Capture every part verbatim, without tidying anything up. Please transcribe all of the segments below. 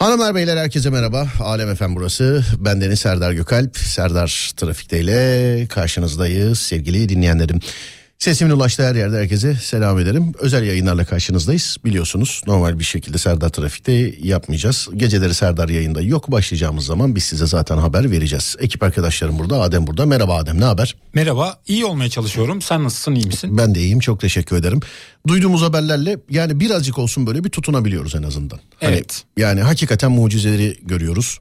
Hanımlar beyler herkese merhaba. Alem F M burası. Bendeniz Serdar Gökalp. Serdar Trafik'te ile karşınızdayız sevgili dinleyenlerim. Sesimin ulaştığı her yerde herkese selam ederim. Özel yayınlarla karşınızdayız. Biliyorsunuz normal bir şekilde Serdar Trafik'te yapmayacağız. Geceleri Serdar yayında yok. Başlayacağımız zaman biz size zaten haber vereceğiz. Ekip arkadaşlarım burada. Adem burada. Merhaba Adem, ne haber? Merhaba, iyi olmaya çalışıyorum. Sen nasılsın, iyi misin? Ben de iyiyim, çok teşekkür ederim. Duyduğumuz haberlerle yani birazcık olsun böyle bir tutunabiliyoruz en azından. Evet. Hani, yani hakikaten mucizeleri görüyoruz.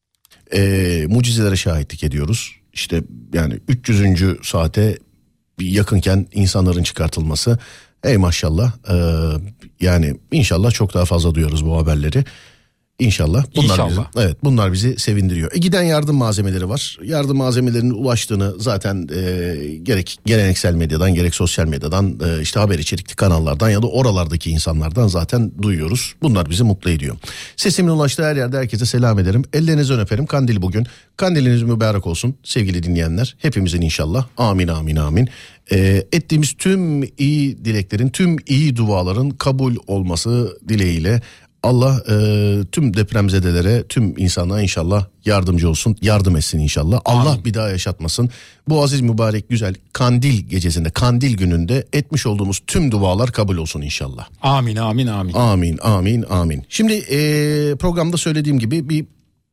Ee, mucizelere şahitlik ediyoruz. İşte yani üç yüzüncü saate yakınken insanların çıkartılması, ey maşallah, ee, yani inşallah çok daha fazla duyarız bu haberleri. İnşallah. Bunlar İnşallah. Bizi, evet, bunlar bizi sevindiriyor. E, giden yardım malzemeleri var. Yardım malzemelerinin ulaştığını zaten e, gerek geleneksel medyadan gerek sosyal medyadan e, işte haber içerikli kanallardan ya da oralardaki insanlardan zaten duyuyoruz. Bunlar bizi mutlu ediyor. Sesimin ulaştığı her yerde herkese selam ederim. Ellerinizden öperim. Kandil bugün. Kandiliniz mübarek olsun sevgili dinleyenler. Hepimizin inşallah. Amin amin amin. E, ettiğimiz tüm iyi dileklerin, tüm iyi duaların kabul olması dileğiyle Allah e, tüm depremzedelere, tüm insana inşallah yardımcı olsun, yardım etsin inşallah. Amin. Allah bir daha yaşatmasın. Bu aziz mübarek güzel kandil gecesinde, kandil gününde etmiş olduğumuz tüm dualar kabul olsun inşallah. Amin, amin, amin. Amin, amin, amin. Şimdi e, programda söylediğim gibi bir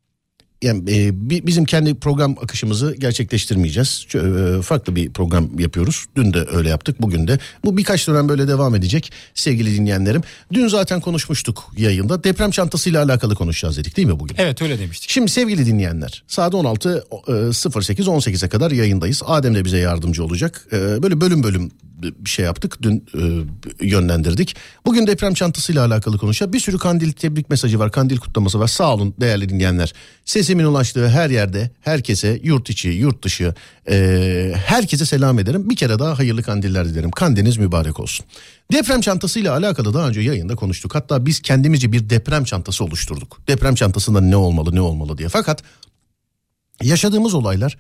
yani e, bizim kendi program akışımızı gerçekleştirmeyeceğiz. E, farklı bir program yapıyoruz. Dün de öyle yaptık, bugün de. Bu birkaç dönem böyle devam edecek sevgili dinleyenlerim. Dün zaten konuşmuştuk yayında. Deprem çantasıyla alakalı konuşacağız dedik değil mi bugün? Evet, öyle demiştik. Şimdi sevgili dinleyenler, saat on altı sıfır sekiz on sekize kadar yayındayız. Adem de bize yardımcı olacak. E, böyle bölüm bölüm bir şey yaptık. Dün e, yönlendirdik. Bugün deprem çantasıyla alakalı konuşacağız. Bir sürü kandil tebrik mesajı var, kandil kutlaması var. Sağ olun değerli dinleyenler. Sesimin ulaştığı her yerde herkese, yurt içi, yurt dışı e, herkese selam ederim. Bir kere daha hayırlı kandiller dilerim. Kandiliniz mübarek olsun. Deprem çantasıyla alakalı daha önce yayında konuştuk. Hatta biz kendimizce bir deprem çantası oluşturduk. Deprem çantasında ne olmalı, ne olmalı diye. Fakat yaşadığımız olaylar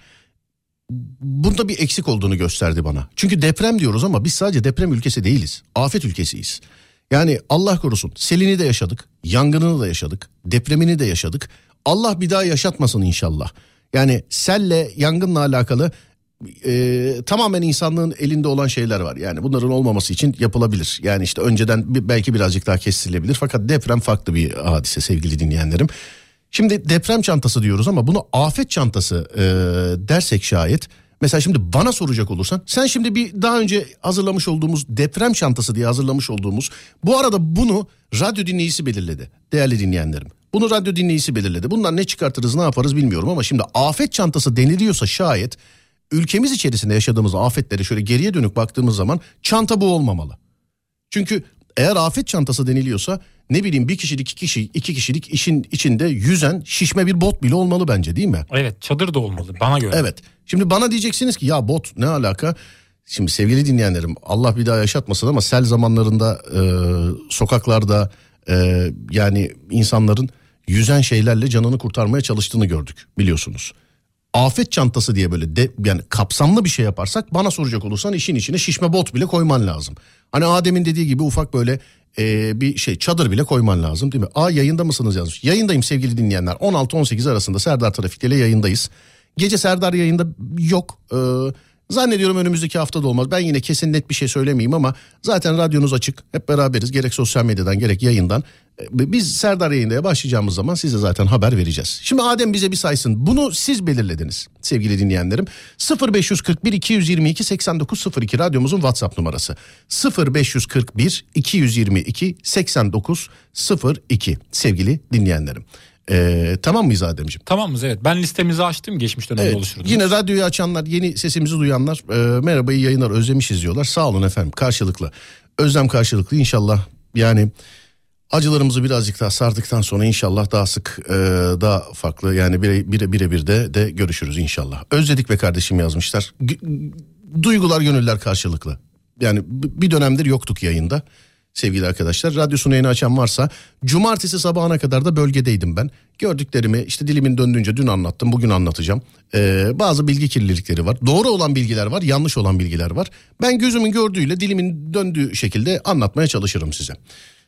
bunda bir eksik olduğunu gösterdi bana. Çünkü deprem diyoruz ama biz sadece deprem ülkesi değiliz. Afet ülkesiyiz. Yani Allah korusun, selini de yaşadık, yangınını da yaşadık, depremini de yaşadık. Allah bir daha yaşatmasın inşallah. Yani selle, yangınla alakalı e, tamamen insanlığın elinde olan şeyler var. Yani bunların olmaması için yapılabilir. Yani işte önceden belki birazcık daha kestirilebilir. Fakat deprem farklı bir hadise sevgili dinleyenlerim. Şimdi deprem çantası diyoruz ama bunu afet çantası e, dersek şayet. Mesela şimdi bana soracak olursan, sen şimdi bir daha önce hazırlamış olduğumuz deprem çantası diye hazırlamış olduğumuz, bu arada bunu radyo dinleyicisi belirledi değerli dinleyenlerim. Bunu radyo dinleyicisi belirledi. Bundan ne çıkartırız, ne yaparız bilmiyorum ama şimdi afet çantası deniliyorsa şayet ülkemiz içerisinde yaşadığımız afetlere şöyle geriye dönük baktığımız zaman çanta bu olmamalı. Çünkü eğer afet çantası deniliyorsa ne bileyim bir kişilik, iki kişi, iki kişilik işin içinde yüzen şişme bir bot bile olmalı bence, değil mi? Evet, çadır da olmalı bana göre. Evet. Şimdi bana diyeceksiniz ki ya bot ne alaka? Şimdi sevgili dinleyenlerim, Allah bir daha yaşatmasın ama sel zamanlarında e, sokaklarda e, yani insanların yüzen şeylerle canını kurtarmaya çalıştığını gördük biliyorsunuz. Afet çantası diye böyle de, yani kapsamlı bir şey yaparsak bana soracak olursan işin içine şişme bot bile koyman lazım. Hani Adem'in dediği gibi ufak böyle e, bir şey çadır bile koyman lazım değil mi? Aa, yayında mısınız yazmış. Yayındayım sevgili dinleyenler. on altı on sekiz arasında Serdar Trafik'te ile yayındayız. Gece Serdar yayında yok. Ee, zannediyorum önümüzdeki hafta da olmaz. Ben yine kesin net bir şey söylemeyeyim ama zaten radyonuz açık. Hep beraberiz. Gerek sosyal medyadan gerek yayından. Ee, biz Serdar yayındaya başlayacağımız zaman size zaten haber vereceğiz. Şimdi Adem bize bir saysın. Bunu siz belirlediniz sevgili dinleyenlerim. sıfır beş kırk bir iki yüz yirmi iki seksen dokuz sıfır iki radyomuzun WhatsApp numarası. sıfır beş kırk bir iki yüz yirmi iki seksen dokuz sıfır iki sevgili dinleyenlerim. Ee, tamam mıyız Ademciğim? Tamamız, evet. Ben listemizi açtım, geçmiş dönemde evet, oluşturdum. Yine radyoyu açanlar, yeni sesimizi duyanlar e, merhaba, iyi yayınlar, özlemişiz diyorlar. Sağ olun efendim, karşılıklı. Özlem karşılıklı inşallah. Yani acılarımızı birazcık daha sardıktan sonra inşallah daha sık, e, daha farklı yani bire, bire, bire bir de, de görüşürüz inşallah. Özledik be kardeşim yazmışlar. G- duygular, gönüller karşılıklı. Yani bir dönemdir yoktuk yayında. Sevgili arkadaşlar, radyosunu yeni açan varsa, cumartesi sabahına kadar da bölgedeydim ben. Gördüklerimi işte dilimin döndüğünce dün anlattım, bugün anlatacağım. Ee, bazı bilgi kirlilikleri var. Doğru olan bilgiler var, yanlış olan bilgiler var. Ben gözümün gördüğüyle dilimin döndüğü şekilde anlatmaya çalışırım size.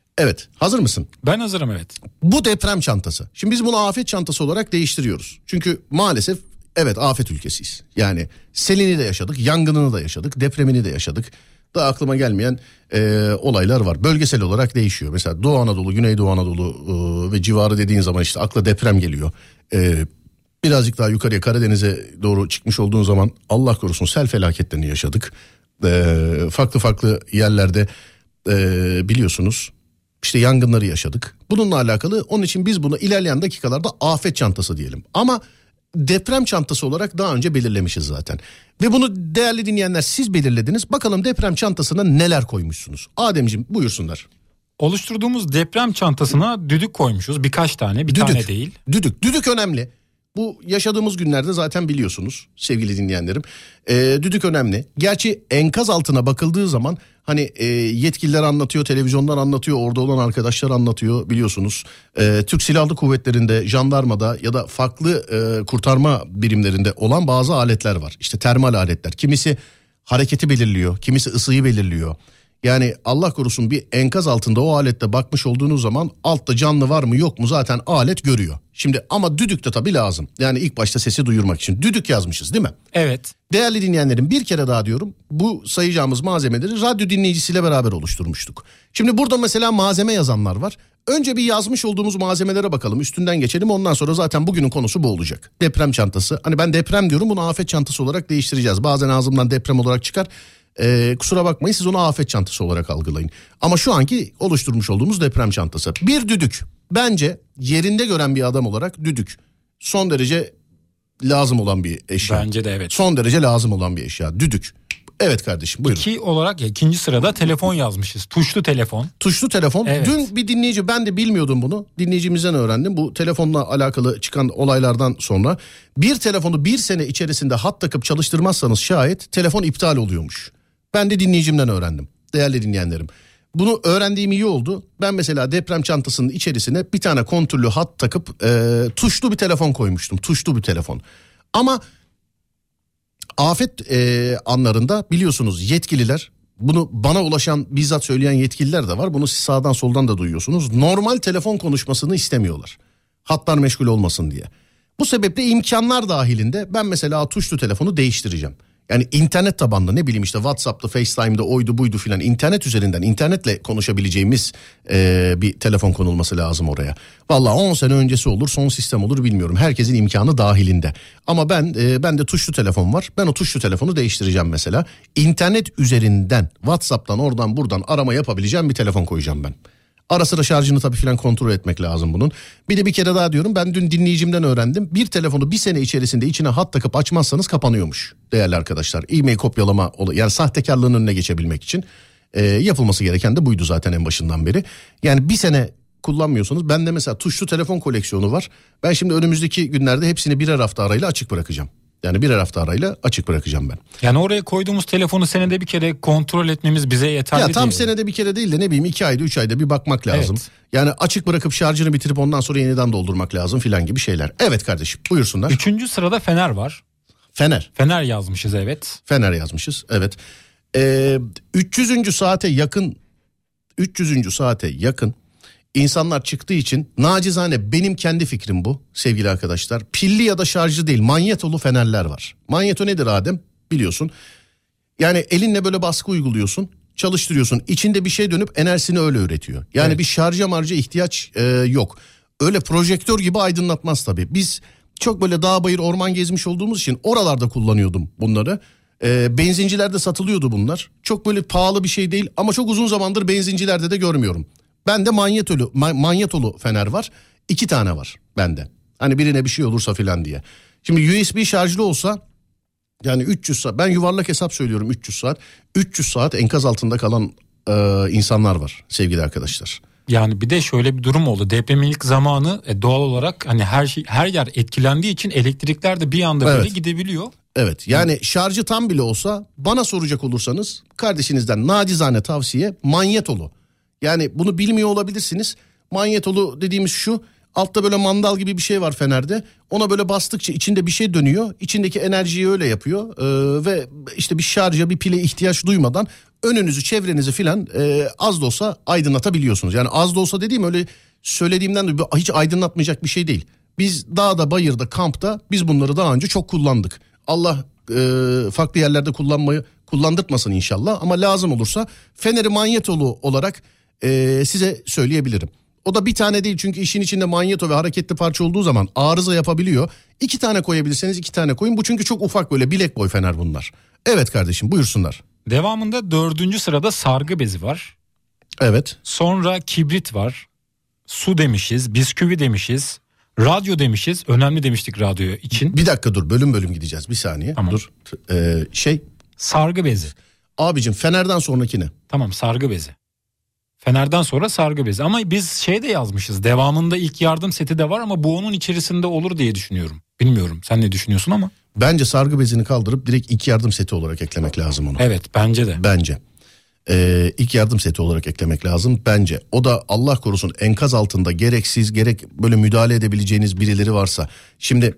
Evet, hazır mısın? Ben hazırım, evet. Bu deprem çantası. Şimdi biz bunu afet çantası olarak değiştiriyoruz. Çünkü maalesef evet afet ülkesiyiz. Yani selini de yaşadık, yangınını da yaşadık, depremini de yaşadık. Daha aklıma gelmeyen e, olaylar var. Bölgesel olarak değişiyor. Mesela Doğu Anadolu, Güneydoğu Anadolu e, ve civarı dediğin zaman işte akla deprem geliyor. E, birazcık daha yukarıya Karadeniz'e doğru çıkmış olduğun zaman Allah korusun sel felaketlerini yaşadık. E, farklı farklı yerlerde e, biliyorsunuz işte yangınları yaşadık. Bununla alakalı, onun için biz bunu ilerleyen dakikalarda afet çantası diyelim. Ama deprem çantası olarak daha önce belirlemişiz zaten. Ve bunu değerli dinleyenler siz belirlediniz. Bakalım deprem çantasına neler koymuşsunuz? Ademciğim buyursunlar. Oluşturduğumuz deprem çantasına düdük koymuşuz. Birkaç tane, bir düdük, tane değil. Düdük, düdük önemli. Bu yaşadığımız günlerde zaten biliyorsunuz sevgili dinleyenlerim. Ee, düdük önemli. Gerçi enkaz altına bakıldığı zaman hani e, yetkililer anlatıyor, televizyondan anlatıyor, orada olan arkadaşlar anlatıyor biliyorsunuz. Ee, Türk Silahlı Kuvvetleri'nde, jandarmada ya da farklı e, kurtarma birimlerinde olan bazı aletler var. İşte termal aletler. Kimisi hareketi belirliyor, kimisi ısıyı belirliyor. Yani Allah korusun bir enkaz altında o alette bakmış olduğunuz zaman altta canlı var mı yok mu zaten alet görüyor. Şimdi ama düdük de tabii lazım. Yani ilk başta sesi duyurmak için düdük yazmışız değil mi? Evet. Değerli dinleyenlerim bir kere daha diyorum, bu sayacağımız malzemeleri radyo dinleyicisiyle beraber oluşturmuştuk. Şimdi burada mesela malzeme yazanlar var. Önce bir yazmış olduğumuz malzemelere bakalım, üstünden geçelim, ondan sonra zaten bugünün konusu bu olacak. Deprem çantası. Hani ben deprem diyorum, bunu afet çantası olarak değiştireceğiz. Bazen ağzımdan deprem olarak çıkar. Ee, kusura bakmayın, siz onu afet çantası olarak algılayın. Ama şu anki oluşturmuş olduğumuz deprem çantası. Bir düdük. Bence yerinde gören bir adam olarak düdük son derece lazım olan bir eşya. Bence de evet. Son derece lazım olan bir eşya. Düdük. Evet kardeşim buyurun. İki olarak ya, ikinci sırada telefon yazmışız. Tuşlu telefon. Tuşlu telefon. Evet. Dün bir dinleyici, ben de bilmiyordum bunu. Dinleyicimizden öğrendim. Bu telefonla alakalı çıkan olaylardan sonra bir telefonu bir sene içerisinde hat takıp çalıştırmazsanız şayet telefon iptal oluyormuş. Ben de dinleyicimden öğrendim. Değerli dinleyenlerim. Bunu öğrendiğim iyi oldu. Ben mesela deprem çantasının içerisine bir tane kontürlü hat takıp e, tuşlu bir telefon koymuştum. Tuşlu bir telefon. Ama afet e, anlarında biliyorsunuz yetkililer, bunu bana ulaşan bizzat söyleyen yetkililer de var. Bunu siz sağdan soldan da duyuyorsunuz. Normal telefon konuşmasını istemiyorlar. Hatlar meşgul olmasın diye. Bu sebeple imkanlar dahilinde ben mesela tuşlu telefonu değiştireceğim. Yani internet tabanlı, ne bileyim işte WhatsApp'ta, FaceTime'da, oydu buydu filan, internet üzerinden, internetle konuşabileceğimiz e, bir telefon konulması lazım oraya. Vallahi on sene öncesi olur, son sistem olur bilmiyorum. Herkesin imkanı dahilinde. Ama ben e, ben de tuşlu telefon var. Ben o tuşlu telefonu değiştireceğim mesela. İnternet üzerinden, WhatsApp'tan, oradan buradan arama yapabileceğim bir telefon koyacağım ben. Ara sıra şarjını tabii filan kontrol etmek lazım bunun. Bir de bir kere daha diyorum, ben dün dinleyicimden öğrendim. Bir telefonu bir sene içerisinde içine hat takıp açmazsanız kapanıyormuş değerli arkadaşlar. E-mail kopyalama, yani sahtekarlığın önüne geçebilmek için e, yapılması gereken de buydu zaten en başından beri. Yani bir sene kullanmıyorsanız, bende mesela tuşlu telefon koleksiyonu var. Ben şimdi önümüzdeki günlerde hepsini birer hafta arayla açık bırakacağım. Yani birer hafta arayla açık bırakacağım ben. Yani oraya koyduğumuz telefonu senede bir kere kontrol etmemiz bize yeterli değil. Ya tam değil. senede bir kere değil de ne bileyim iki ayda üç ayda bir bakmak lazım. Evet. Yani açık bırakıp şarjını bitirip ondan sonra yeniden doldurmak lazım filan gibi şeyler. Evet kardeşim buyursunlar. Üçüncü sırada fener var. Fener. Fener yazmışız evet. Fener yazmışız evet. Ee, üç yüzüncü saate yakın üç yüzüncü saate yakın insanlar çıktığı için, nacizane benim kendi fikrim bu sevgili arkadaşlar. Pilli ya da şarjlı değil, manyetolu fenerler var. Manyeto nedir Adem? Biliyorsun. Yani elinle böyle baskı uyguluyorsun, çalıştırıyorsun. İçinde bir şey dönüp enerjisini öyle üretiyor. Yani evet. Bir şarja marja ihtiyaç e, yok. Öyle projektör gibi aydınlatmaz tabii. Biz çok böyle dağ bayır orman gezmiş olduğumuz için oralarda kullanıyordum bunları. E, benzincilerde satılıyordu bunlar. Çok böyle pahalı bir şey değil ama çok uzun zamandır benzincilerde de görmüyorum. Bende manyetolu, manyetolu fener var. İki tane var bende. Hani birine bir şey olursa filan diye. Şimdi U S B şarjlı olsa, yani üç yüz saat, ben yuvarlak hesap söylüyorum, üç yüz saat. üç yüz saat enkaz altında kalan e, insanlar var sevgili arkadaşlar. Yani bir de şöyle bir durum oldu. Depremin ilk zamanı e, doğal olarak hani her şey, her yer etkilendiği için elektrikler de bir anda böyle evet. gidebiliyor. Evet yani Hı. şarjı tam bile olsa, bana soracak olursanız kardeşinizden nacizane tavsiye manyetolu. Yani bunu bilmiyor olabilirsiniz. Manyetolu dediğimiz şu, altta böyle mandal gibi bir şey var fenerde. Ona böyle bastıkça içinde bir şey dönüyor. İçindeki enerjiyi öyle yapıyor. Ee, ve işte bir şarja, bir pile ihtiyaç duymadan önünüzü, çevrenizi filan e, az da olsa aydınlatabiliyorsunuz. Yani az da olsa dediğim öyle söylediğimden de hiç aydınlatmayacak bir şey değil. Biz dağda, bayırda, kampta biz bunları daha önce çok kullandık. Allah e, farklı yerlerde kullanmayı kullandırtmasın inşallah, ama lazım olursa feneri manyetolu olarak e, size söyleyebilirim. O da bir tane değil, çünkü işin içinde manyeto ve hareketli parça olduğu zaman arıza yapabiliyor. İki tane koyabilirseniz iki tane koyun. Bu çünkü çok ufak, böyle bilek boy fener bunlar. Evet kardeşim, buyursunlar. Devamında dördüncü sırada sargı bezi var. Evet. Sonra kibrit var. Su demişiz, bisküvi demişiz, radyo demişiz. Önemli demiştik radyo için. Bir dakika dur, bölüm bölüm gideceğiz, bir saniye. Tamam. Dur. Ee, şey. Sargı bezi. Abicim fenerden sonraki ne? Tamam, sargı bezi. Fenerden sonra sargı bezi. Ama biz şey de yazmışız. Devamında ilk yardım seti de var ama bu onun içerisinde olur diye düşünüyorum. Bilmiyorum, sen ne düşünüyorsun ama. Bence sargı bezini kaldırıp direkt ilk yardım seti olarak eklemek lazım onu. Evet, bence de. Bence. Ee, ilk yardım seti olarak eklemek lazım bence. O da Allah korusun enkaz altında gereksiz, gerek böyle müdahale edebileceğiniz birileri varsa. Şimdi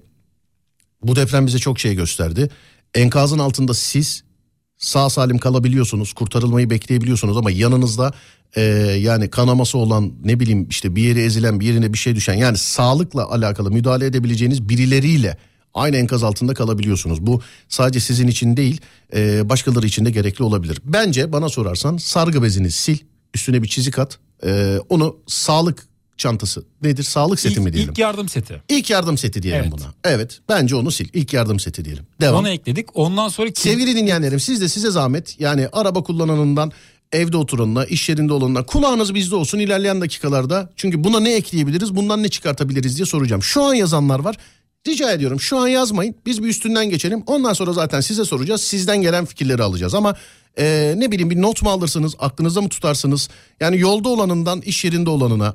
bu deprem bize çok şey gösterdi. Enkazın altında siz sağ salim kalabiliyorsunuz, kurtarılmayı bekleyebiliyorsunuz, ama yanınızda e, yani kanaması olan, ne bileyim işte bir yeri ezilen, bir yerine bir şey düşen, yani sağlıkla alakalı müdahale edebileceğiniz birileriyle aynı enkaz altında kalabiliyorsunuz. Bu sadece sizin için değil, e, başkaları için de gerekli olabilir. Bence bana sorarsan sargı bezini sil, üstüne bir çizik at, e, onu sağlık çantası nedir? Sağlık seti İlk, mi diyelim? İlk yardım seti. İlk yardım seti diyelim Evet. buna. Evet, bence onu sil. İlk yardım seti diyelim. Devam. Onu ekledik. Ondan sonra kim... Sevgili dinleyenlerim, siz de size zahmet, yani araba kullananından, evde oturanına, iş yerinde olanına, kulağınız bizde olsun ilerleyen dakikalarda. Çünkü buna ne ekleyebiliriz, bundan ne çıkartabiliriz diye soracağım. Şu an yazanlar var. Rica ediyorum şu an yazmayın. Biz bir üstünden geçelim. Ondan sonra zaten size soracağız. Sizden gelen fikirleri alacağız. Ama e, ne bileyim, bir not mu alırsınız? Aklınızda mı tutarsınız? Yani yolda olanından iş yerinde olanına,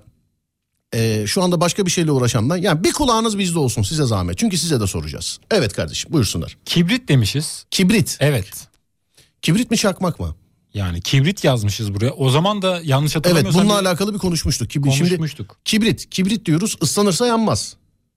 e, şu anda başka bir şeyle uğraşandan. Yani bir kulağınız bizde olsun size zahmet. Çünkü size de soracağız. Evet kardeşim, buyursunlar. Kibrit demişiz. Kibrit. Evet. Kibrit mi, çakmak mı? Yani kibrit yazmışız buraya. O zaman da yanlış hatırlamıyorsam... Evet, bununla bir... alakalı bir konuşmuştuk. Kibrit. Konuşmuştuk. Şimdi, kibrit. Kibrit diyoruz. Islanırsa yanmaz.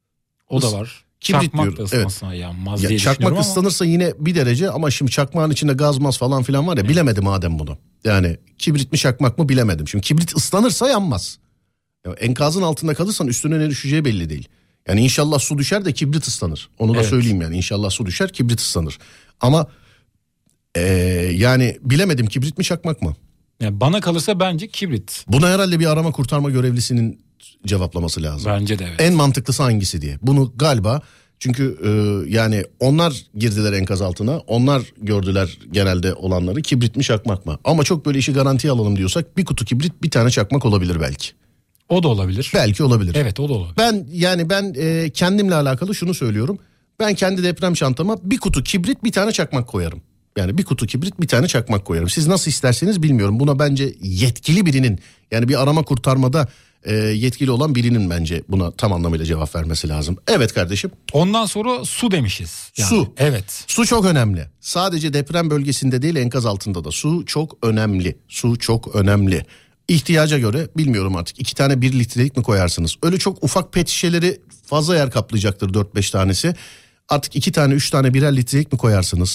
O da var. Kibrit çakmak diyor. da ısınmasına evet. yanmaz ya, diye çakmak düşünüyorum ama. ıslanırsa yine bir derece, ama şimdi çakmağın içinde gazmaz falan filan var ya, evet. Bilemedim Adem bunu. Yani kibrit mi çakmak mı bilemedim. Şimdi kibrit ıslanırsa yanmaz. Ya, enkazın altında kalırsan üstüne ne düşeceği belli değil. Yani inşallah su düşer de kibrit ıslanır. Onu da evet. söyleyeyim yani. İnşallah su düşer, kibrit ıslanır. Ama ee, yani bilemedim, kibrit mi çakmak mı? Yani bana kalırsa bence kibrit. Buna herhalde bir arama kurtarma görevlisinin cevaplaması lazım. Bence de evet. En mantıklısı hangisi diye. Bunu galiba, çünkü e, yani onlar girdiler enkaz altına. Onlar gördüler genelde olanları. Kibrit mi çakmak mı? Ama çok böyle işi garantiye alalım diyorsak bir kutu kibrit, bir tane çakmak olabilir belki. O da olabilir. Belki olabilir. Evet, o da olabilir. Ben yani ben e, kendimle alakalı şunu söylüyorum. Ben kendi deprem çantama bir kutu kibrit, bir tane çakmak koyarım. Yani bir kutu kibrit, bir tane çakmak koyarım. Siz nasıl isterseniz bilmiyorum. Buna bence yetkili birinin, yani bir arama kurtarmada e, yetkili olan birinin bence buna tam anlamıyla cevap vermesi lazım. Evet kardeşim. Ondan sonra su demişiz. Yani. Su. Evet. Su çok önemli. Sadece deprem bölgesinde değil, enkaz altında da su çok önemli. Su çok önemli. İhtiyaca göre bilmiyorum artık, iki tane bir litrelik mi koyarsınız? Öyle çok ufak pet şişeleri fazla yer kaplayacaktır, dört beş tanesi. Artık iki tane üç tane birer litrelik mi koyarsınız?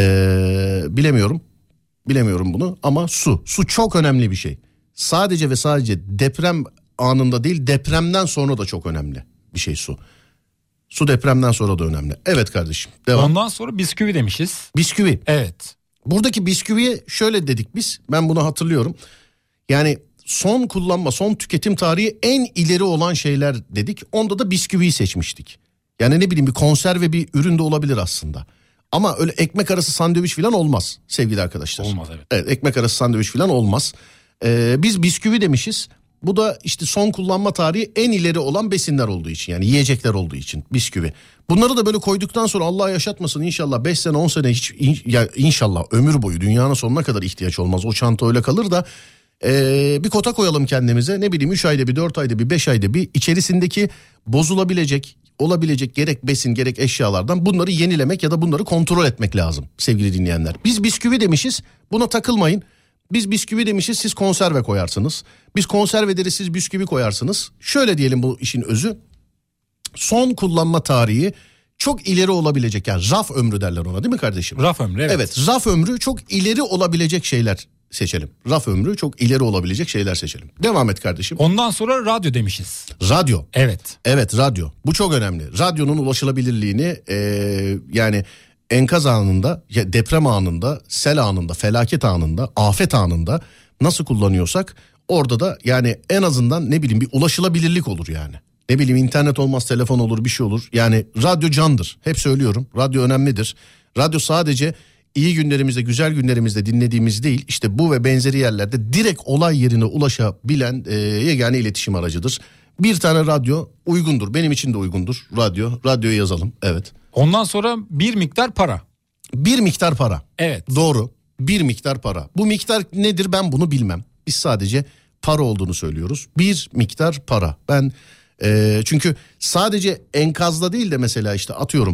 Ee, bilemiyorum. Bilemiyorum bunu, ama su. Su çok önemli bir şey. Sadece ve sadece deprem anında değil, depremden sonra da çok önemli bir şey su. Su depremden sonra da önemli. Evet kardeşim, devam. Ondan sonra bisküvi demişiz. Bisküvi. Evet. Buradaki bisküviye şöyle dedik biz. Ben bunu hatırlıyorum. Yani son kullanma, son tüketim tarihi en ileri olan şeyler dedik. Onda da bisküviyi seçmiştik. Yani ne bileyim, bir konserve bir ürün de olabilir aslında. Ama öyle ekmek arası sandviç falan olmaz sevgili arkadaşlar. Olmaz evet. Evet, ekmek arası sandviç falan olmaz. Ee, biz bisküvi demişiz. Bu da işte son kullanma tarihi en ileri olan besinler olduğu için, yani yiyecekler olduğu için bisküvi. Bunları da böyle koyduktan sonra Allah yaşatmasın inşallah beş sene on sene hiç in, ya inşallah ömür boyu dünyanın sonuna kadar ihtiyaç olmaz. O çanta öyle kalır da ee, bir kota koyalım kendimize, ne bileyim üç ayda bir, dört ayda bir, beş ayda bir, içerisindeki bozulabilecek, olabilecek gerek besin gerek eşyalardan bunları yenilemek ya da bunları kontrol etmek lazım sevgili dinleyenler. Biz bisküvi demişiz, buna takılmayın. Biz bisküvi demişiz, siz konserve koyarsınız. Biz konserve deriz, siz bisküvi koyarsınız. Şöyle diyelim, bu işin özü. Son kullanma tarihi çok ileri olabilecek, yani raf ömrü derler ona, değil mi kardeşim? Raf ömrü evet. Evet, raf ömrü çok ileri olabilecek şeyler seçelim. Raf ömrü çok ileri olabilecek şeyler seçelim. Devam et kardeşim. Ondan sonra radyo demişiz. Radyo. Evet. Evet, radyo. Bu çok önemli. Radyonun ulaşılabilirliğini e, yani enkaz anında, deprem anında, sel anında, felaket anında, afet anında nasıl kullanıyorsak orada da yani en azından ne bileyim bir ulaşılabilirlik olur yani. Ne bileyim internet olmaz, telefon olur, bir şey olur. Yani radyo candır. Hep söylüyorum. Radyo önemlidir. Radyo sadece iyi günlerimizde, güzel günlerimizde dinlediğimiz değil, işte bu ve benzeri yerlerde direkt olay yerine ulaşabilen e, yegane iletişim aracıdır. Bir tane radyo uygundur. Benim için de uygundur radyo. Radyoyu yazalım. Evet. Ondan sonra bir miktar para. Bir miktar para. Evet. Doğru. Bir miktar para. Bu miktar nedir ben bunu bilmem. Biz sadece para olduğunu söylüyoruz. Bir miktar para. Ben e, çünkü sadece enkazda değil de mesela işte atıyorum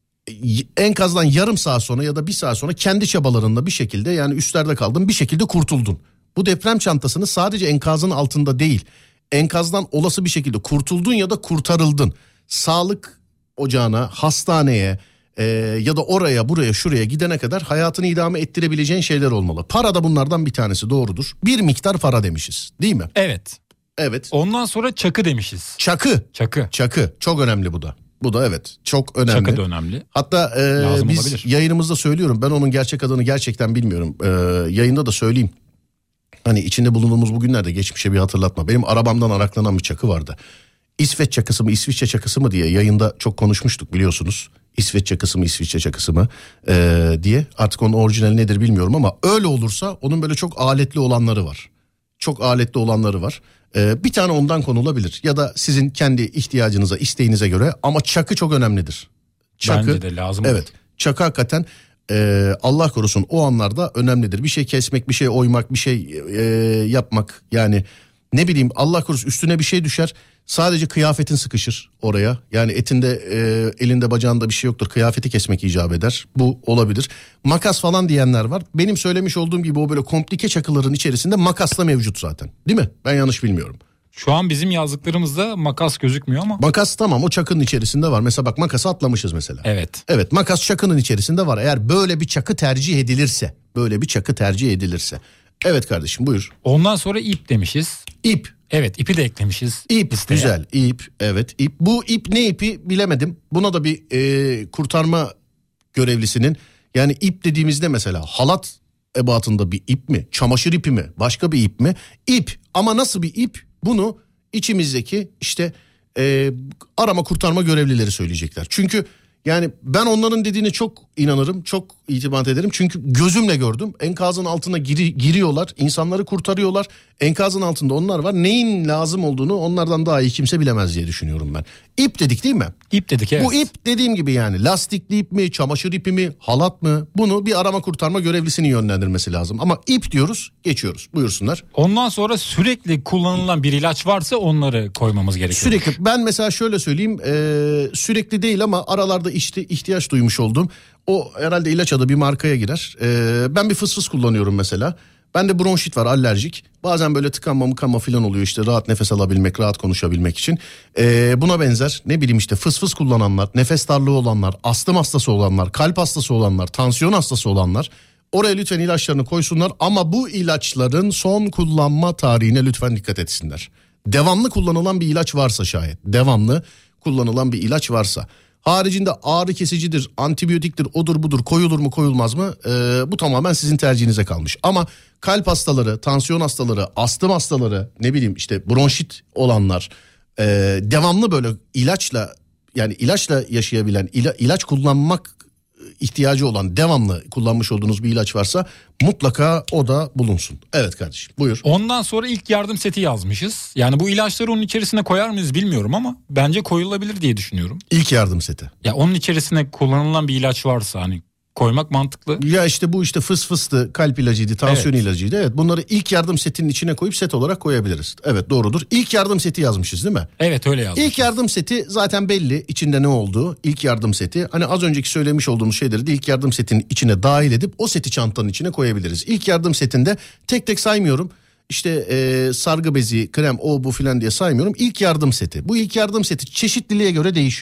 enkazdan yarım saat sonra ya da bir saat sonra kendi çabalarınla bir şekilde yani üstlerde kaldın, bir şekilde kurtuldun. Bu deprem çantasını sadece enkazın altında değil, enkazdan olası bir şekilde kurtuldun ya da kurtarıldın. Sağlık ocağına, hastaneye e, ya da oraya buraya şuraya gidene kadar hayatını idame ettirebileceğin şeyler olmalı. Para da bunlardan bir tanesi, doğrudur. Bir miktar para demişiz değil mi? Evet. Evet. Ondan sonra çakı demişiz. Çakı. Çakı. Çakı çok önemli bu da. Bu da evet çok önemli. Çakı da önemli. Hatta e, biz olabilir. Yayınımızda söylüyorum, ben onun gerçek adını gerçekten bilmiyorum. E, yayında da söyleyeyim. Hani içinde bulunduğumuz bugünlerde geçmişe bir hatırlatma. Benim arabamdan araklanan bir çakı vardı. İsveç çakısı mı İsviçre çakısı mı diye yayında çok konuşmuştuk biliyorsunuz. İsveç çakısı mı İsviçre çakısı mı e, diye. Artık onun orijinali nedir bilmiyorum ama öyle olursa onun böyle çok aletli olanları var. Çok aletli olanları var. Ee, bir tane ondan konulabilir ya da sizin kendi ihtiyacınıza, isteğinize göre, ama çakı çok önemlidir. Çakı, bence de lazım. Evet, çakı hakikaten e, Allah korusun o anlarda önemlidir. Bir şey kesmek, bir şey oymak, bir şey e, yapmak, yani ne bileyim Allah korusun üstüne bir şey düşer. Sadece kıyafetin sıkışır oraya. Yani etinde, e, elinde, bacağında bir şey yoktur. Kıyafeti kesmek icap eder. Bu olabilir. Makas falan diyenler var. Benim söylemiş olduğum gibi o böyle komplike çakıların içerisinde makas da mevcut zaten. Değil mi? Ben yanlış bilmiyorum. Şu an bizim yazdıklarımızda makas gözükmüyor ama. Makas tamam, o çakının içerisinde var. Mesela bak, makası atlamışız mesela. Evet. Evet, makas çakının içerisinde var. Eğer böyle bir çakı tercih edilirse. Böyle bir çakı tercih edilirse. Evet kardeşim, buyur. Ondan sonra ip demişiz. İp. Evet, ipi de eklemişiz. İp listeye. güzel, ip, evet ip. Bu ip ne ipi bilemedim. Buna da bir e, kurtarma görevlisinin, yani ip dediğimizde mesela halat ebatında bir ip mi, çamaşır ipi mi, başka bir ip mi? İp, ama nasıl bir ip? Bunu içimizdeki işte e, arama kurtarma görevlileri söyleyecekler. Çünkü yani ben onların dediğine çok inanırım, çok itimat ederim. Çünkü gözümle gördüm. Enkazın altına giri, giriyorlar, insanları kurtarıyorlar. Enkazın altında onlar var. Neyin lazım olduğunu onlardan daha iyi kimse bilemez diye düşünüyorum ben. İp dedik değil mi? İp dedik, evet. Bu ip dediğim gibi yani lastikli ip mi, çamaşır ipi mi, halat mı? Bunu bir arama kurtarma görevlisinin yönlendirmesi lazım. Ama ip diyoruz, geçiyoruz. Buyursunlar. Ondan sonra sürekli kullanılan bir ilaç varsa onları koymamız gerekiyor. Sürekli, ben mesela şöyle söyleyeyim, e, sürekli değil ama aralarda işte ihtiyaç duymuş oldum. O herhalde ilaç adı bir markaya girer. E, ben bir fıs fıs kullanıyorum mesela. Bende bronşit var, alerjik. Bazen böyle tıkanma mıkanma falan oluyor, işte rahat nefes alabilmek, rahat konuşabilmek için. Ee, buna benzer ne bileyim işte fıs fıs kullananlar, nefes darlığı olanlar, astım hastası olanlar, kalp hastası olanlar, tansiyon hastası olanlar oraya lütfen ilaçlarını koysunlar. Ama bu ilaçların son kullanma tarihine lütfen dikkat etsinler. Devamlı kullanılan bir ilaç varsa, şayet devamlı kullanılan bir ilaç varsa. Haricinde ağrı kesicidir, antibiyotiktir, odur budur, koyulur mu koyulmaz mı? Ee, bu tamamen sizin tercihinize kalmış. Ama kalp hastaları, tansiyon hastaları, astım hastaları, ne bileyim işte bronşit olanlar, e, devamlı böyle ilaçla, yani ilaçla yaşayabilen, ila, ilaç kullanmak ihtiyacı olan, devamlı kullanmış olduğunuz bir ilaç varsa mutlaka o da bulunsun. Evet kardeşim, buyur. Ondan sonra ilk yardım seti yazmışız. Yani bu ilaçları onun içerisine koyar mıyız bilmiyorum ama bence koyulabilir diye düşünüyorum. İlk yardım seti. Ya onun içerisine kullanılan bir ilaç varsa hani koymak mantıklı. Ya işte bu işte fıs fıstı, kalp ilacıydı, tansiyon Evet. ilacıydı. Evet, bunları ilk yardım setinin içine koyup set olarak koyabiliriz. Evet, doğrudur. İlk yardım seti yazmışız değil mi? Evet, öyle yazmışız. İlk yardım seti zaten belli içinde ne olduğu. İlk yardım seti, hani az önceki söylemiş olduğumuz şeyleri de ilk yardım setinin içine dahil edip o seti çantanın içine koyabiliriz. İlk yardım setinde tek tek saymıyorum. İşte e, sargı bezi, krem, o bu filan diye saymıyorum. İlk yardım seti. Bu ilk yardım seti çeşitliliğe göre değişiyor.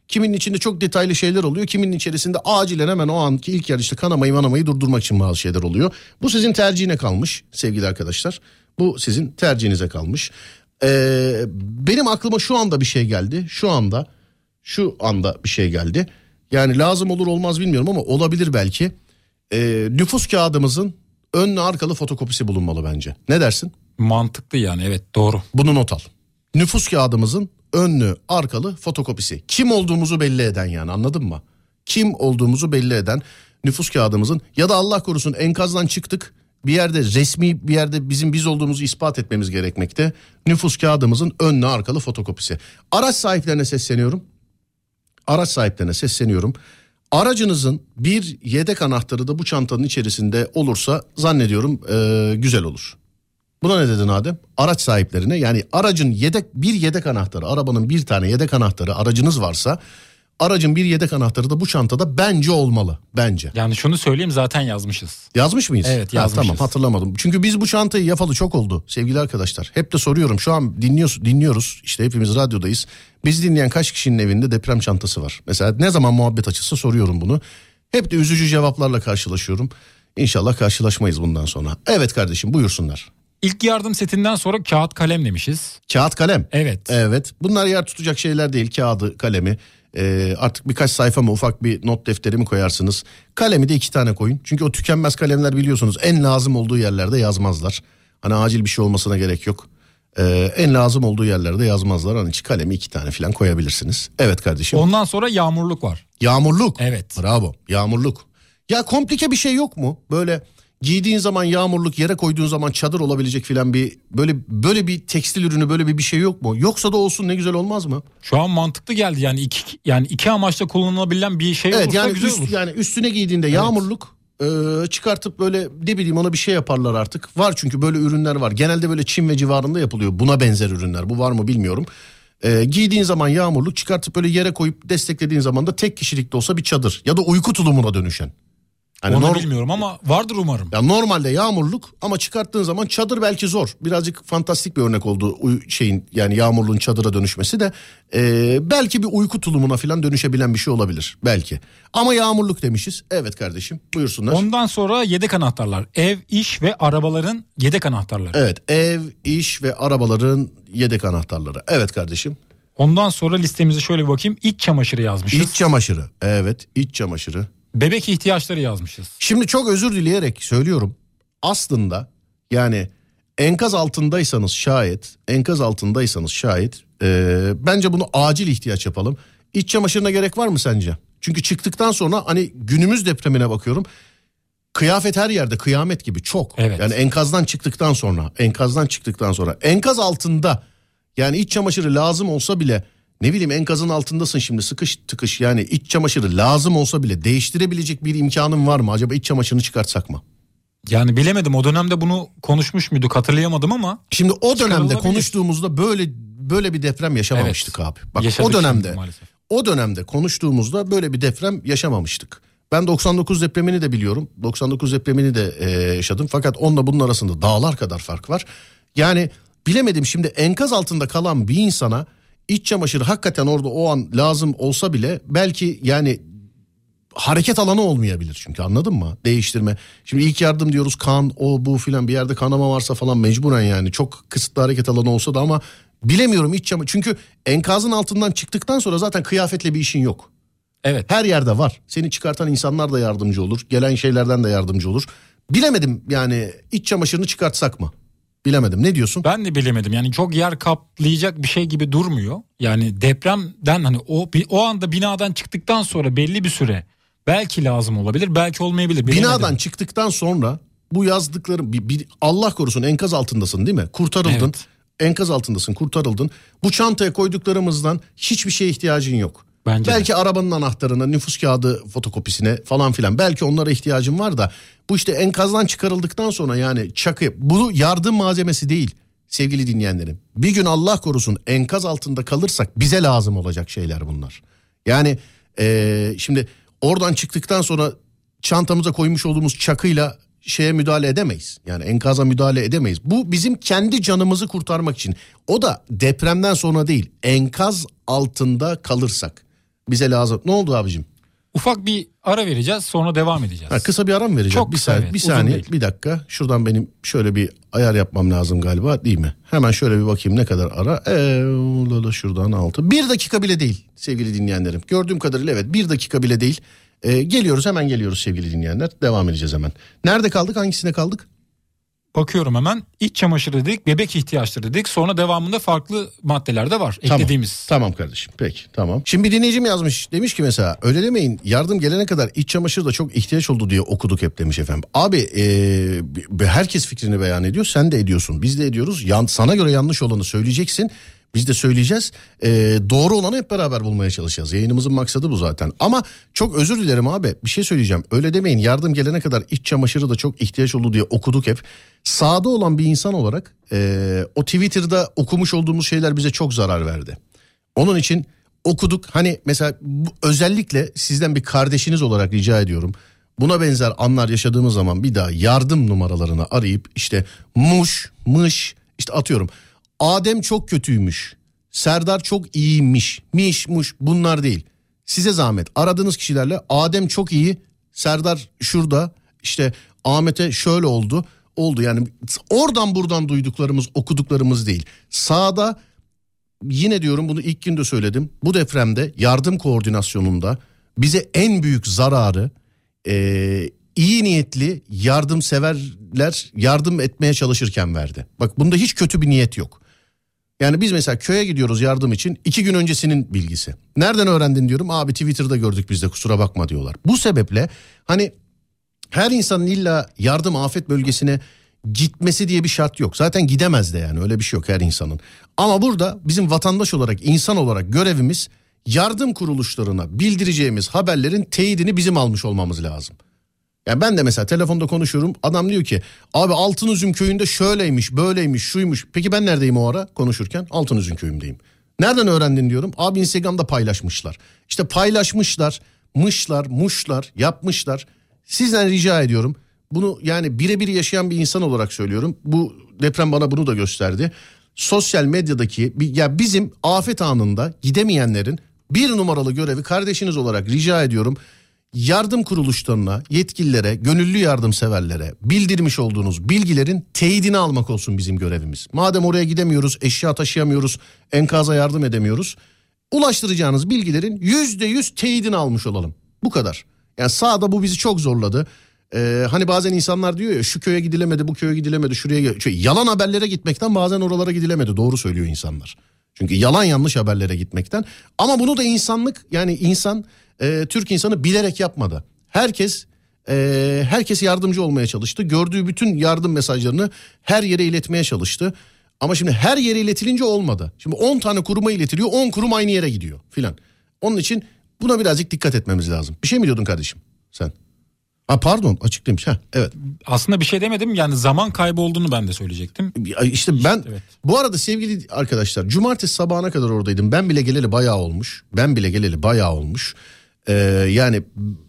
Kiminin içinde çok detaylı şeyler oluyor. Kiminin içerisinde acilen hemen o anki ilk yarışta kanamayı manamayı durdurmak için bazı şeyler oluyor. Bu sizin tercihine kalmış sevgili arkadaşlar. Bu sizin tercihinize kalmış. Ee, benim aklıma şu anda bir şey geldi. Şu anda şu anda bir şey geldi. Yani lazım olur olmaz bilmiyorum ama olabilir belki. Ee, nüfus kağıdımızın önlü arkalı fotokopisi bulunmalı bence. Ne dersin? Mantıklı yani, evet, doğru. Bunu not al. Nüfus kağıdımızın önlü arkalı fotokopisi. Kim olduğumuzu belli eden, yani anladın mı? Kim olduğumuzu belli eden nüfus kağıdımızın, ya da Allah korusun enkazdan çıktık. Bir yerde resmi bir yerde bizim biz olduğumuzu ispat etmemiz gerekmekte. Nüfus kağıdımızın önlü arkalı fotokopisi. Araç sahiplerine sesleniyorum. Araç sahiplerine sesleniyorum. Aracınızın bir yedek anahtarı da bu çantanın içerisinde olursa zannediyorum ee, güzel olur. Buna ne dedin Adem? Araç sahiplerine, yani aracın yedek bir yedek anahtarı, arabanın bir tane yedek anahtarı aracınız varsa aracın bir yedek anahtarı da bu çantada bence olmalı. Bence. Yani şunu söyleyeyim, zaten yazmışız. Yazmış mıyız? Evet, yazmışız. Ha, tamam, hatırlamadım. Çünkü biz bu çantayı yapalı çok oldu sevgili arkadaşlar. Hep de soruyorum, şu an dinliyoruz, dinliyoruz işte hepimiz radyodayız. Biz dinleyen kaç kişinin evinde deprem çantası var? Mesela ne zaman muhabbet açılsa soruyorum bunu. Hep de üzücü cevaplarla karşılaşıyorum. İnşallah karşılaşmayız bundan sonra. Evet kardeşim, buyursunlar. İlk yardım setinden sonra kağıt kalem demişiz. Kağıt kalem. Evet. Evet. Bunlar yer tutacak şeyler değil. Kağıdı, kalemi. Ee, artık birkaç sayfa mı, ufak bir not defteri mi koyarsınız? Kalemi de iki tane koyun. Çünkü o tükenmez kalemler biliyorsunuz en lazım olduğu yerlerde yazmazlar. Hani acil bir şey olmasına gerek yok. Ee, en lazım olduğu yerlerde yazmazlar. Onun için kalemi iki tane falan koyabilirsiniz. Evet kardeşim. Ondan sonra yağmurluk var. Yağmurluk. Evet. Bravo. Yağmurluk. Ya komplike bir şey yok mu? Böyle giydiğin zaman yağmurluk, yere koyduğun zaman çadır olabilecek filan bir böyle böyle bir tekstil ürünü, böyle bir bir şey yok mu? Yoksa da olsun, ne güzel olmaz mı? Şu an mantıklı geldi yani, iki yani iki amaçla kullanılabilen bir şey evet, olursa yani güzel üst, olur. Yani üstüne giydiğinde evet. Yağmurluk e, çıkartıp böyle ne bileyim ona bir şey yaparlar artık. Var çünkü böyle ürünler var. Genelde böyle Çin ve civarında yapılıyor buna benzer ürünler. Bu var mı bilmiyorum. E, giydiğin zaman yağmurluk çıkartıp böyle yere koyup desteklediğin zaman da tek kişilik de olsa bir çadır ya da uyku tulumuna dönüşen. Hani onu norm... bilmiyorum ama vardır umarım. Ya normalde yağmurluk ama çıkarttığın zaman çadır belki zor. Birazcık fantastik bir örnek oldu şeyin, yani yağmurluğun çadıra dönüşmesi de. Ee, belki bir uyku tulumuna falan dönüşebilen bir şey olabilir belki. Ama yağmurluk demişiz. Evet kardeşim, buyursunlar. Ondan sonra yedek anahtarlar. Ev, iş ve arabaların yedek anahtarları. Evet, ev, iş ve arabaların yedek anahtarları. Evet kardeşim. Ondan sonra listemize şöyle bir bakayım. İç çamaşırı yazmışız. İç çamaşırı. Evet, iç çamaşırı. Bebek ihtiyaçları yazmışız. Şimdi çok özür dileyerek söylüyorum. Aslında yani enkaz altındaysanız şayet, enkaz altındaysanız şayet e, bence bunu acil ihtiyaç yapalım. İç çamaşırına gerek var mı sence? Çünkü çıktıktan sonra hani günümüz depremine bakıyorum. Kıyafet her yerde kıyamet gibi çok. Evet. Yani enkazdan çıktıktan sonra, enkazdan çıktıktan sonra enkaz altında yani iç çamaşırı lazım olsa bile, ne bileyim enkazın altındasın şimdi sıkış tıkış, yani iç çamaşırı lazım olsa bile değiştirebilecek bir imkanın var mı? Acaba iç çamaşırını çıkartsak mı? Yani bilemedim, o dönemde bunu konuşmuş muyduk hatırlayamadım ama. Şimdi o dönemde konuştuğumuzda böyle böyle bir deprem yaşamamıştık evet. abi. Bak Yaşadık o dönemde o dönemde konuştuğumuzda böyle bir deprem yaşamamıştık. Ben doksan dokuz depremini de biliyorum. doksan dokuz depremini de e, yaşadım. Fakat onunla bunun arasında dağlar kadar fark var. Yani bilemedim, şimdi enkaz altında kalan bir insana İç çamaşırı hakikaten orada o an lazım olsa bile belki yani hareket alanı olmayabilir, çünkü anladın mı? Değiştirme. Şimdi ilk yardım diyoruz, kan o bu filan, bir yerde kanama varsa falan mecburen yani çok kısıtlı hareket alanı olsa da ama bilemiyorum iç çamaşırı. Çünkü enkazın altından çıktıktan sonra zaten kıyafetle bir işin yok. Evet. Her yerde var. Seni çıkartan insanlar da yardımcı olur. Gelen şeylerden de yardımcı olur. Bilemedim yani iç çamaşırını çıkartsak mı? Bilemedim. Ne diyorsun? Ben de bilemedim. Yani çok yer kaplayacak bir şey gibi durmuyor. Yani depremden hani o o anda binadan çıktıktan sonra belli bir süre belki lazım olabilir, belki olmayabilir. Bilemedim. Binadan çıktıktan sonra bu yazdıklarım bir, bir Allah korusun enkaz altındasın değil mi? Kurtarıldın. Evet. Enkaz altındasın, kurtarıldın. Bu çantaya koyduklarımızdan hiçbir şeye ihtiyacın yok. Bence belki de. Arabanın anahtarına, nüfus kağıdı fotokopisine falan filan belki onlara ihtiyacın var da bu işte enkazdan çıkarıldıktan sonra yani çakı, bu yardım malzemesi değil sevgili dinleyenlerim. Bir gün Allah korusun enkaz altında kalırsak bize lazım olacak şeyler bunlar. Yani ee, şimdi oradan çıktıktan sonra çantamıza koymuş olduğumuz çakıyla şeye müdahale edemeyiz. Yani enkaza müdahale edemeyiz. Bu bizim kendi canımızı kurtarmak için. O da depremden sonra değil, enkaz altında kalırsak. bize lazım. Ne oldu abicim? Ufak bir ara vereceğiz, sonra devam edeceğiz. Ha, kısa bir ara mı vereceğiz? Çok bir kısa, saniye, evet, bir uzun saniye, değil. bir dakika. Şuradan benim şöyle bir ayar yapmam lazım galiba, değil mi? Hemen şöyle bir bakayım ne kadar ara. Eee şuradan altı. Bir dakika bile değil sevgili dinleyenlerim. Gördüğüm kadarıyla evet, bir dakika bile değil. Ee, geliyoruz, hemen geliyoruz sevgili dinleyenler. Devam edeceğiz hemen. Nerede kaldık? Hangisine kaldık? Bakıyorum hemen. İç çamaşırı dedik, bebek ihtiyaçları dedik. Sonra devamında farklı maddeler de var eklediğimiz. Tamam, tamam kardeşim, peki tamam. Şimdi bir dinleyicim yazmış, demiş ki mesela öyle demeyin, yardım gelene kadar iç çamaşırı da çok ihtiyaç oldu diye okuduk hep demiş efendim. Abi ee, herkes fikrini beyan ediyor, sen de ediyorsun, biz de ediyoruz. Yan, sana göre yanlış olanı söyleyeceksin. Biz de söyleyeceğiz. Ee, doğru olanı hep beraber bulmaya çalışacağız. Yayınımızın maksadı bu zaten. Ama çok özür dilerim abi. Bir şey söyleyeceğim. Öyle demeyin. Yardım gelene kadar iç çamaşırı da çok ihtiyaç oldu diye okuduk hep. Sahada olan bir insan olarak e, o Twitter'da okumuş olduğumuz şeyler bize çok zarar verdi. Onun için okuduk. Hani mesela bu, özellikle sizden bir kardeşiniz olarak rica ediyorum. Buna benzer anlar yaşadığımız zaman bir daha yardım numaralarını arayıp işte muş, mış, işte atıyorum. Adem çok kötüymüş, Serdar çok iyiymiş, miş, muş, bunlar değil. Size zahmet, aradığınız kişilerle Adem çok iyi, Serdar şurada, işte Ahmet'e şöyle oldu, oldu. Yani oradan buradan duyduklarımız, okuduklarımız değil. Sahada, yine diyorum, bunu ilk günde söyledim. Bu depremde yardım koordinasyonunda bize en büyük zararı e, iyi niyetli yardımseverler yardım etmeye çalışırken verdi. Bak, bunda hiç kötü bir niyet yok. Yani biz mesela köye gidiyoruz yardım için, iki gün öncesinin bilgisi. Nereden öğrendin diyorum, abi Twitter'da gördük biz de, kusura bakma diyorlar. Bu sebeple hani her insanın illa yardım afet bölgesine gitmesi diye bir şart yok. Zaten gidemez de, yani öyle bir şey yok her insanın. Ama burada bizim vatandaş olarak, insan olarak görevimiz yardım kuruluşlarına bildireceğimiz haberlerin teyidini bizim almış olmamız lazım. Yani ben de mesela telefonda konuşuyorum, adam diyor ki abi Altınüzüm köyünde şöyleymiş, böyleymiş, şuymuş. Peki ben neredeyim o ara konuşurken? Altınüzüm köyümdeyim. Nereden öğrendin diyorum, abi Instagram'da paylaşmışlar. İşte paylaşmışlar, mışlar, muşlar, yapmışlar. Sizden rica ediyorum, bunu yani birebir yaşayan bir insan olarak söylüyorum. Bu deprem bana bunu da gösterdi. Sosyal medyadaki ya bizim afet anında gidemeyenlerin bir numaralı görevi, kardeşiniz olarak rica ediyorum, yardım kuruluşlarına, yetkililere, gönüllü yardımseverlere bildirmiş olduğunuz bilgilerin teyidini almak olsun bizim görevimiz. Madem oraya gidemiyoruz, eşya taşıyamıyoruz, enkaza yardım edemiyoruz, ulaştıracağınız bilgilerin yüzde yüz teyidini almış olalım. Bu kadar. Yani sahada bu bizi çok zorladı. Ee, hani bazen insanlar diyor ya, şu köye gidilemedi, bu köye gidilemedi, şuraya... Şey, yalan haberlere gitmekten bazen oralara gidilemedi. Doğru söylüyor insanlar. Çünkü yalan yanlış haberlere gitmekten. Ama bunu da insanlık, yani insan... E, Türk insanı bilerek yapmadı. Herkes e, herkes yardımcı olmaya çalıştı. Gördüğü bütün yardım mesajlarını her yere iletmeye çalıştı. Ama şimdi her yere iletilince olmadı. Şimdi on tane kuruma iletiliyor, on kurum aynı yere gidiyor filan. Onun için buna birazcık dikkat etmemiz lazım. Bir şey mi diyordun kardeşim sen? Ha pardon, açıklamış. Ha evet. Aslında bir şey demedim, yani zaman kaybı olduğunu ben de söyleyecektim. İşte ben evet. Bu arada sevgili arkadaşlar, cumartesi sabahına kadar oradaydım. Ben bile geleli bayağı olmuş. Ben bile geleli bayağı olmuş. Ee, yani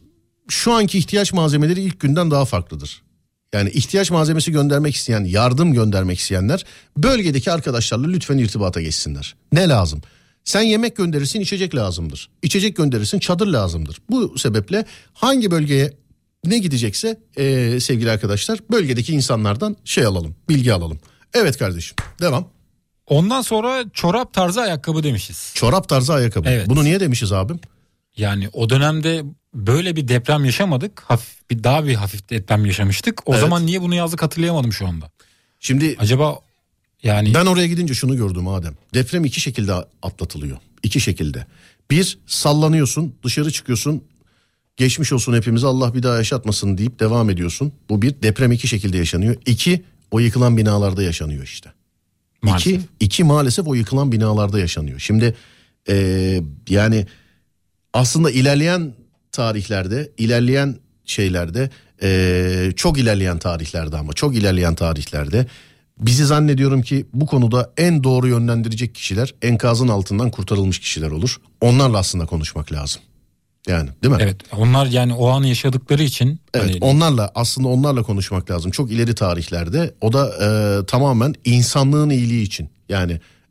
şu anki ihtiyaç malzemeleri ilk günden daha farklıdır. Yani ihtiyaç malzemesi göndermek isteyen, yardım göndermek isteyenler bölgedeki arkadaşlarla lütfen irtibata geçsinler. Ne lazım? Sen yemek gönderirsin, içecek lazımdır. İçecek gönderirsin, çadır lazımdır. Bu sebeple hangi bölgeye ne gidecekse e, sevgili arkadaşlar, bölgedeki insanlardan şey alalım, bilgi alalım. Evet kardeşim, devam. Ondan sonra çorap tarzı ayakkabı demişiz. Çorap tarzı ayakkabı. Evet. Bunu niye demişiz abim? Yani o dönemde böyle bir deprem yaşamadık. Hafif bir daha bir hafif deprem yaşamıştık. O evet. zaman niye bunu yazdık hatırlayamadım şu anda. Şimdi acaba yani ben oraya gidince şunu gördüm Adem. Deprem iki şekilde atlatılıyor. İki şekilde. Bir, sallanıyorsun, dışarı çıkıyorsun. Geçmiş olsun hepimize, Allah bir daha yaşatmasın deyip devam ediyorsun. Bu bir, deprem iki şekilde yaşanıyor. İki, o yıkılan binalarda yaşanıyor işte. Maalesef. İki, iki maalesef o yıkılan binalarda yaşanıyor. Şimdi ee, yani aslında ilerleyen tarihlerde, ilerleyen şeylerde, ee, çok ilerleyen tarihlerde ama çok ilerleyen tarihlerde bizi zannediyorum ki bu konuda en doğru yönlendirecek kişiler enkazın altından kurtarılmış kişiler olur. Onlarla aslında konuşmak lazım. Yani değil mi? Evet, onlar yani o anı yaşadıkları için. Evet, hani... onlarla aslında onlarla konuşmak lazım. Çok ileri tarihlerde, o da e, tamamen insanlığın iyiliği için. Yani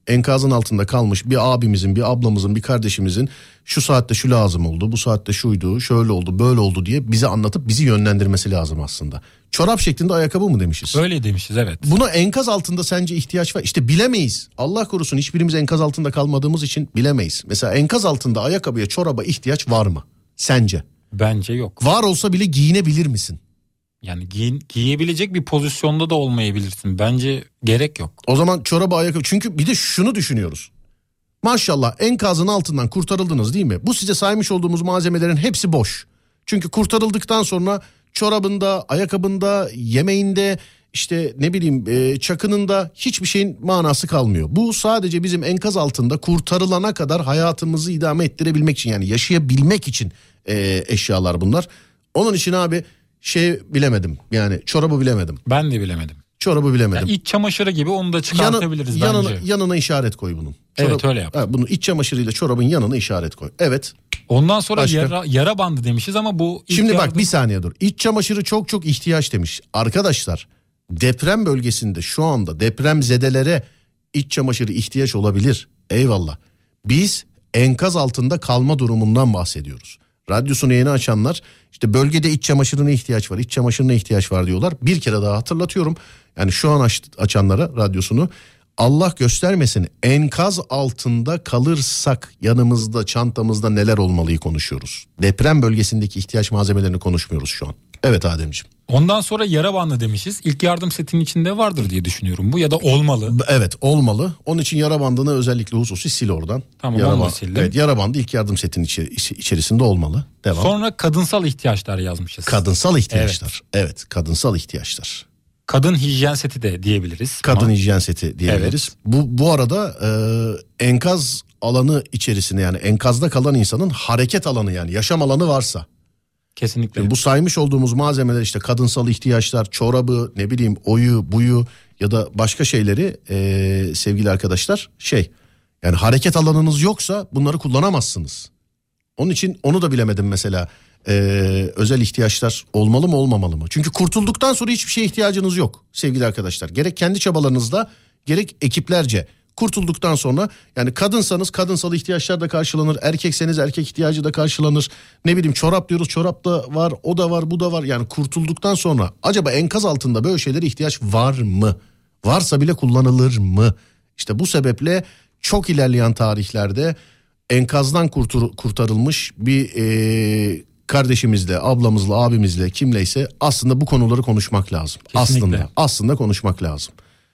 enkazın altında kalmış bir abimizin, bir ablamızın, bir kardeşimizin şu saatte şu lazım oldu, bu saatte şuydu, şöyle oldu, böyle oldu diye bize anlatıp bizi yönlendirmesi lazım aslında. Çorap şeklinde ayakkabı mı demişiz? Öyle demişiz, evet. Buna enkaz altında sence ihtiyaç var? İşte bilemeyiz. Allah korusun, hiçbirimiz enkaz altında kalmadığımız için bilemeyiz. Mesela enkaz altında ayakkabıya, çoraba ihtiyaç var mı sence? Bence yok. Var olsa bile giyinebilir misin? Yani giyin, giyebilecek bir pozisyonda da olmayabilirsin. Bence gerek yok. O zaman çoraba, ayakkabı... Çünkü bir de şunu düşünüyoruz. Maşallah enkazın altından kurtarıldınız değil mi? Bu size saymış olduğumuz malzemelerin hepsi boş. Çünkü kurtarıldıktan sonra çorabında, ayakkabında, yemeğinde, işte ne bileyim e, çakınında hiçbir şeyin manası kalmıyor. Bu sadece bizim enkaz altında kurtarılana kadar hayatımızı idame ettirebilmek için, yani yaşayabilmek için e, eşyalar bunlar. Onun için abi şey bilemedim, yani çorabı bilemedim. Ben de bilemedim. Çorabı bilemedim. Yani iç çamaşırı gibi onu da çıkartabiliriz Yanı, bence. Yanına, yanına işaret koy bunun. Çorap, evet öyle yap. Ha, bunu iç çamaşırıyla çorabın yanına işaret koy. Evet. Ondan sonra yara, yara bandı demişiz ama bu... Şimdi yardım... bak bir saniye dur. İç çamaşırı çok çok ihtiyaç demiş. Arkadaşlar, deprem bölgesinde şu anda depremzedelere iç çamaşırı ihtiyaç olabilir. Eyvallah. Biz enkaz altında kalma durumundan bahsediyoruz. Radyosunu yeni açanlar işte bölgede iç çamaşırına ihtiyaç var, iç çamaşırına ihtiyaç var diyorlar. Bir kere daha hatırlatıyorum. Yani şu an aç, açanlara radyosunu, Allah göstermesin enkaz altında kalırsak yanımızda, çantamızda neler olmalıyı konuşuyoruz. Deprem bölgesindeki ihtiyaç malzemelerini konuşmuyoruz şu an. Evet Ademciğim. Ondan sonra yara bandı demişiz. İlk yardım setinin içinde vardır diye düşünüyorum bu, ya da olmalı. Evet, olmalı. Onun için yara bandını özellikle hususi sil oradan. Tamam, yara onu da band- sildim. Evet, yara bandı ilk yardım setinin içi- içerisinde olmalı. Devam. Sonra kadınsal ihtiyaçlar yazmışız. Kadınsal ihtiyaçlar. Evet, evet kadınsal ihtiyaçlar. Kadın hijyen seti de diyebiliriz. Kadın ama... hijyen seti diyebiliriz. Evet. Bu bu arada e, enkaz alanı içerisinde, yani enkazda kalan insanın hareket alanı, yani yaşam alanı varsa. Kesinlikle. Yani bu saymış olduğumuz malzemeler, işte kadınsal ihtiyaçlar, çorabı, ne bileyim oyu, buyu ya da başka şeyleri e, sevgili arkadaşlar, şey, yani hareket alanınız yoksa bunları kullanamazsınız. Onun için onu da bilemedim mesela. Ee, özel ihtiyaçlar olmalı mı, olmamalı mı? Çünkü kurtulduktan sonra hiçbir şeye ihtiyacınız yok sevgili arkadaşlar. Gerek kendi çabalarınızla, gerek ekiplerce kurtulduktan sonra, yani kadınsanız kadınsal ihtiyaçlar da karşılanır. Erkekseniz erkek ihtiyacı da karşılanır. Ne bileyim çorap diyoruz, çorap da var, o da var, bu da var. Yani kurtulduktan sonra acaba enkaz altında böyle şeylere ihtiyaç var mı? Varsa bile kullanılır mı? İşte bu sebeple çok ilerleyen tarihlerde enkazdan kurtur, kurtarılmış bir e, kardeşimizle, ablamızla, abimizle, kimleyse aslında bu konuları konuşmak lazım. Kesinlikle. Aslında aslında konuşmak lazım.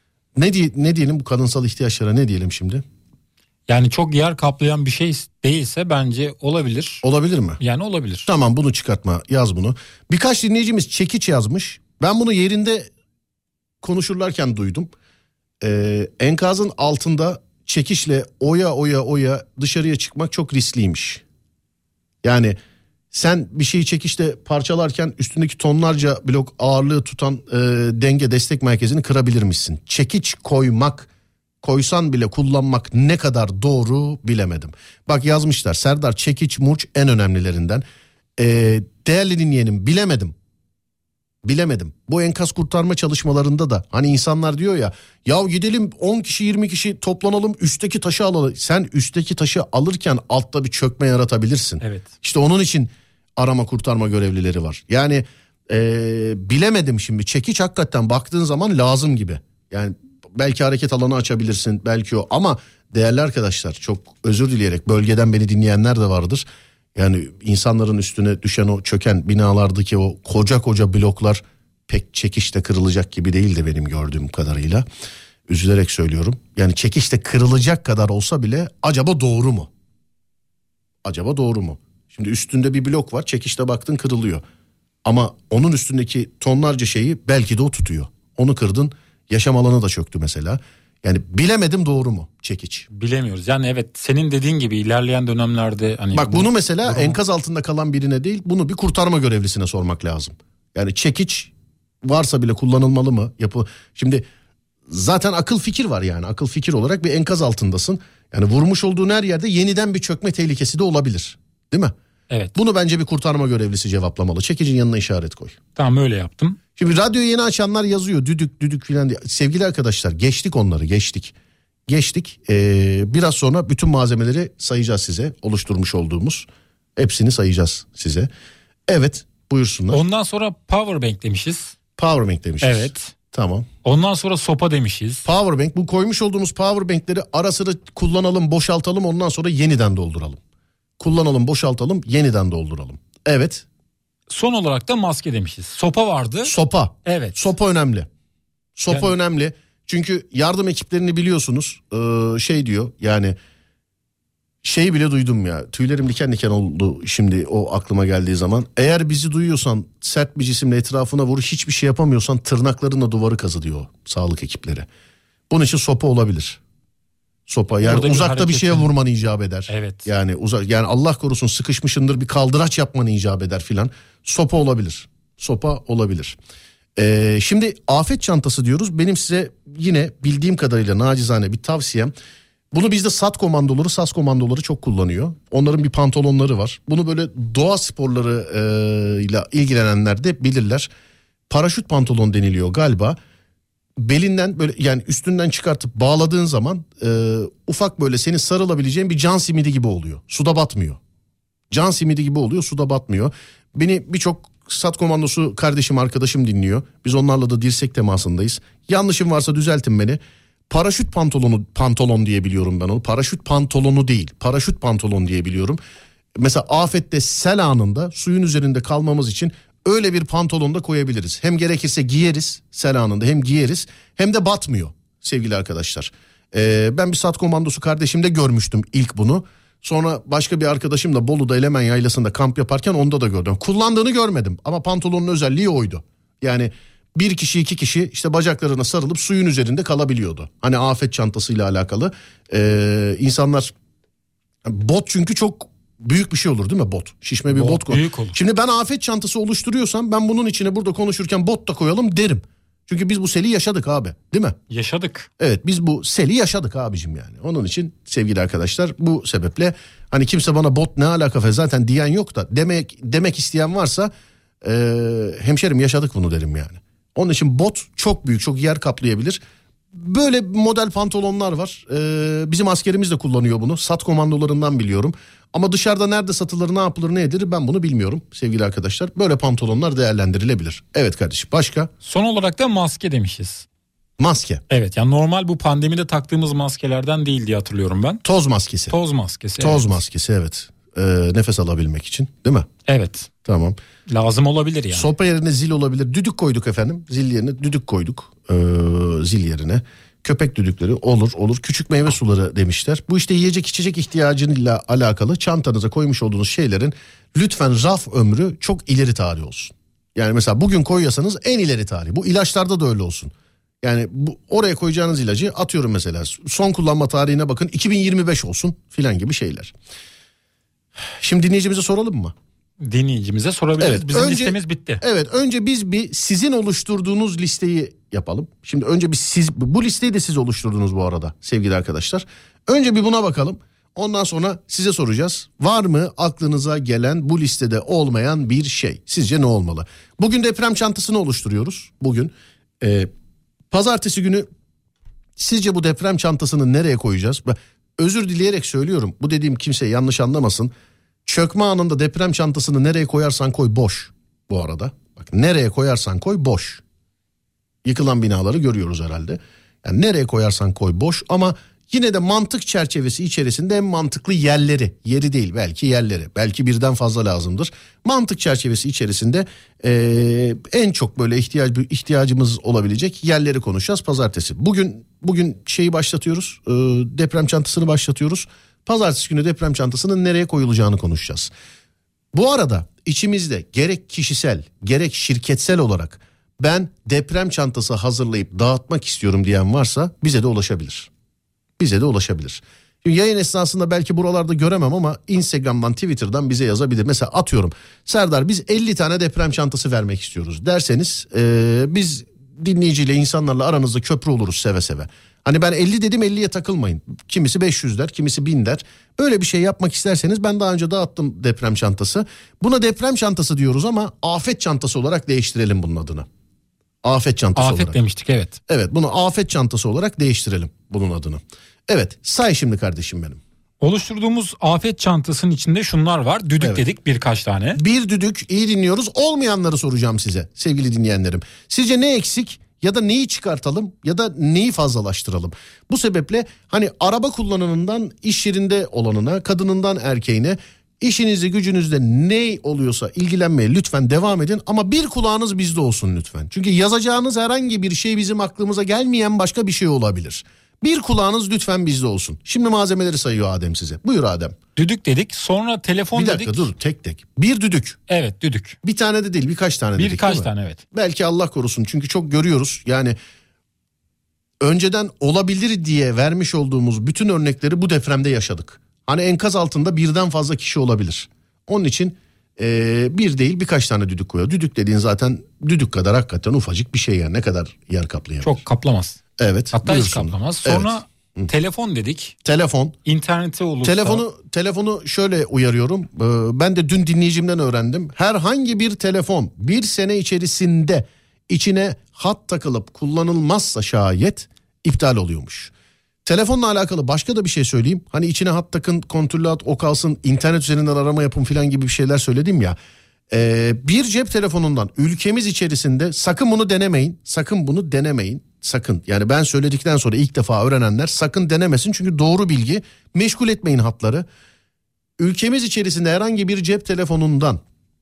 Ne diye, ne diyelim bu kadınsal ihtiyaçlara, ne diyelim şimdi? Yani çok yer kaplayan bir şey değilse bence olabilir. Olabilir mi? Yani olabilir. Tamam, bunu çıkartma, yaz bunu. Birkaç dinleyicimiz çekiç yazmış. Ben bunu yerinde konuşurlarken duydum. Ee, enkazın altında çekişle oya oya oya dışarıya çıkmak çok riskliymiş. Yani sen bir şeyi çekişle parçalarken üstündeki tonlarca blok ağırlığı tutan e, denge destek merkezini kırabilirmişsin. Çekiç koymak, koysan bile kullanmak ne kadar doğru bilemedim. Bak yazmışlar, Serdar çekiç murç en önemlilerinden. E, değerli dinleyenim, bilemedim. Bilemedim. Bu enkaz kurtarma çalışmalarında da hani insanlar diyor ya, ya gidelim on kişi yirmi kişi toplanalım üstteki taşı alalım. Sen üstteki taşı alırken altta bir çökme yaratabilirsin. Evet. İşte onun için arama kurtarma görevlileri var. Yani ee, bilemedim şimdi, çekiç hakikaten baktığın zaman lazım gibi. Yani belki hareket alanı açabilirsin, belki o, ama değerli arkadaşlar, çok özür dileyerek, bölgeden beni dinleyenler de vardır. Yani insanların üstüne düşen o çöken binalardaki o koca koca bloklar pek çekişte kırılacak gibi değil de benim gördüğüm kadarıyla. Üzülerek söylüyorum. Yani çekişte kırılacak kadar olsa bile acaba doğru mu? Acaba doğru mu? Şimdi üstünde bir blok var, çekişte baktın kırılıyor. Ama onun üstündeki tonlarca şeyi belki de o tutuyor. Onu kırdın, yaşam alanı da çöktü mesela. Yani bilemedim, doğru mu çekiç? Bilemiyoruz. Yani evet, senin dediğin gibi ilerleyen dönemlerde hani bak bu, bunu mesela durumu... enkaz altında kalan birine değil, bunu bir kurtarma görevlisine sormak lazım. Yani çekiç varsa bile kullanılmalı mı? Yapı şimdi zaten akıl fikir var, yani akıl fikir olarak bir enkaz altındasın. Yani vurmuş olduğun her yerde yeniden bir çökme tehlikesi de olabilir. Değil mi? Evet. Bunu bence bir kurtarma görevlisi cevaplamalı. Çekicin yanına işaret koy. Tamam, öyle yaptım. Şimdi radyoyu yeni açanlar yazıyor, düdük düdük filan diye. Sevgili arkadaşlar, geçtik onları, geçtik. Geçtik. Ee, biraz sonra bütün malzemeleri sayacağız size. Oluşturmuş olduğumuz. Hepsini sayacağız size. Evet, buyursunlar. Ondan sonra power bank demişiz. Power bank demişiz. Evet. Tamam. Ondan sonra sopa demişiz. Power bank, bu koymuş olduğumuz power bankleri ara sıra kullanalım, boşaltalım, ondan sonra yeniden dolduralım. Kullanalım, boşaltalım, yeniden dolduralım. Evet. Son olarak da maske demişiz. Sopa vardı. Sopa. Evet. Sopa önemli. Sopa Yani... önemli. Çünkü yardım ekiplerini biliyorsunuz. Ee, şey diyor yani, şeyi bile duydum ya. Tüylerim diken diken oldu şimdi o aklıma geldiği zaman. Eğer bizi duyuyorsan sert bir cisimle etrafına vur, hiçbir şey yapamıyorsan tırnaklarınla duvarı kazı diyor sağlık ekipleri. Bunun için sopa olabilir. Sopa yani Orada uzakta bir, bir şeye hareketin... vurman icap eder. Evet. Yani uzak, yani Allah korusun sıkışmışındır, bir kaldıraç yapmanı icap eder filan. Sopa olabilir. Sopa olabilir. Ee, şimdi afet çantası diyoruz. Benim size yine bildiğim kadarıyla nacizane bir tavsiyem. Bunu bizde SAT komandoları, SAS komandoları çok kullanıyor. Onların bir pantolonları var. Bunu böyle doğa sporları e, ile ilgilenenler de bilirler. Paraşüt pantolon deniliyor galiba. Belinden böyle yani üstünden çıkartıp bağladığın zaman e, ufak böyle seni sarılabileceğin bir can simidi gibi oluyor. Suda batmıyor. Can simidi gibi oluyor, suda batmıyor. Beni birçok SAT komandosu kardeşim, arkadaşım dinliyor. Biz onlarla da dirsek temasındayız. Yanlışım varsa düzeltin beni. Paraşüt pantolonu, pantolon diye biliyorum ben onu. Paraşüt pantolonu değil, paraşüt pantolon diye biliyorum. Mesela afette, sel anında suyun üzerinde kalmamız için öyle bir pantolon da koyabiliriz. Hem gerekirse giyeriz sel anında, hem giyeriz hem de batmıyor sevgili arkadaşlar. Ee, ben bir SAT komandosu kardeşimde görmüştüm ilk bunu. Sonra başka bir arkadaşım da Bolu'da Elemen Yaylası'nda kamp yaparken onda da gördüm. Kullandığını görmedim ama pantolonun özelliği oydu. Yani bir kişi iki kişi işte bacaklarına sarılıp suyun üzerinde kalabiliyordu. Hani afet çantasıyla alakalı. Ee, insanlar bot çünkü çok büyük bir şey olur değil mi bot? Şişme bir bot, bot büyük olur. Şimdi ben afet çantası oluşturuyorsam ben bunun içine burada konuşurken bot da koyalım derim. Çünkü biz bu seli yaşadık abi, değil mi? Yaşadık. Evet, biz bu seli yaşadık abicim yani. Onun için sevgili arkadaşlar bu sebeple hani kimse bana bot ne alaka falan zaten diyen yok da demek demek isteyen varsa e, hemşerim yaşadık bunu derim yani. Onun için bot çok büyük, çok yer kaplayabilir. Böyle model pantolonlar var. Ee, bizim askerimiz de kullanıyor bunu. SAT komandolarından biliyorum. Ama dışarıda nerede satılır, ne yapılır, ne edilir ben bunu bilmiyorum sevgili arkadaşlar. Böyle pantolonlar değerlendirilebilir. Evet kardeşim, başka? Son olarak da maske demişiz. Maske. Evet, yani normal bu pandemide taktığımız maskelerden değil diye hatırlıyorum ben. Toz maskesi. Toz maskesi. Toz evet. maskesi evet. Ee, nefes alabilmek için değil mi? Evet. Tamam. Lazım olabilir yani. Sopa yerine zil olabilir. Düdük koyduk efendim. Zil yerine düdük koyduk. Ee, zil yerine. Köpek düdükleri olur olur. Küçük meyve suları demişler. Bu işte yiyecek içecek ihtiyacıyla alakalı çantanıza koymuş olduğunuz şeylerin lütfen raf ömrü çok ileri tarih olsun. Yani mesela bugün koyuyorsanız en ileri tarih. Bu ilaçlarda da öyle olsun. Yani bu, oraya koyacağınız ilacı atıyorum mesela son kullanma tarihine bakın iki bin yirmi beş olsun filan gibi şeyler. Şimdi dinleyicimize soralım mı? Dinleyicimize sorabiliriz. Evet, Bizim önce, listemiz bitti. Evet, önce biz bir sizin oluşturduğunuz listeyi yapalım. Şimdi önce bir siz, bu listeyi de siz oluşturdunuz bu arada sevgili arkadaşlar. Önce bir buna bakalım. Ondan sonra size soracağız. Var mı aklınıza gelen bu listede olmayan bir şey? Sizce ne olmalı? Bugün deprem çantasını oluşturuyoruz. Bugün e, pazartesi günü sizce bu deprem çantasını nereye koyacağız? Özür dileyerek söylüyorum. Bu dediğim kimse yanlış anlamasın. Çökme anında deprem çantasını nereye koyarsan koy boş bu arada. Bak nereye koyarsan koy boş. Yıkılan binaları görüyoruz herhalde. Yani nereye koyarsan koy boş ama yine de mantık çerçevesi içerisinde en mantıklı yerleri, yeri değil belki yerleri, belki birden fazla lazımdır. Mantık çerçevesi içerisinde ee, en çok böyle ihtiyaç, ihtiyacımız olabilecek yerleri konuşacağız pazartesi. Bugün bugün şeyi başlatıyoruz, ee, deprem çantasını başlatıyoruz. Pazartesi günü deprem çantasının nereye koyulacağını konuşacağız. Bu arada içimizde gerek kişisel gerek şirketsel olarak ben deprem çantası hazırlayıp dağıtmak istiyorum diyen varsa bize de ulaşabilir. Bize de ulaşabilir. Şimdi yayın esnasında belki buralarda göremem ama Instagram'dan, Twitter'dan bize yazabilir. Mesela atıyorum Serdar biz elli tane deprem çantası vermek istiyoruz derseniz ee, biz dinleyiciyle insanlarla aranızda köprü oluruz seve seve. Hani ben elli dedim elliye takılmayın. Kimisi beş yüz der, kimisi bin der. Böyle bir şey yapmak isterseniz ben daha önce dağıttım deprem çantası. Buna deprem çantası diyoruz ama afet çantası olarak değiştirelim bunun adını. Afet çantası afet olarak. Afet demiştik evet. Evet bunu afet çantası olarak değiştirelim bunun adını. Evet, say şimdi kardeşim benim. Oluşturduğumuz afet çantasının içinde şunlar var. Düdük Evet. dedik birkaç tane. Bir düdük, iyi dinliyoruz. Olmayanları soracağım size sevgili dinleyenlerim. Sizce ne eksik ya da neyi çıkartalım ya da neyi fazlalaştıralım? Bu sebeple hani araba kullananından iş yerinde olanına, kadınından erkeğine, işinizde gücünüzde ne oluyorsa ilgilenmeye lütfen devam edin. Ama bir kulağınız bizde olsun lütfen. Çünkü yazacağınız herhangi bir şey bizim aklımıza gelmeyen başka bir şey olabilir. Bir kulağınız lütfen bizde olsun. Şimdi malzemeleri sayıyor Adem size. Buyur Adem. Düdük dedik, sonra telefon Bir dedik. dakika dur, tek tek. Bir düdük. Evet, düdük. Bir tane de değil, birkaç tane dedik. Birkaç değil mi? tane, evet. Belki Allah korusun, çünkü çok görüyoruz. Yani önceden olabilir diye vermiş olduğumuz bütün örnekleri bu depremde yaşadık. Hani enkaz altında birden fazla kişi olabilir. Onun için e, bir değil birkaç tane düdük koyuyor. Düdük dediğin zaten düdük kadar hakikaten ufacık bir şey yani. Ne kadar yer kaplayabilir? Çok kaplamaz. Evet. Hatta hiç buyursunlar. kaplamaz. Sonra Evet. telefon dedik. Telefon. İnternete olursa. Telefonu telefonu şöyle uyarıyorum. Ee, ben de dün dinleyicimden öğrendim. Herhangi bir telefon bir sene içerisinde içine hat takılıp kullanılmazsa şayet iptal oluyormuş. Telefonla alakalı başka da bir şey söyleyeyim. Hani içine hat takın, kontrollü hat, o kalsın, internet üzerinden arama yapın filan gibi bir şeyler söyledim ya. Ee, bir cep telefonundan ülkemiz içerisinde sakın bunu denemeyin. Sakın bunu denemeyin. Sakın. Yani ben söyledikten sonra ilk defa öğrenenler sakın denemesin. Çünkü doğru bilgi. Meşgul etmeyin hatları. Ülkemiz içerisinde herhangi bir cep telefonundan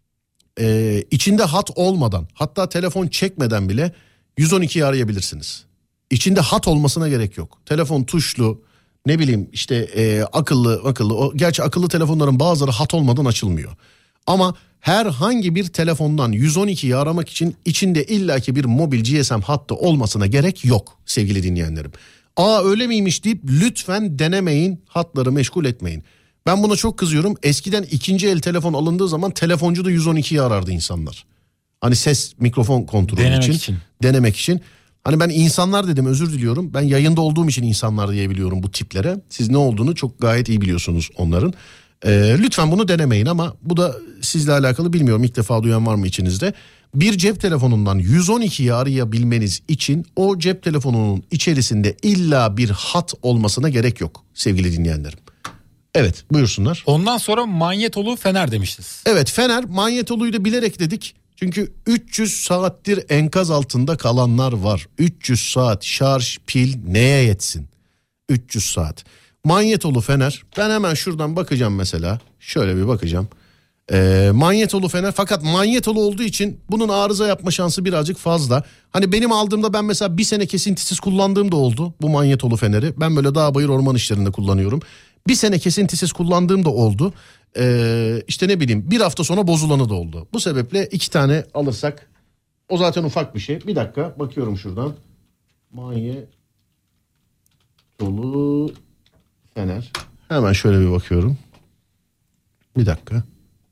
e, içinde hat olmadan, hatta telefon çekmeden bile yüz on ikiyi arayabilirsiniz. İçinde hat olmasına gerek yok. Telefon tuşlu, ne bileyim işte e, akıllı akıllı. O, gerçi akıllı telefonların bazıları hat olmadan açılmıyor. Ama herhangi bir telefondan yüz on ikiyi aramak için içinde illaki bir mobil G S M hattı olmasına gerek yok sevgili dinleyenlerim. Aa öyle miymiş deyip lütfen denemeyin, hatları meşgul etmeyin. Ben buna çok kızıyorum. Eskiden ikinci el telefon alındığı zaman telefoncu da yüz on ikiyi arardı insanlar. Hani ses mikrofon kontrolü Denemek için, için. Denemek için. Hani ben insanlar dedim, özür diliyorum. Ben yayında olduğum için insanlar diyebiliyorum bu tiplere. Siz ne olduğunu çok gayet iyi biliyorsunuz onların. Ee, lütfen bunu denemeyin, ama bu da sizle alakalı, bilmiyorum ilk defa duyan var mı içinizde. Bir cep telefonundan yüz on ikiyi arayabilmeniz için o cep telefonunun içerisinde illa bir hat olmasına gerek yok sevgili dinleyenlerim. Evet, buyursunlar. Ondan sonra manyetolu fener demişiz. Evet, fener, manyetoluyu da bilerek dedik. Çünkü üç yüz saattir enkaz altında kalanlar var. üç yüz saat şarj, pil neye yetsin? üç yüz saat. Manyetolu fener, ben hemen şuradan bakacağım mesela. Şöyle bir bakacağım. Ee, manyetolu fener, fakat manyetolu olduğu için bunun arıza yapma şansı birazcık fazla. Hani benim aldığımda ben mesela bir sene kesintisiz kullandığım da oldu bu manyetolu feneri. Ben böyle dağ bayır orman işlerinde kullanıyorum. Bir sene kesintisiz kullandığım da oldu. Ee, işte ne bileyim, bir hafta sonra bozulanı da oldu. Bu sebeple iki tane alırsak, o zaten ufak bir şey. Bir dakika bakıyorum şuradan. Manyetolu fener. Hemen şöyle bir bakıyorum. Bir dakika.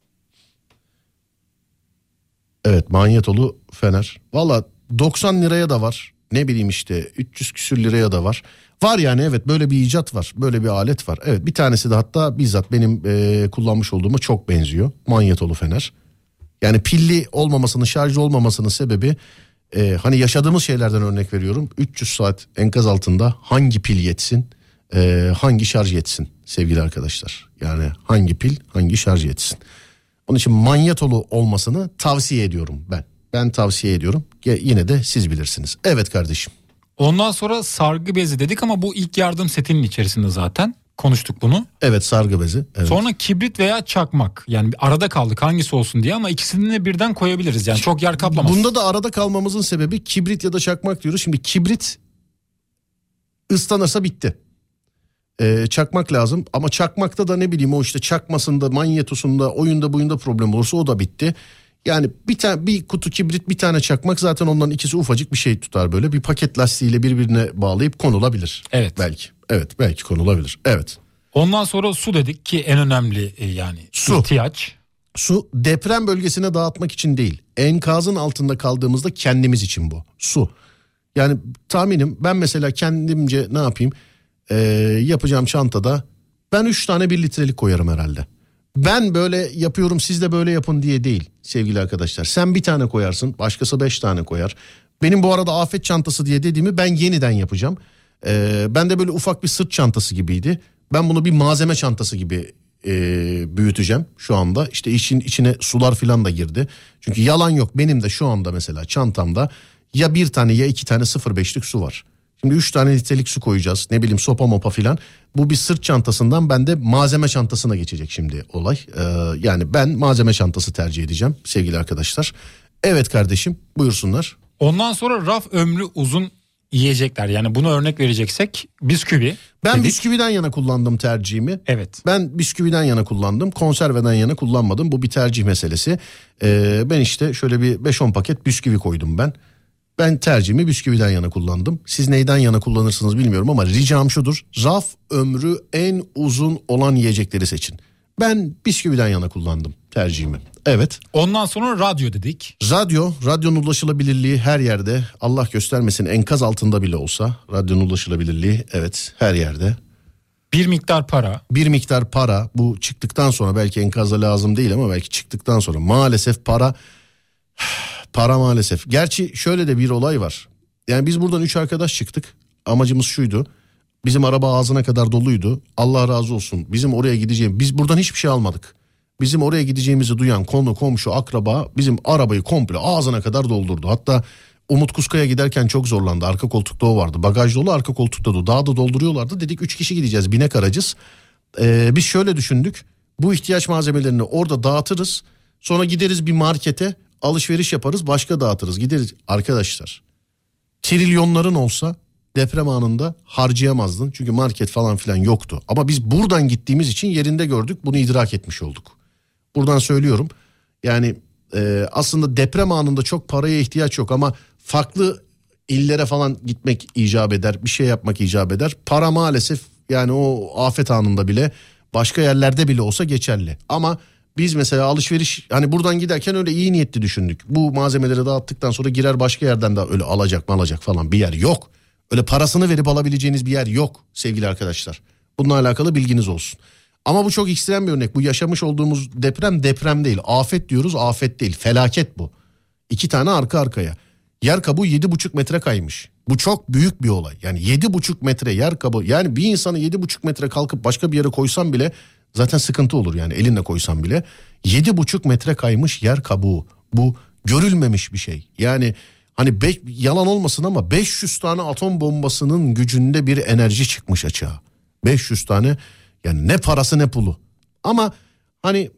Evet, manyetolu fener. Valla doksan liraya da var. Ne bileyim işte üç yüz küsür liraya da var. Var yani, evet, böyle bir icat var. Böyle bir alet var. Evet, bir tanesi de hatta bizzat benim e, kullanmış olduğuma çok benziyor. Manyetolu fener. Yani pilli olmamasının, şarjlı olmamasının sebebi e, hani yaşadığımız şeylerden örnek veriyorum. üç yüz saat enkaz altında hangi pil yetsin, e, hangi şarj yetsin sevgili arkadaşlar. Yani hangi pil, hangi şarj yetsin. Onun için manyetolu olmasını tavsiye ediyorum ben. Ben tavsiye ediyorum. Yine de siz bilirsiniz. Evet kardeşim. Ondan sonra sargı bezi dedik, ama bu ilk yardım setinin içerisinde zaten konuştuk bunu. Evet, sargı bezi. Evet. Sonra kibrit veya çakmak, yani arada kaldık hangisi olsun diye, ama ikisini de birden koyabiliriz, yani çok yer kaplamaz. Bunda da arada kalmamızın sebebi kibrit ya da çakmak diyoruz. Şimdi kibrit ıslanırsa bitti. Ee, çakmak lazım, ama çakmakta da ne bileyim o işte çakmasında, manyetosunda, oyunda buyunda problem olursa o da bitti. Yani bir tane, bir kutu kibrit, bir tane çakmak, zaten onların ikisi ufacık bir şey tutar böyle. Bir paket lastiğiyle birbirine bağlayıp konulabilir. Evet. Belki. Evet, belki konulabilir. Evet. Ondan sonra su dedik ki en önemli e, yani Su. ihtiyaç. Su deprem bölgesine dağıtmak için değil. Enkazın altında kaldığımızda kendimiz için bu. Su. Yani tahminim ben mesela kendimce ne yapayım? Ee, yapacağım çantada ben üç tane bir litrelik koyarım herhalde. Ben böyle yapıyorum, siz de böyle yapın diye değil sevgili arkadaşlar. Sen bir tane koyarsın, başkası beş tane koyar. Benim bu arada afet çantası diye dediğimi ben yeniden yapacağım. Ee, ben de böyle ufak bir sırt çantası gibiydi. Ben bunu bir malzeme çantası gibi e, büyüteceğim şu anda. İşte işin içine sular falan da girdi. Çünkü yalan yok, benim de şu anda mesela çantamda ya bir tane ya iki tane sıfır beşlik su var. Şimdi üç tane litrelik su koyacağız, ne bileyim sopa mopa filan. Bu bir sırt çantasından ben de malzeme çantasına geçecek şimdi olay. Ee, yani ben malzeme çantası tercih edeceğim sevgili arkadaşlar. Evet kardeşim, buyursunlar. Ondan sonra raf ömrü uzun yiyecekler, yani bunu örnek vereceksek bisküvi. Ben dedik. bisküviden yana kullandım tercihimi. Evet. Ben bisküviden yana kullandım, konserveden yana kullanmadım. Bu bir tercih meselesi. Ee, ben işte şöyle bir beş on paket bisküvi koydum ben. Ben tercihimi bisküviden yana kullandım. Siz neyden yana kullanırsınız bilmiyorum ama ricam şudur: raf ömrü en uzun olan yiyecekleri seçin. Ben bisküviden yana kullandım tercihimi. Evet. Ondan sonra radyo dedik. Radyo, radyonun ulaşılabilirliği her yerde. Allah göstermesin, enkaz altında bile olsa radyonun ulaşılabilirliği, evet, her yerde. Bir miktar para. Bir miktar para, bu çıktıktan sonra, belki enkazda lazım değil ama belki çıktıktan sonra maalesef para... Para maalesef. Gerçi şöyle de bir olay var. Yani biz buradan üç arkadaş çıktık. Amacımız şuydu: bizim araba ağzına kadar doluydu. Allah razı olsun. Bizim oraya gideceğim, biz buradan hiçbir şey almadık. Bizim oraya gideceğimizi duyan konu, komşu, akraba bizim arabayı komple ağzına kadar doldurdu. Hatta Umut Kuzkaya giderken çok zorlandı. Arka koltukta o vardı. Bagaj dolu, arka koltukta da. Daha da dolduruyorlardı. Dedik üç kişi gideceğiz, binek aracız. Ee, biz şöyle düşündük: bu ihtiyaç malzemelerini orada dağıtırız. Sonra gideriz bir markete, alışveriş yaparız, başka dağıtırız, gideriz. Arkadaşlar, trilyonların olsa deprem anında harcayamazdın. Çünkü market falan filan yoktu. Ama biz buradan gittiğimiz için yerinde gördük, bunu idrak etmiş olduk. Buradan söylüyorum. Yani e, aslında deprem anında çok paraya ihtiyaç yok ama farklı illere falan gitmek icap eder. Bir şey yapmak icap eder. Para maalesef, yani o afet anında bile, başka yerlerde bile olsa geçerli. Ama biz mesela alışveriş, hani buradan giderken öyle iyi niyetli düşündük. Bu malzemeleri dağıttıktan sonra girer başka yerden de öyle alacak mı alacak falan bir yer yok. Öyle parasını verip alabileceğiniz bir yer yok sevgili arkadaşlar. Bununla alakalı bilginiz olsun. Ama bu çok ekstrem bir örnek. Bu yaşamış olduğumuz deprem deprem değil. Afet diyoruz, afet değil. Felaket bu. İki tane arka arkaya. Yer kabuğu yedi buçuk metre kaymış. Bu çok büyük bir olay. Yani yedi buçuk metre yer kabuğu. Yani bir insanı yedi buçuk metre kalkıp başka bir yere koysan bile zaten sıkıntı olur, yani elinle koysan bile. Yedi buçuk metre kaymış yer kabuğu. Bu görülmemiş bir şey. Yani hani be, yalan olmasın ama beş yüz tane atom bombasının gücünde bir enerji çıkmış açığa. beş yüz tane, yani ne parası ne pulu. Ama hani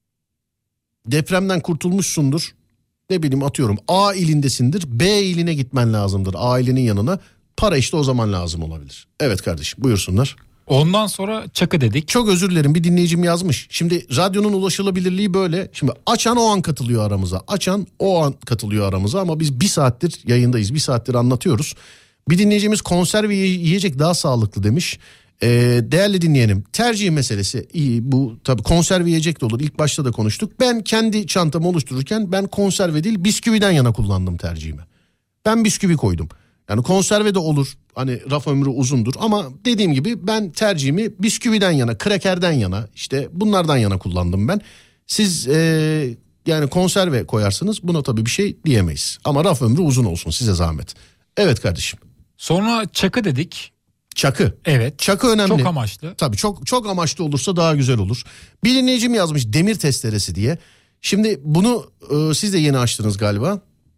depremden kurtulmuşsundur. Ne bileyim, atıyorum A ilindesindir, B iline gitmen lazımdır, A ilinin yanına. Para işte o zaman lazım olabilir. Evet kardeşim, buyursunlar. Ondan sonra çakı dedik. Çok özür dilerim, bir dinleyicim yazmış. Şimdi radyonun ulaşılabilirliği böyle. Şimdi açan o an katılıyor aramıza. Açan o an katılıyor aramıza ama biz bir saattir yayındayız. Bir saattir anlatıyoruz. Bir dinleyicimiz konserve yiyecek daha sağlıklı demiş. Ee, değerli dinleyenim, tercih meselesi iyi. Bu tabii konserve yiyecek de olur. İlk başta da konuştuk. Ben kendi çantamı oluştururken ben konserve değil bisküviden yana kullandım tercihimi. Ben bisküvi koydum. Yani konserve de olur, hani raf ömrü uzundur ama dediğim gibi ben tercihimi bisküviden yana, krakerden yana, işte bunlardan yana kullandım ben. Siz ee, yani konserve koyarsınız, buna tabii bir şey diyemeyiz ama raf ömrü uzun olsun, size zahmet. Evet kardeşim. Sonra çakı dedik. Çakı. Evet. Çakı önemli. Çok amaçlı. Tabii çok çok amaçlı olursa daha güzel olur. Bir dinleyicim yazmış demir testeresi diye. Şimdi bunu e, siz de yeni açtınız galiba.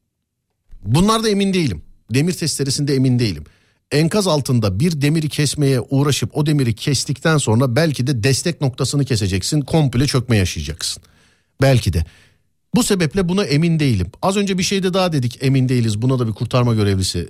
Bunlarda emin değilim. Demir testeresinde emin değilim. Enkaz altında bir demiri kesmeye uğraşıp o demiri kestikten sonra belki de destek noktasını keseceksin. Komple çökme yaşayacaksın. Belki de. Bu sebeple buna emin değilim. Az önce bir şeyde daha dedik, emin değiliz. Buna da bir kurtarma görevlisi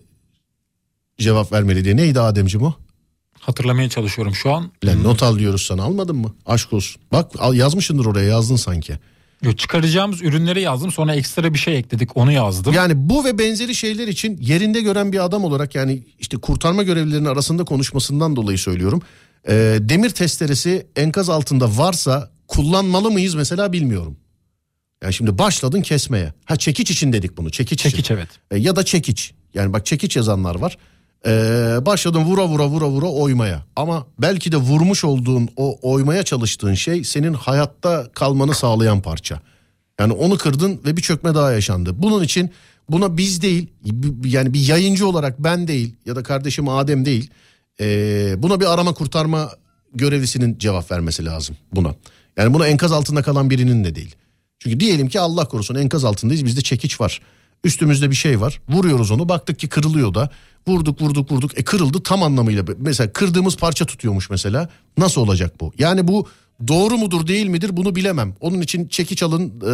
cevap vermeli diye. Neydi Ademciğim o? Hatırlamaya çalışıyorum şu an. Lan not al diyoruz sana, almadın mı? Aşk olsun. Bak yazmışsındır oraya, yazdın sanki. Çıkaracağımız ürünleri yazdım, sonra ekstra bir şey ekledik, onu yazdım. Yani bu ve benzeri şeyler için yerinde gören bir adam olarak, yani işte kurtarma görevlilerinin arasında konuşmasından dolayı söylüyorum. Ee, demir testeresi enkaz altında varsa kullanmalı mıyız mesela, bilmiyorum. Yani şimdi başladın kesmeye. Ha, çekiç için dedik bunu, çekiç, çekiç için. Evet. Ee, ya da çekiç. Yani bak, çekiç yazanlar var. Ee, başladın vura vura vura vura oymaya. Ama belki de vurmuş olduğun o oymaya çalıştığın şey senin hayatta kalmanı sağlayan parça. Yani onu kırdın ve bir çökme daha yaşandı. Bunun için buna biz değil, yani bir yayıncı olarak ben değil ya da kardeşim Adem değil, e, buna bir arama kurtarma görevlisinin cevap vermesi lazım buna. Yani buna enkaz altında kalan birinin de değil. Çünkü diyelim ki Allah korusun enkaz altındayız, bizde çekiç var. Üstümüzde bir şey var, vuruyoruz onu, baktık ki kırılıyor da, vurduk vurduk vurduk e kırıldı tam anlamıyla. Mesela kırdığımız parça tutuyormuş mesela, nasıl olacak bu? Yani bu doğru mudur değil midir bunu bilemem. Onun için çekiç alın, e,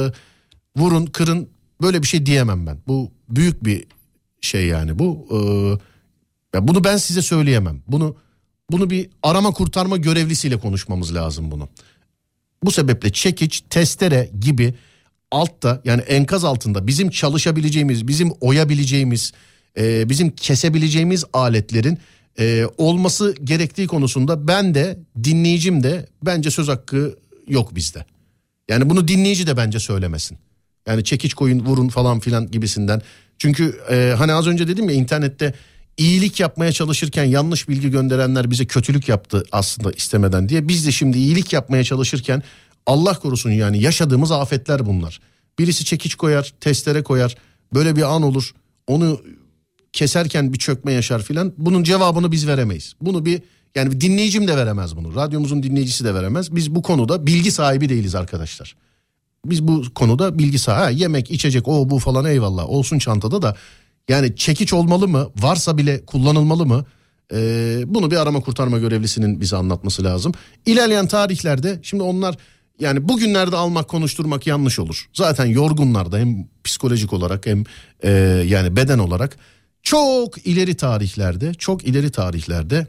vurun, kırın, böyle bir şey diyemem ben. Bu büyük bir şey yani bu. E, ya bunu ben size söyleyemem. Bunu bunu bir arama kurtarma görevlisiyle konuşmamız lazım bunu. Bu sebeple çekiç, testere gibi altta, yani enkaz altında bizim çalışabileceğimiz, bizim oyabileceğimiz, e, bizim kesebileceğimiz aletlerin e, olması gerektiği konusunda ben de dinleyicim de bence söz hakkı yok bizde. Yani bunu dinleyici de bence söylemesin. Yani çekiç koyun, vurun falan filan gibisinden. Çünkü e, hani az önce dedim ya, internette iyilik yapmaya çalışırken yanlış bilgi gönderenler bize kötülük yaptı aslında istemeden diye. Biz de şimdi iyilik yapmaya çalışırken Allah korusun yani yaşadığımız afetler bunlar. Birisi çekiç koyar, testere koyar, böyle bir an olur. Onu keserken bir çökme yaşar filan. Bunun cevabını biz veremeyiz. Bunu bir yani dinleyicim de veremez bunu. Radyomuzun dinleyicisi de veremez. Biz bu konuda bilgi sahibi değiliz arkadaşlar. Biz bu konuda bilgi sahibi. Ha, yemek, içecek, o bu falan eyvallah olsun çantada da. Yani çekiç olmalı mı? Varsa bile kullanılmalı mı? Ee, bunu bir arama kurtarma görevlisinin bize anlatması lazım. İlerleyen tarihlerde şimdi onlar, yani bugünlerde almak konuşturmak yanlış olur. Zaten yorgunlarda hem psikolojik olarak hem e, yani beden olarak çok ileri tarihlerde çok ileri tarihlerde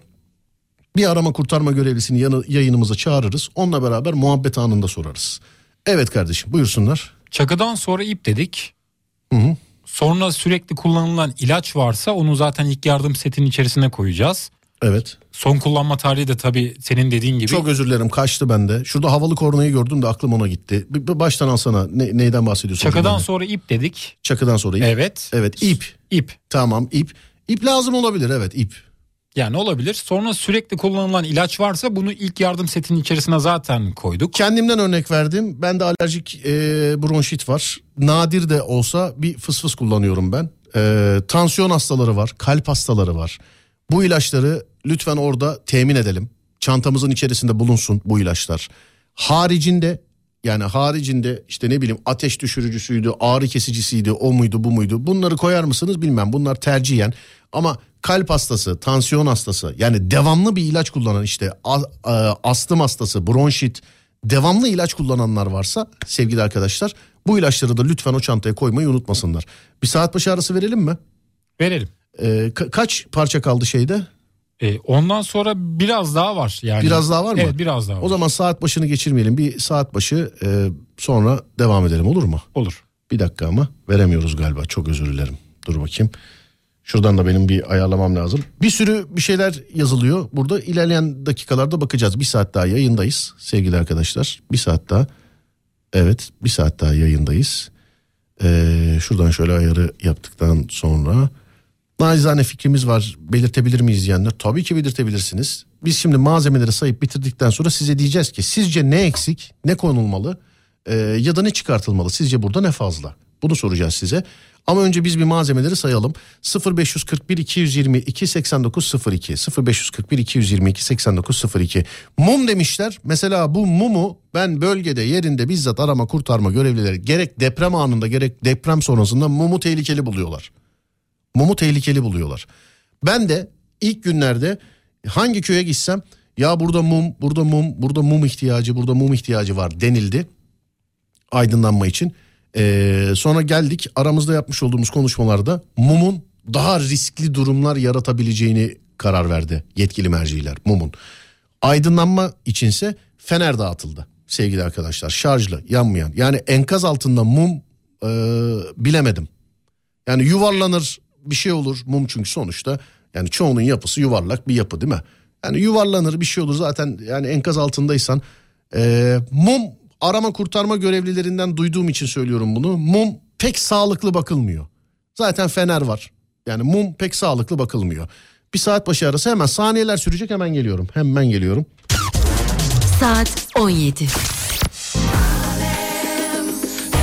bir arama kurtarma görevlisini yanı, yayınımıza çağırırız. Onunla beraber muhabbet anında sorarız. Evet kardeşim, buyursunlar. Çakıdan sonra ip dedik. Hı hı. Sonra sürekli kullanılan ilaç varsa onu zaten ilk yardım setinin içerisine koyacağız. Evet. Son kullanma tarihi de tabii senin dediğin gibi. Çok özür dilerim, kaçtı bende. Şurada havalı kornayı gördüm de aklım ona gitti. Bir, bir baştan alsana, ne, neyden bahsediyorsun? Çakıdan yani? Sonra ip dedik. Çakıdan sonra ip. Evet. Evet, ip. İp. Tamam, ip. İp lazım olabilir, evet, ip. Yani olabilir. Sonra sürekli kullanılan ilaç varsa bunu ilk yardım setinin içerisine zaten koyduk. Kendimden örnek verdim. Bende alerjik e, bronşit var. Nadir de olsa bir fıs fıs kullanıyorum ben. E, tansiyon hastaları var, kalp hastaları var. Bu ilaçları lütfen orada temin edelim. Çantamızın içerisinde bulunsun bu ilaçlar. Haricinde yani haricinde işte ne bileyim ateş düşürücüsüydü, ağrı kesicisiydi, o muydu bu muydu? Bunları koyar mısınız bilmem. Bunlar tercihen. Ama kalp hastası, tansiyon hastası, yani devamlı bir ilaç kullanan, işte astım hastası, bronşit, devamlı ilaç kullananlar varsa sevgili arkadaşlar, bu ilaçları da lütfen o çantaya koymayı unutmasınlar. Bir saat başı arası verelim mi? Verelim. Ee, ka- kaç parça kaldı şeyde? E, ondan sonra biraz daha var. Yani. Biraz daha var mı? Evet, biraz daha var. O zaman saat başını geçirmeyelim. Bir saat başı e, sonra devam edelim, olur mu? Olur. Bir dakika ama veremiyoruz galiba. Çok özür dilerim. Dur bakayım. Şuradan da benim bir ayarlamam lazım. Bir sürü bir şeyler yazılıyor. Burada ilerleyen dakikalarda bakacağız. Bir saat daha yayındayız sevgili arkadaşlar. Bir saat daha. Evet, bir saat daha yayındayız. Ee, şuradan şöyle ayarı yaptıktan sonra... Nacizane fikrimiz var, belirtebilir miyiz diyenler? Tabii ki belirtebilirsiniz. Biz şimdi malzemeleri sayıp bitirdikten sonra size diyeceğiz ki sizce ne eksik, ne konulmalı e, ya da ne çıkartılmalı? Sizce burada ne fazla? Bunu soracağız size. Ama önce biz bir malzemeleri sayalım. sıfır beş kırk bir iki yüz yirmi iki seksen dokuz sıfır iki sıfır beş kırk bir iki yüz yirmi iki seksen dokuz sıfır iki. Mum demişler. Mesela bu mumu ben bölgede yerinde bizzat arama kurtarma görevlileri gerek deprem anında gerek deprem sonrasında mumu tehlikeli buluyorlar. Mumu tehlikeli buluyorlar. Ben de ilk günlerde hangi köye gitsem ya burada mum, burada mum, burada mum ihtiyacı, burada mum ihtiyacı var denildi aydınlanma için. Ee, sonra geldik, aramızda yapmış olduğumuz konuşmalarda mumun daha riskli durumlar yaratabileceğini karar verdi yetkili merciler mumun. Aydınlanma içinse fener dağıtıldı sevgili arkadaşlar, şarjlı, yanmayan. Yani enkaz altında mum e, bilemedim. Yani yuvarlanır bir şey olur mum, çünkü sonuçta yani çoğunun yapısı yuvarlak bir yapı değil mi? Yani yuvarlanır bir şey olur zaten, yani enkaz altındaysan e, mum, arama kurtarma görevlilerinden duyduğum için söylüyorum bunu. Mum pek sağlıklı bakılmıyor. Zaten fener var. Yani mum pek sağlıklı bakılmıyor. Bir saat başı arası, hemen saniyeler sürecek, hemen geliyorum. Hemen geliyorum. Saat on yedi.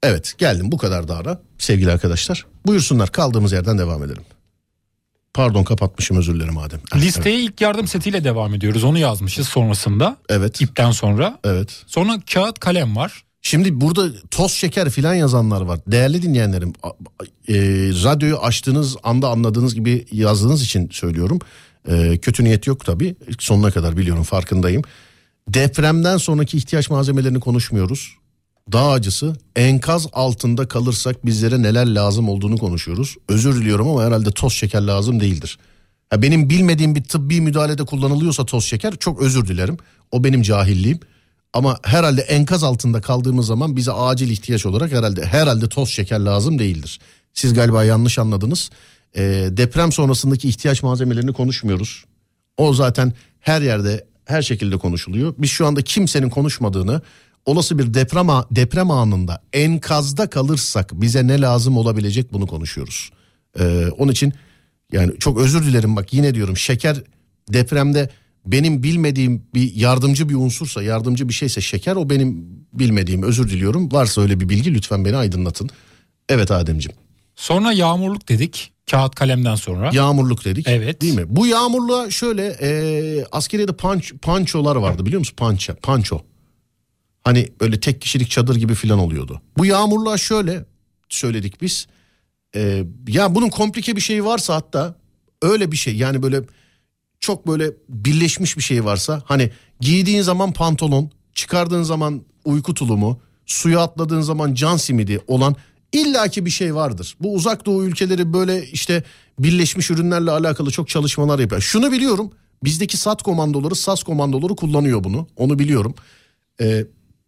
Evet, geldim, bu kadar da ara sevgili arkadaşlar. Buyursunlar, kaldığımız yerden devam edelim. Pardon, kapatmışım, özür dilerim Adem. Listeye evet. ilk yardım setiyle devam ediyoruz. Onu yazmışız sonrasında. Evet. İpten sonra. Evet. Sonra kağıt kalem var. Şimdi burada toz şeker filan yazanlar var. Değerli dinleyenlerim, e, radyoyu açtığınız anda anladığınız gibi yazdığınız için söylüyorum. E, kötü niyet yok tabii. Sonuna kadar biliyorum, farkındayım. Depremden sonraki ihtiyaç malzemelerini konuşmuyoruz. Daha acısı, enkaz altında kalırsak bizlere neler lazım olduğunu konuşuyoruz. Özür diliyorum ama herhalde toz şeker lazım değildir. Ya benim bilmediğim bir tıbbi müdahalede kullanılıyorsa toz şeker, çok özür dilerim. O benim cahilliğim. Ama herhalde enkaz altında kaldığımız zaman bize acil ihtiyaç olarak herhalde herhalde toz şeker lazım değildir. Siz galiba yanlış anladınız. E, deprem sonrasındaki ihtiyaç malzemelerini konuşmuyoruz. O zaten her yerde, her şekilde konuşuluyor. Biz şu anda kimsenin konuşmadığını, olası bir deprem deprem anında enkazda kalırsak bize ne lazım olabilecek, bunu konuşuyoruz. Ee, onun için yani çok özür dilerim, bak yine diyorum, şeker depremde benim bilmediğim bir yardımcı bir unsursa, yardımcı bir şeyse şeker, o benim bilmediğim, özür diliyorum. Varsa öyle bir bilgi lütfen beni aydınlatın. Evet Ademciğim. Sonra yağmurluk dedik. Kağıt kalemden sonra. Yağmurluk dedik. Evet. Değil mi? Bu yağmurluğa şöyle e, askeriyede panç, pançolar vardı, biliyor musun? Panço. Panço. Hani böyle tek kişilik çadır gibi filan oluyordu. Bu yağmurluğa şöyle söyledik biz. E, ya bunun komplike bir şeyi varsa, hatta öyle bir şey, yani böyle çok böyle birleşmiş bir şey varsa, hani giydiğin zaman pantolon, çıkardığın zaman uyku tulumu, suya atladığın zaman can simidi olan illaki bir şey vardır. Bu uzak doğu ülkeleri böyle işte birleşmiş ürünlerle alakalı çok çalışmalar yapıyor. Şunu biliyorum, bizdeki S A T komandoları, S A S komandoları kullanıyor bunu, onu biliyorum. Ee,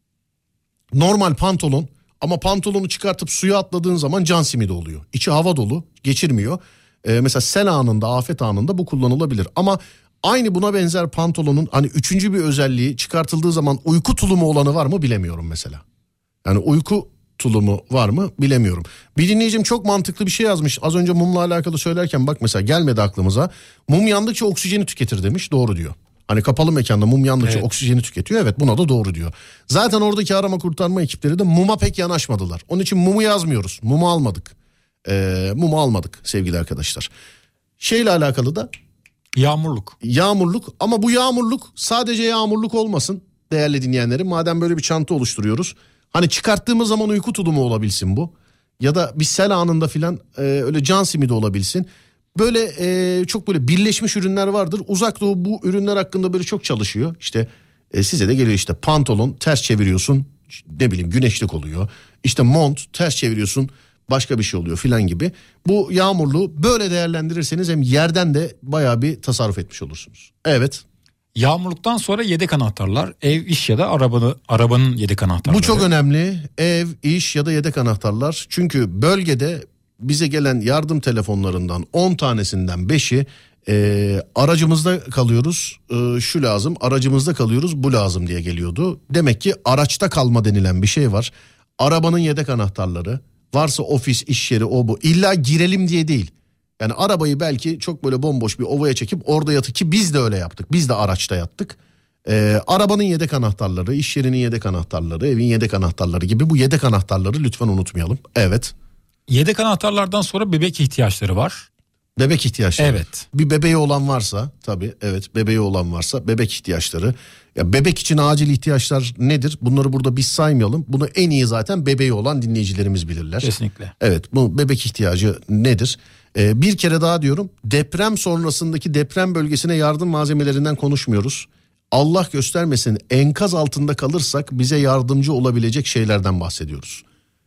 normal pantolon, ama pantolonu çıkartıp suya atladığın zaman can simidi oluyor. İçi hava dolu, geçirmiyor. Ee, mesela sel anında, afet anında bu kullanılabilir. Ama aynı buna benzer pantolonun hani üçüncü bir özelliği, çıkartıldığı zaman uyku tulumu olanı var mı bilemiyorum mesela. Yani uyku tulumu var mı bilemiyorum. Bir dinleyicim çok mantıklı bir şey yazmış. Az önce mumla alakalı söylerken bak mesela gelmedi aklımıza. Mum yandıkça oksijeni tüketir demiş, doğru diyor. Hani kapalı mekanda mum yandıkça evet. oksijeni tüketiyor, evet, buna da doğru diyor. Zaten oradaki arama kurtarma ekipleri de muma pek yanaşmadılar. Onun için mumu yazmıyoruz, mumu almadık. Ee, mumu almadık sevgili arkadaşlar. Şeyle alakalı da yağmurluk. Yağmurluk, ama bu yağmurluk sadece yağmurluk olmasın değerli dinleyenlerim. Madem böyle bir çanta oluşturuyoruz, hani çıkarttığımız zaman uyku tulumu olabilsin bu. Ya da bir sel anında filan e, öyle can simidi olabilsin. Böyle e, çok böyle birleşmiş ürünler vardır. Uzak Doğu bu ürünler hakkında böyle çok çalışıyor. İşte e, size de geliyor işte pantolon ters çeviriyorsun, ne bileyim güneşlik oluyor. İşte mont ters çeviriyorsun, başka bir şey oluyor filan gibi. Bu yağmurluğu böyle değerlendirirseniz hem yerden de bayağı bir tasarruf etmiş olursunuz. Evet. Yağmurluktan sonra yedek anahtarlar, ev, iş ya da arabanı, arabanın yedek anahtarları. Bu çok önemli. Ev, iş ya da yedek anahtarlar. Çünkü bölgede bize gelen yardım telefonlarından on tanesinden beşi e, aracımızda kalıyoruz, e, şu lazım, aracımızda kalıyoruz, bu lazım diye geliyordu. Demek ki araçta kalma denilen bir şey var. Arabanın yedek anahtarları, varsa ofis, iş yeri, o bu. İlla girelim diye değil. Yani arabayı belki çok böyle bomboş bir ovaya çekip orada yatıp, ki biz de öyle yaptık. Biz de araçta yattık. Ee, arabanın yedek anahtarları, iş yerinin yedek anahtarları, evin yedek anahtarları gibi bu yedek anahtarları lütfen unutmayalım. Evet. Yedek anahtarlardan sonra bebek ihtiyaçları var. Bebek ihtiyaçları. Evet. Bir bebeği olan varsa tabii, evet, bebeği olan varsa bebek ihtiyaçları. Ya bebek için acil ihtiyaçlar nedir? Bunları burada biz saymayalım. Bunu en iyi zaten bebeği olan dinleyicilerimiz bilirler. Kesinlikle. Evet, bu bebek ihtiyacı nedir? Ee, bir kere daha diyorum, deprem sonrasındaki deprem bölgesine yardım malzemelerinden konuşmuyoruz. Allah göstermesin enkaz altında kalırsak bize yardımcı olabilecek şeylerden bahsediyoruz.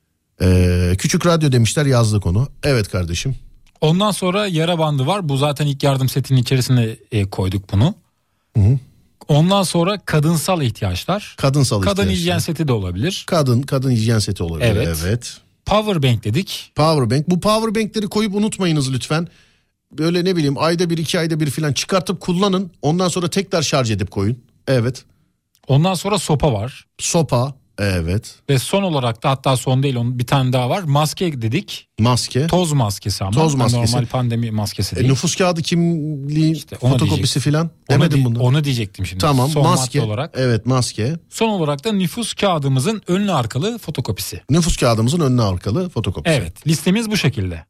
Ee, küçük radyo demişler, yazdık onu. Evet kardeşim. Ondan sonra yara bandı var. Bu zaten ilk yardım setinin içerisine e, koyduk bunu. Hı hı. Ondan sonra kadınsal ihtiyaçlar. Kadınsal Kadın ihtiyaçlar. hijyen seti de olabilir. Kadın kadın hijyen seti olabilir. Evet. evet. Power bank dedik. Power bank. Bu power bankleri koyup unutmayınız lütfen. Böyle ne bileyim ayda bir, iki ayda bir filan çıkartıp kullanın. Ondan sonra tekrar şarj edip koyun. Evet. Ondan sonra sopa var. Sopa. Evet. Ve son olarak da, hatta son değil, onun bir tane daha var. Maske dedik. Maske. Toz maskesi ama. Toz maskesi. Normal pandemi maskesi değil. E, nüfus kağıdı kimliği İşte ona fotokopisi filan. Ona, Demedim di- bunu. onu diyecektim şimdi. Tamam, son maske. madde olarak. Evet, maske. Son olarak da nüfus kağıdımızın önlü arkalı fotokopisi. Nüfus kağıdımızın önüne arkalı fotokopisi. Evet, listemiz bu şekilde.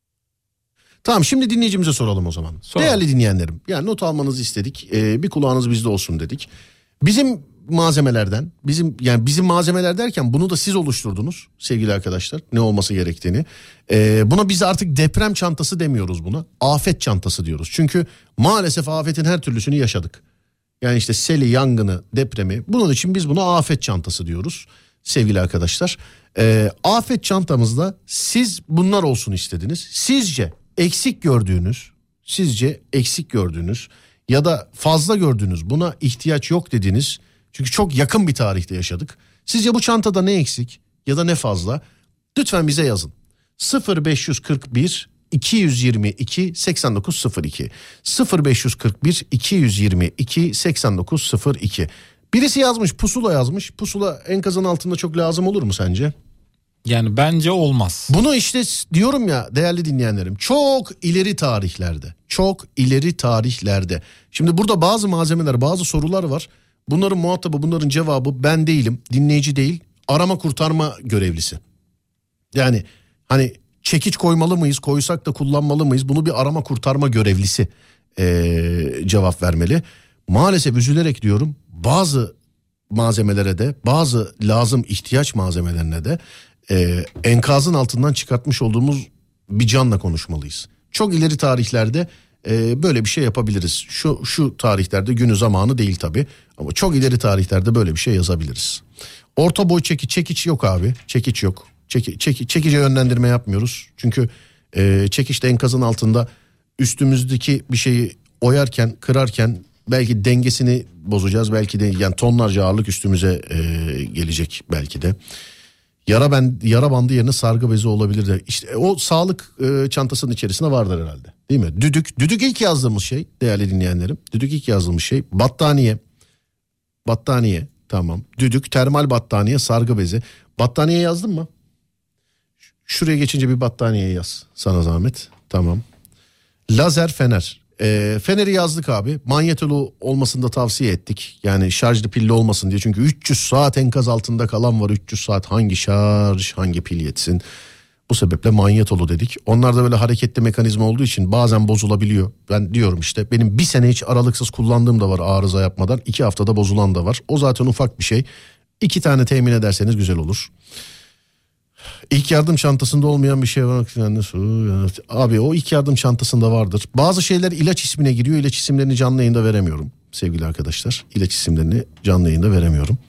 Tamam, şimdi dinleyicimize soralım o zaman. Soralım. Değerli dinleyenlerim, yani not almanızı istedik. Ee, bir kulağınız bizde olsun dedik. Bizim malzemelerden, bizim yani bizim malzemeler derken bunu da siz oluşturdunuz sevgili arkadaşlar. Ne olması gerektiğini. Ee, buna biz artık deprem çantası demiyoruz buna. Afet çantası diyoruz. Çünkü maalesef afetin her türlüsünü yaşadık. Yani işte seli, yangını, depremi. Bunun için biz buna afet çantası diyoruz sevgili arkadaşlar. Ee, afet çantamızda siz bunlar olsun istediniz. Sizce eksik gördüğünüz, sizce eksik gördüğünüz ya da fazla gördüğünüz, buna ihtiyaç yok dediğiniz, çünkü çok yakın bir tarihte yaşadık. Sizce bu çantada ne eksik ya da ne fazla? Lütfen bize yazın. sıfır beş kırk bir iki yüz yirmi iki seksen dokuz sıfır iki sıfır beş kırk bir iki yüz yirmi iki seksen dokuz sıfır iki. Birisi yazmış, pusula yazmış. Pusula enkazın altında çok lazım olur mu sence? Yani bence olmaz. Bunu işte diyorum ya değerli dinleyenlerim, çok ileri tarihlerde, çok ileri tarihlerde. Şimdi burada bazı malzemeler, bazı sorular var. Bunların muhatabı, bunların cevabı ben değilim, dinleyici değil, arama kurtarma görevlisi. Yani hani çekiç koymalı mıyız, koysak da kullanmalı mıyız? Bunu bir arama kurtarma görevlisi ee, cevap vermeli. Maalesef üzülerek diyorum, bazı malzemelere de, bazı lazım ihtiyaç malzemelerine de Ee, enkazın altından çıkartmış olduğumuz bir canla konuşmalıyız. Çok ileri tarihlerde e, böyle bir şey yapabiliriz. Şu şu tarihlerde, günü zamanı değil tabii, ama çok ileri tarihlerde böyle bir şey yazabiliriz. Orta boy çekiç, çekiç yok abi. Çekiç yok. Çeki, çeki, çekice yönlendirme yapmıyoruz. Çünkü e, çekiçte enkazın altında üstümüzdeki bir şeyi oyarken, kırarken belki dengesini bozacağız. Belki de yani tonlarca ağırlık üstümüze e, gelecek belki de. Yara ben yara bandı yerine sargı bezi olabilir de. İşte o sağlık e, çantasının içerisinde vardır herhalde. Değil mi? Düdük. Düdük ilk yazdığımız şey değerli dinleyenlerim. Düdük ilk yazdığımız şey. Battaniye. Battaniye. Tamam. Düdük, termal battaniye, sargı bezi. Battaniye yazdın mı? Şuraya geçince bir battaniye yaz. Sana zahmet. Tamam. Lazer fener. E, feneri yazdık abi. Manyetolu olmasını da tavsiye ettik. Yani şarjlı pilli olmasın diye. Çünkü üç yüz saat enkaz altında kalan var. üç yüz saat hangi şarj, hangi pil yetsin. Bu sebeple manyetolu dedik. Onlar da böyle hareketli mekanizma olduğu için bazen bozulabiliyor. Ben diyorum işte, benim bir sene hiç aralıksız kullandığım da var arıza yapmadan. iki haftada bozulan da var. O zaten ufak bir şey. İki tane temin ederseniz güzel olur. İlk yardım çantasında olmayan bir şey var. Abi o ilk yardım çantasında vardır. Bazı şeyler ilaç ismine giriyor. İlaç isimlerini canlı yayında veremiyorum sevgili arkadaşlar. İlaç isimlerini canlı yayında veremiyorum.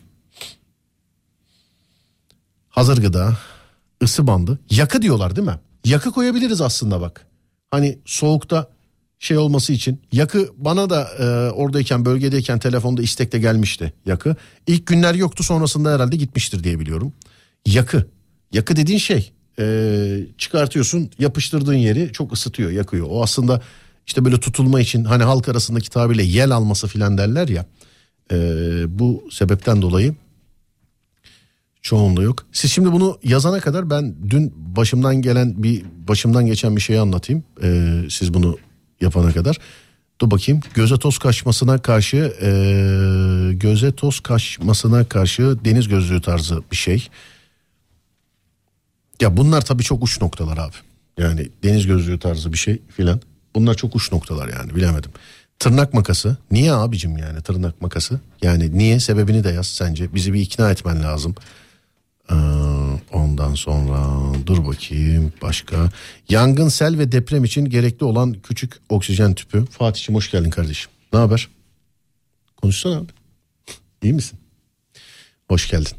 Hazır gıda, ısı bandı, yakı diyorlar değil mi? Yakı koyabiliriz aslında bak. Hani soğukta şey olması için. Yakı bana da e, oradayken, bölgedeyken telefonda istekte gelmişti yakı. İlk günler yoktu, sonrasında herhalde gitmiştir diye biliyorum. Yakı. Yakı dediğin şey e, çıkartıyorsun, yapıştırdığın yeri çok ısıtıyor, yakıyor. O aslında işte böyle tutulma için, hani halk arasındaki tabirle yel alması filan derler ya. E, bu sebepten dolayı çoğunluğu yok. Siz şimdi bunu yazana kadar ben dün başımdan gelen bir başımdan geçen bir şeyi anlatayım. E, siz bunu yapana kadar. Dur bakayım. Göze toz kaçmasına karşı e, göze toz kaçmasına karşı deniz gözlüğü tarzı bir şey. Ya bunlar tabii çok uç noktalar abi. Yani deniz gözlüğü tarzı bir şey filan. Bunlar çok uç noktalar yani, bilemedim. Tırnak makası. Niye abicim yani tırnak makası? Yani niye, sebebini de yaz sence. Bizi bir ikna etmen lazım. Ee, ondan sonra dur bakayım başka. Yangın, sel ve deprem için gerekli olan küçük oksijen tüpü. Fatih'cim hoş geldin kardeşim. Ne haber? Konuşsana abi. İyi misin? Hoş geldin.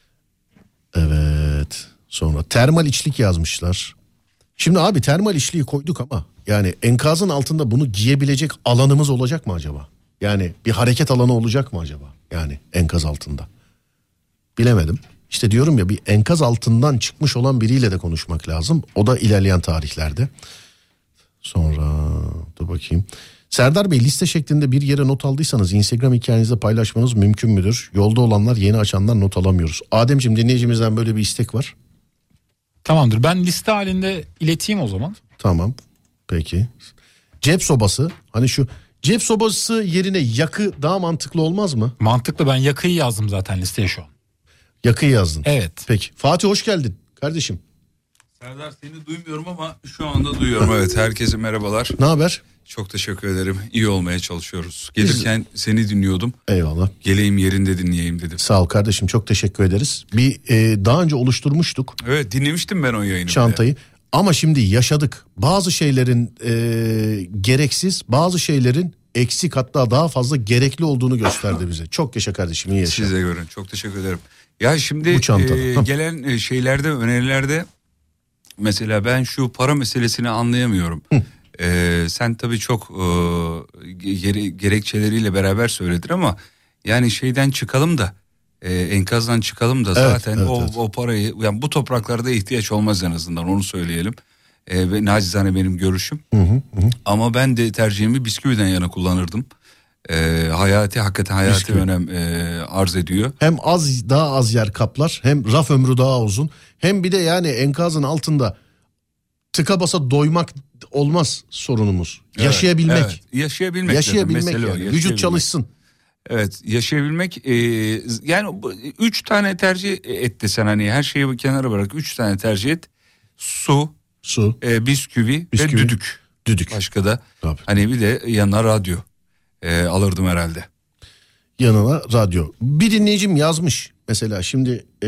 Evet. Sonra termal içlik yazmışlar. Şimdi abi termal içliği koyduk ama yani enkazın altında bunu giyebilecek alanımız olacak mı acaba? Yani bir hareket alanı olacak mı acaba? Yani enkaz altında. Bilemedim. İşte diyorum ya, bir enkaz altından çıkmış olan biriyle de konuşmak lazım. O da ilerleyen tarihlerde. Sonra dur bakayım. Serdar Bey, liste şeklinde bir yere not aldıysanız Instagram hikayenizde paylaşmanız mümkün müdür? Yolda olanlar, yeni açanlar not alamıyoruz. Ademciğim, dinleyicimizden böyle bir istek var. Tamamdır, ben liste halinde ileteyim o zaman. Tamam peki. Cep sobası, hani şu cep sobası yerine yakı daha mantıklı olmaz mı? Mantıklı, ben yakıyı yazdım zaten listeye şu an. Yakıyı yazdın. Evet. Peki Fatih, hoş geldin kardeşim. Serdar, seni duymuyorum ama şu anda duyuyorum. Evet, herkese merhabalar. Ne haber? Çok teşekkür ederim. İyi olmaya çalışıyoruz. Gelirken Biz... seni dinliyordum. Eyvallah. Geleyim yerinde dinleyeyim dedim. Sağ ol kardeşim, çok teşekkür ederiz. Bir e, daha önce oluşturmuştuk. Evet, dinlemiştim ben o yayını. Çantayı. Bile. Ama şimdi yaşadık. Bazı şeylerin e, gereksiz, bazı şeylerin eksik, hatta daha fazla gerekli olduğunu gösterdi bize. Çok yaşa kardeşim, iyi yaşa. Size görün. Çok teşekkür ederim. Ya şimdi e, gelen şeylerde, önerilerde mesela ben şu para meselesini anlayamıyorum. Ee, sen tabii çok e, gere, gerekçeleriyle beraber söyledin ama yani şeyden çıkalım da e, enkazdan çıkalım da evet, zaten evet, o, evet. o parayı, yani bu topraklarda ihtiyaç olmaz en azından, onu söyleyelim. E, ve nacizane benim görüşüm. Hı hı, hı. Ama ben de tercihimi bisküviden yana kullanırdım. E, hayati hakikaten hayati Bisküvi. önem e, arz ediyor. Hem az, daha az yer kaplar, hem raf ömrü daha uzun, hem bir de yani enkazın altında tıka basa doymak olmaz sorunumuz. Evet, yaşayabilmek. Evet. Yaşayabilmek. Yaşayabilmek dedim, yani. o, yaşayabilmek. Vücut çalışsın. Evet, yaşayabilmek. E, yani üç tane tercih et desen, hani her şeyi bir kenara bırak, üç tane tercih et. Su, su, e, bisküvi, bisküvi ve düdük. Düdük. Başka da Tabii. Hani bir de yanına radyo e, alırdım herhalde. Yanına radyo. Bir dinleyicim yazmış mesela, şimdi e,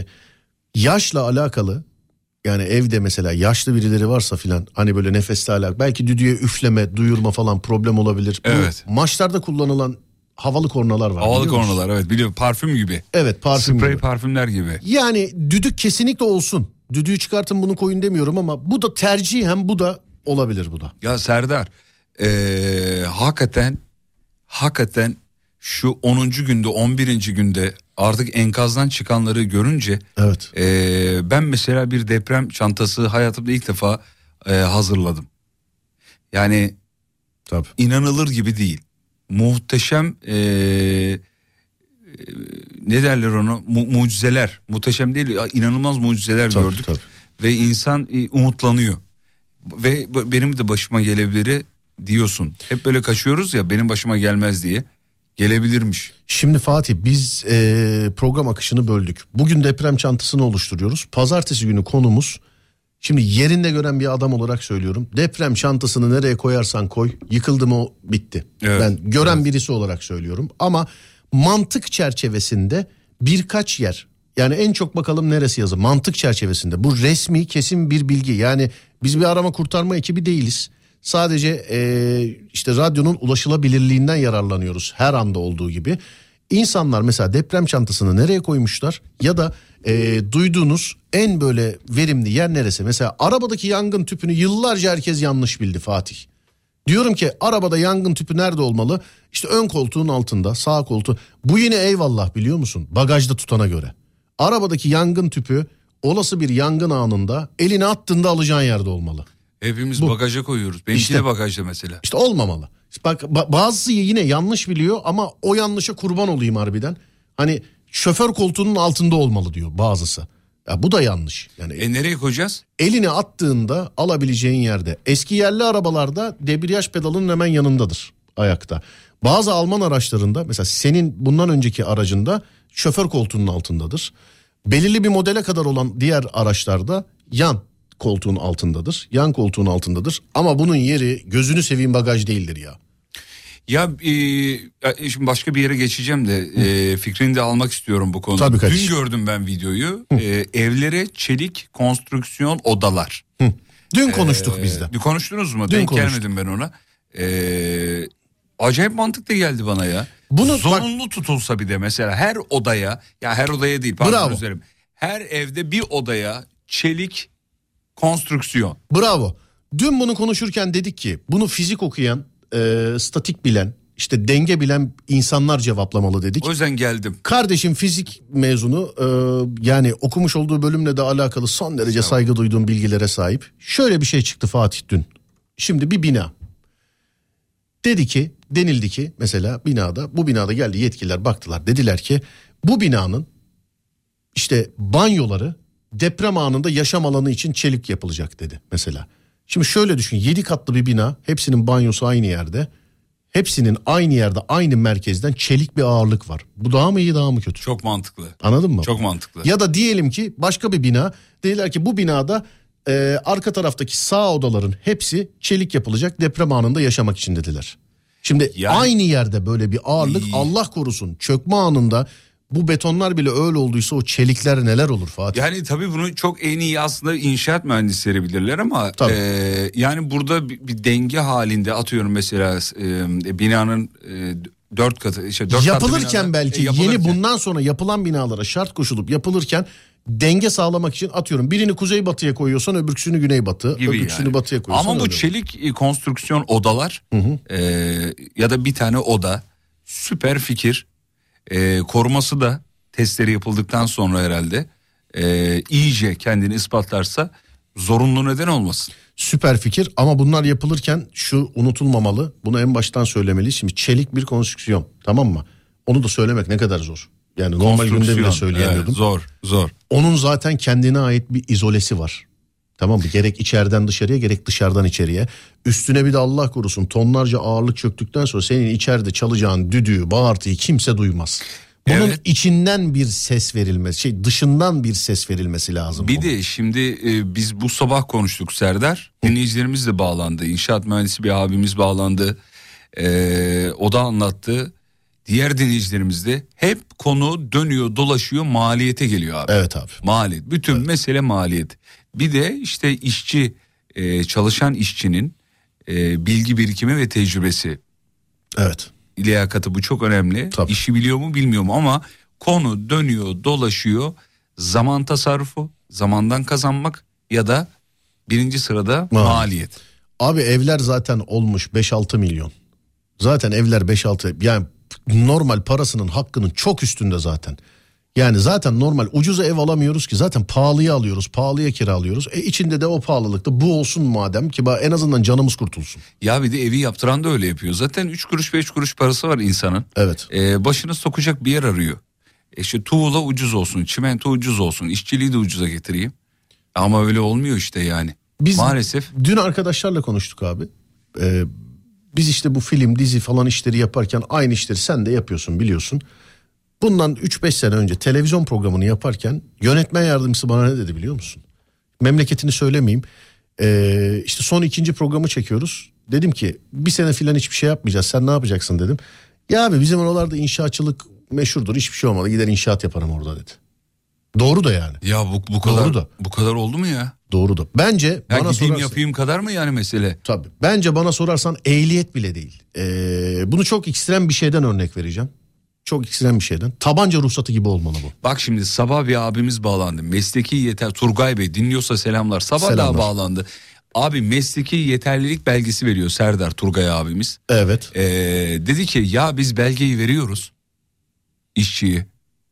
yaşla alakalı. Yani evde mesela yaşlı birileri varsa filan, hani böyle nefesle alakalı, belki düdüğe üfleme, duyurma falan problem olabilir. Evet. Bu maçlarda kullanılan havalı kornalar var. Havalı kornalar, evet, biliyorum, parfüm gibi. Evet, parfüm Sprey gibi. parfümler gibi. Yani düdük kesinlikle olsun. Düdüğü çıkartın, bunu koyun demiyorum ama bu da tercih, hem bu da olabilir bu da. Ya Serdar, ee, hakikaten hakikaten şu onuncu günde, on birinci günde artık enkazdan çıkanları görünce, evet. e, ben mesela bir deprem çantası hayatımda ilk defa e, hazırladım. Yani tabii, inanılır gibi değil. Muhteşem e, e, ne derler onu, Mu, mucizeler, muhteşem değil, inanılmaz mucizeler tabii, gördük. Tabii. Ve insan e, umutlanıyor. Ve benim de başıma gelebilir diyorsun. Hep böyle kaçıyoruz ya, benim başıma gelmez diye. Gelebilirmiş. Şimdi Fatih, biz e, program akışını böldük. Bugün deprem çantasını oluşturuyoruz. Pazartesi günü konumuz, şimdi yerinde gören bir adam olarak söylüyorum, deprem çantasını nereye koyarsan koy, yıkıldı mı o bitti. Evet, ben gören evet. birisi olarak söylüyorum ama mantık çerçevesinde birkaç yer, yani en çok bakalım neresi yazı, mantık çerçevesinde bu resmi kesin bir bilgi. Yani biz bir arama kurtarma ekibi değiliz. Sadece e, işte radyonun ulaşılabilirliğinden yararlanıyoruz her anda olduğu gibi. İnsanlar mesela deprem çantasını nereye koymuşlar ya da e, duyduğunuz en böyle verimli yer neresi? Mesela arabadaki yangın tüpünü yıllarca herkes yanlış bildi Fatih. Diyorum ki arabada yangın tüpü nerede olmalı? İşte ön koltuğun altında, sağ koltuğu. Bu yine eyvallah, biliyor musun? Bagajda tutana göre. Arabadaki yangın tüpü olası bir yangın anında eline attığında alacağın yerde olmalı. Hepimiz Bu. Bagaja koyuyoruz. Benimki İşte, de bagajda mesela. İşte olmamalı. Bak bazısı yine yanlış biliyor ama o yanlışa kurban olayım harbiden. Hani şoför koltuğunun altında olmalı diyor bazısı. Ya bu da yanlış. Yani e nereye koyacağız? Elini attığında alabileceğin yerde. Eski yerli arabalarda debriyaj pedalının hemen yanındadır, ayakta. Bazı Alman araçlarında, mesela senin bundan önceki aracında şoför koltuğunun altındadır. Belirli bir modele kadar olan diğer araçlarda yan koltuğun altındadır. Yan koltuğun altındadır. Ama bunun yeri gözünü seveyim bagaj değildir ya. Ya e, şimdi başka bir yere geçeceğim de e, fikrini de almak istiyorum bu konuda. Tabii Dün kardeşim. gördüm ben videoyu. E, evlere çelik konstrüksiyon odalar. Hı. Dün konuştuk e, biz de. Dün konuştunuz mu? Dün Denk konuştuk. gelmedim ben ona. E, acayip mantıklı geldi bana ya. Bunu zorunlu bak, tutulsa bir de mesela her odaya, ya her odaya değil, pardon bravo. üzerim. Her evde bir odaya çelik konstrüksiyon. Bravo. Dün bunu konuşurken dedik ki bunu fizik okuyan, e, statik bilen, işte denge bilen insanlar cevaplamalı dedik. O yüzden geldim. Kardeşim fizik mezunu, e, yani okumuş olduğu bölümle de alakalı son derece saygı duyduğum bilgilere sahip. Şöyle bir şey çıktı Fatih dün. Şimdi bir bina. Dedi ki, denildi ki mesela binada, bu binada geldi yetkililer baktılar. Dediler ki bu binanın işte banyoları deprem anında yaşam alanı için çelik yapılacak dedi mesela. Şimdi şöyle düşün, yedi katlı bir bina, hepsinin banyosu aynı yerde. Hepsinin aynı yerde, aynı merkezden çelik bir ağırlık var. Bu daha mı iyi, daha mı kötü? Çok mantıklı. Anladın mı? Çok mantıklı. Ya da diyelim ki başka bir bina, dediler ki bu binada e, arka taraftaki sağ odaların hepsi çelik yapılacak, deprem anında yaşamak için dediler. Şimdi yani, aynı yerde böyle bir ağırlık, iyi. Allah korusun çökme anında bu betonlar bile öyle olduysa o çelikler neler olur Fatih? Yani tabii bunu çok en iyi aslında inşaat mühendisleri bilirler ama e, yani burada bir, bir denge halinde atıyorum mesela e, binanın e, dört katı. Işte dört yapılırken katı belki e, yapılırken. Yeni bundan sonra yapılan binalara şart koşulup yapılırken denge sağlamak için atıyorum birini kuzeybatıya koyuyorsan öbürküsünü güneybatı, gibi öbürküsünü yani. batıya koyuyorsan. Ama bu öyle. çelik konstrüksiyon odalar hı hı. E, ya da bir tane oda süper fikir. E, koruması da testleri yapıldıktan sonra herhalde e, iyice kendini ispatlarsa zorunlu neden olmasın. Süper fikir ama bunlar yapılırken şu unutulmamalı, bunu en baştan söylemeliyiz. Şimdi çelik bir konstrüksiyon, tamam mı? Onu da söylemek ne kadar zor. Yani normal günde bile söyleyemiyordum. Evet, zor zor. Onun zaten kendine ait bir izolesi var. Tamam mı? Gerek içeriden dışarıya, gerek dışarıdan içeriye. Üstüne bir de Allah korusun tonlarca ağırlık çöktükten sonra senin içeride çalacağın düdüğü, bağırtıyı kimse duymaz. Bunun evet. içinden bir ses verilmesi, şey dışından bir ses verilmesi lazım. Bir de şimdi e, biz bu sabah konuştuk Serdar. Dinleyicilerimiz de bağlandı. İnşaat mühendisi bir abimiz bağlandı. E, o da anlattı. Diğer dinleyicilerimiz de hep konu dönüyor, dolaşıyor, maliyete geliyor abi. Evet abi. Maliyet. Bütün evet. mesele maliyet. Bir de işte işçi, e, çalışan işçinin e, bilgi birikimi ve tecrübesi. Evet. Liyakatı, bu çok önemli. Tabii. İşi biliyor mu bilmiyor mu ama konu dönüyor, dolaşıyor. Zaman tasarrufu, zamandan kazanmak ya da birinci sırada ha. maliyet. Abi evler zaten olmuş beş altı milyon. Zaten evler beş altı, yani normal parasının hakkının çok üstünde zaten. Yani zaten normal ucuza ev alamıyoruz ki, zaten pahalıya alıyoruz, pahalıya kiralıyoruz. E içinde de o pahalılıkta bu olsun madem ki en azından canımız kurtulsun. Ya bir de evi yaptıran da öyle yapıyor. Zaten üç kuruş beş kuruş parası var insanın. Evet. Ee, başını sokacak bir yer arıyor. E işte tuğla ucuz olsun, çimento ucuz olsun, işçiliği de ucuza getireyim. Ama öyle olmuyor işte yani. Biz maalesef. Dün arkadaşlarla konuştuk abi. Ee, biz işte bu film, dizi falan işleri yaparken aynı işleri sen de yapıyorsun, biliyorsun. Bundan üç beş sene önce televizyon programını yaparken yönetmen yardımcısı bana ne dedi biliyor musun? Memleketini söylemeyeyim. Ee, işte son ikinci programı çekiyoruz. Dedim ki bir sene filan hiçbir şey yapmayacağız. Sen ne yapacaksın dedim. Ya abi bizim oralarda inşaatçılık meşhurdur. Hiçbir şey olmadı. Gider inşaat yaparım orada dedi. Doğru da yani. Ya bu, bu kadar Doğru da. bu kadar oldu mu ya? Doğru da. Bence ya bana gideyim sorarsan, yapayım kadar mı yani mesele? Tabii. Bence bana sorarsan ehliyet bile değil. Ee, bunu çok ekstrem bir şeyden örnek vereceğim. Çok ekstrem bir şeyden. Tabanca ruhsatı gibi olmalı bu. Bak şimdi sabah bir abimiz bağlandı. Mesleki yeter, Turgay Bey dinliyorsa selamlar. Sabah selamlar. Daha bağlandı. Abi mesleki yeterlilik belgesi veriyor Serdar Turgay abimiz. Evet. Ee, dedi ki ya biz belgeyi veriyoruz işçiye,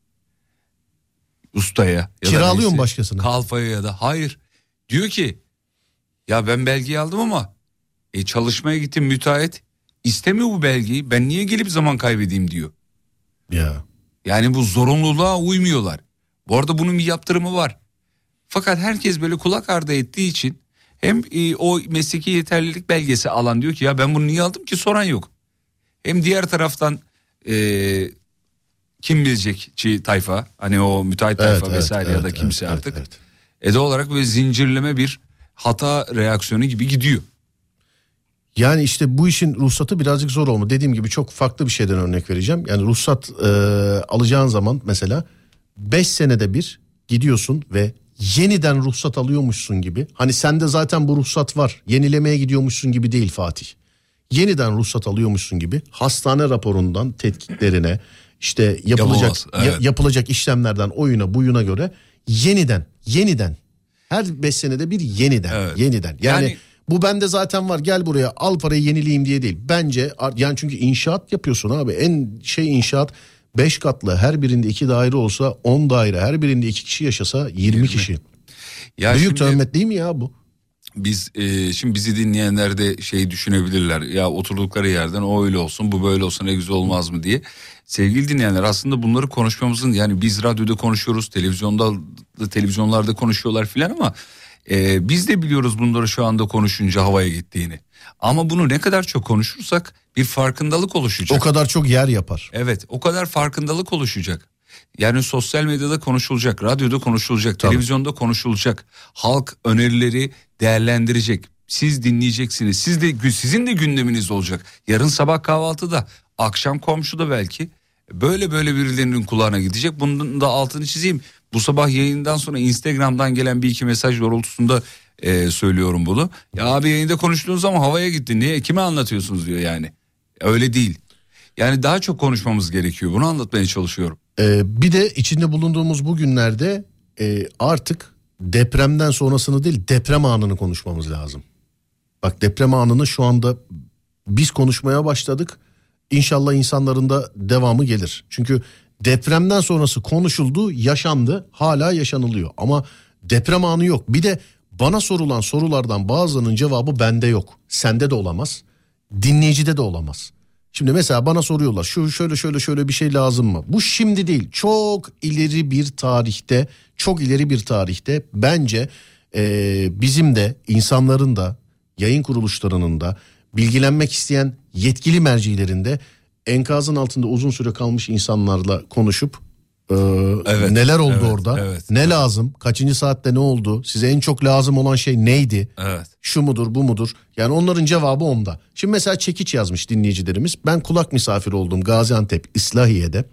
ustaya. Kiralıyor mu başkasını? Kalfaya ya da hayır. Diyor ki ya ben belgeyi aldım ama e, çalışmaya gittim, müteahhit istemiyor bu belgeyi. Ben niye gelip zaman kaybedeyim diyor. Ya. Yani bu zorunluluğa uymuyorlar. Bu arada bunun bir yaptırımı var. Fakat herkes böyle kulak ardı ettiği için hem e, o mesleki yeterlilik belgesi alan diyor ki ya ben bunu niye aldım ki, soran yok. Hem diğer taraftan e, kim bilecekçi tayfa, hani o müteahhit tayfa evet, vesaire evet, ya da evet, kimse evet, artık. Evet, evet. Ede olarak böyle zincirleme bir hata reaksiyonu gibi gidiyor. Yani işte bu işin ruhsatı birazcık zor olma. Dediğim gibi çok farklı bir şeyden örnek vereceğim. Yani ruhsat e, alacağın zaman mesela beş senede bir gidiyorsun ve yeniden ruhsat alıyormuşsun gibi. Hani sende zaten bu ruhsat var, yenilemeye gidiyormuşsun gibi değil Fatih. Yeniden ruhsat alıyormuşsun gibi hastane raporundan tetkiklerine, işte yapılacak evet. ya, yapılacak işlemlerden oyuna buyuna göre yeniden yeniden her beş senede bir yeniden evet. yeniden yani, yani bu bende zaten var, gel buraya al parayı yenileyim diye değil. Bence yani çünkü inşaat yapıyorsun abi, en şey inşaat beş katlı, her birinde iki daire olsa on daire, her birinde iki kişi yaşasa yirmi, yirmi. kişi. Ya büyük zahmet değil mi ya bu? biz e, şimdi bizi dinleyenler de şey düşünebilirler. Ya oturdukları yerden o öyle olsun, bu böyle olsun, ne güzel olmaz mı diye. Sevgili dinleyenler, aslında bunları konuşmamızın, yani biz radyoda konuşuyoruz, televizyonda televizyonlarda konuşuyorlar filan ama e, biz de biliyoruz bunları şu anda konuşunca havaya gittiğini. Ama bunu ne kadar çok konuşursak bir farkındalık oluşacak. O kadar çok yer yapar. Evet, o kadar farkındalık oluşacak. Yani sosyal medyada konuşulacak, radyoda konuşulacak, Tabii. televizyonda konuşulacak. Halk önerileri değerlendirecek. Siz dinleyeceksiniz. Siz de, sizin de gündeminiz olacak. Yarın sabah kahvaltıda, akşam komşuda belki böyle böyle birilerinin kulağına gidecek. Bunun da altını çizeyim. Bu sabah yayından sonra Instagram'dan gelen bir iki mesaj doğrultusunda e, söylüyorum bunu. Ya abi yayında konuştuğunuz zaman havaya gitti. Niye? Kime anlatıyorsunuz diyor yani. Öyle değil. Yani daha çok konuşmamız gerekiyor. Bunu anlatmaya çalışıyorum. Ee, bir de içinde bulunduğumuz bu günlerde e, artık depremden sonrasını değil, deprem anını konuşmamız lazım. Bak, deprem anını şu anda biz konuşmaya başladık. İnşallah insanların da devamı gelir. Çünkü depremden sonrası konuşuldu, yaşandı, hala yaşanılıyor. Ama deprem anı yok. Bir de bana sorulan sorulardan bazılarının cevabı bende yok. Sende de olamaz, dinleyicide de olamaz. Şimdi mesela bana soruyorlar, şu şöyle şöyle şöyle bir şey lazım mı? Bu şimdi değil, çok ileri bir tarihte, çok ileri bir tarihte bence e, bizim de, insanların da, yayın kuruluşlarının da, bilgilenmek isteyen yetkili mercilerin de enkazın altında uzun süre kalmış insanlarla konuşup e, evet, neler oldu evet, orada, evet, ne evet. lazım, kaçıncı saatte ne oldu, size en çok lazım olan şey neydi, evet. şu mudur bu mudur, yani onların cevabı onda. Şimdi mesela çekiç yazmış dinleyicilerimiz, ben kulak misafiri oldum Gaziantep İslahiye'de.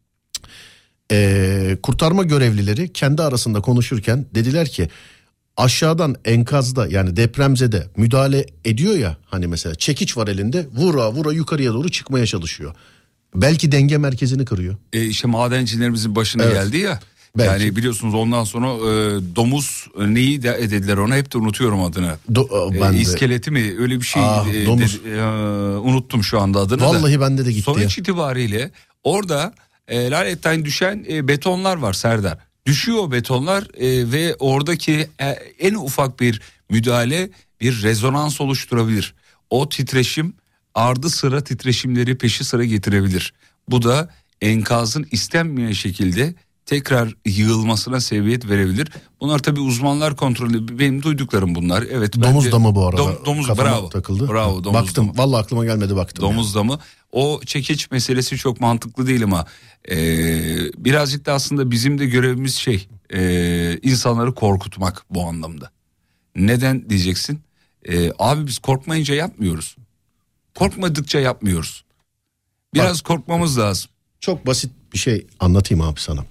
E, kurtarma görevlileri kendi arasında konuşurken dediler ki aşağıdan enkazda, yani depremzede müdahale ediyor ya, hani mesela çekiç var elinde, vura vura yukarıya doğru çıkmaya çalışıyor. Belki denge merkezini kırıyor. E işte madencilerimizin başına evet. geldi ya. Belki. Yani biliyorsunuz ondan sonra e, domuz neyi de dediler ona, hep de unutuyorum adını. Do, ben e, iskeleti mi öyle bir şey ah, e, de, e, unuttum şu anda adını. Vallahi da. bende de gitti. Sonuç itibariyle orada e, laletten düşen e, betonlar var Serdar. Düşüyor o betonlar e, ve oradaki e, en ufak bir müdahale bir rezonans oluşturabilir. O titreşim ardı sıra titreşimleri peşi sıra getirebilir. Bu da enkazın istenmeyen şekilde tekrar yığılmasına sebebiyet verebilir. Bunlar tabii uzmanlar kontrolü, benim duyduklarım bunlar. Evet. Domuz damı bu arada. Dom, domuz Kafama bravo. Takıldı. Bravo, domuz baktım. damı. Vallahi aklıma gelmedi, baktım. Domuz yani. damı. O çekiç meselesi çok mantıklı değil ama e, birazcık da aslında bizim de görevimiz şey, e, insanları korkutmak bu anlamda. Neden diyeceksin? E, abi biz korkmayınca yapmıyoruz. Korkmadıkça yapmıyoruz. Biraz Bak, korkmamız lazım. Çok basit bir şey anlatayım abi sana.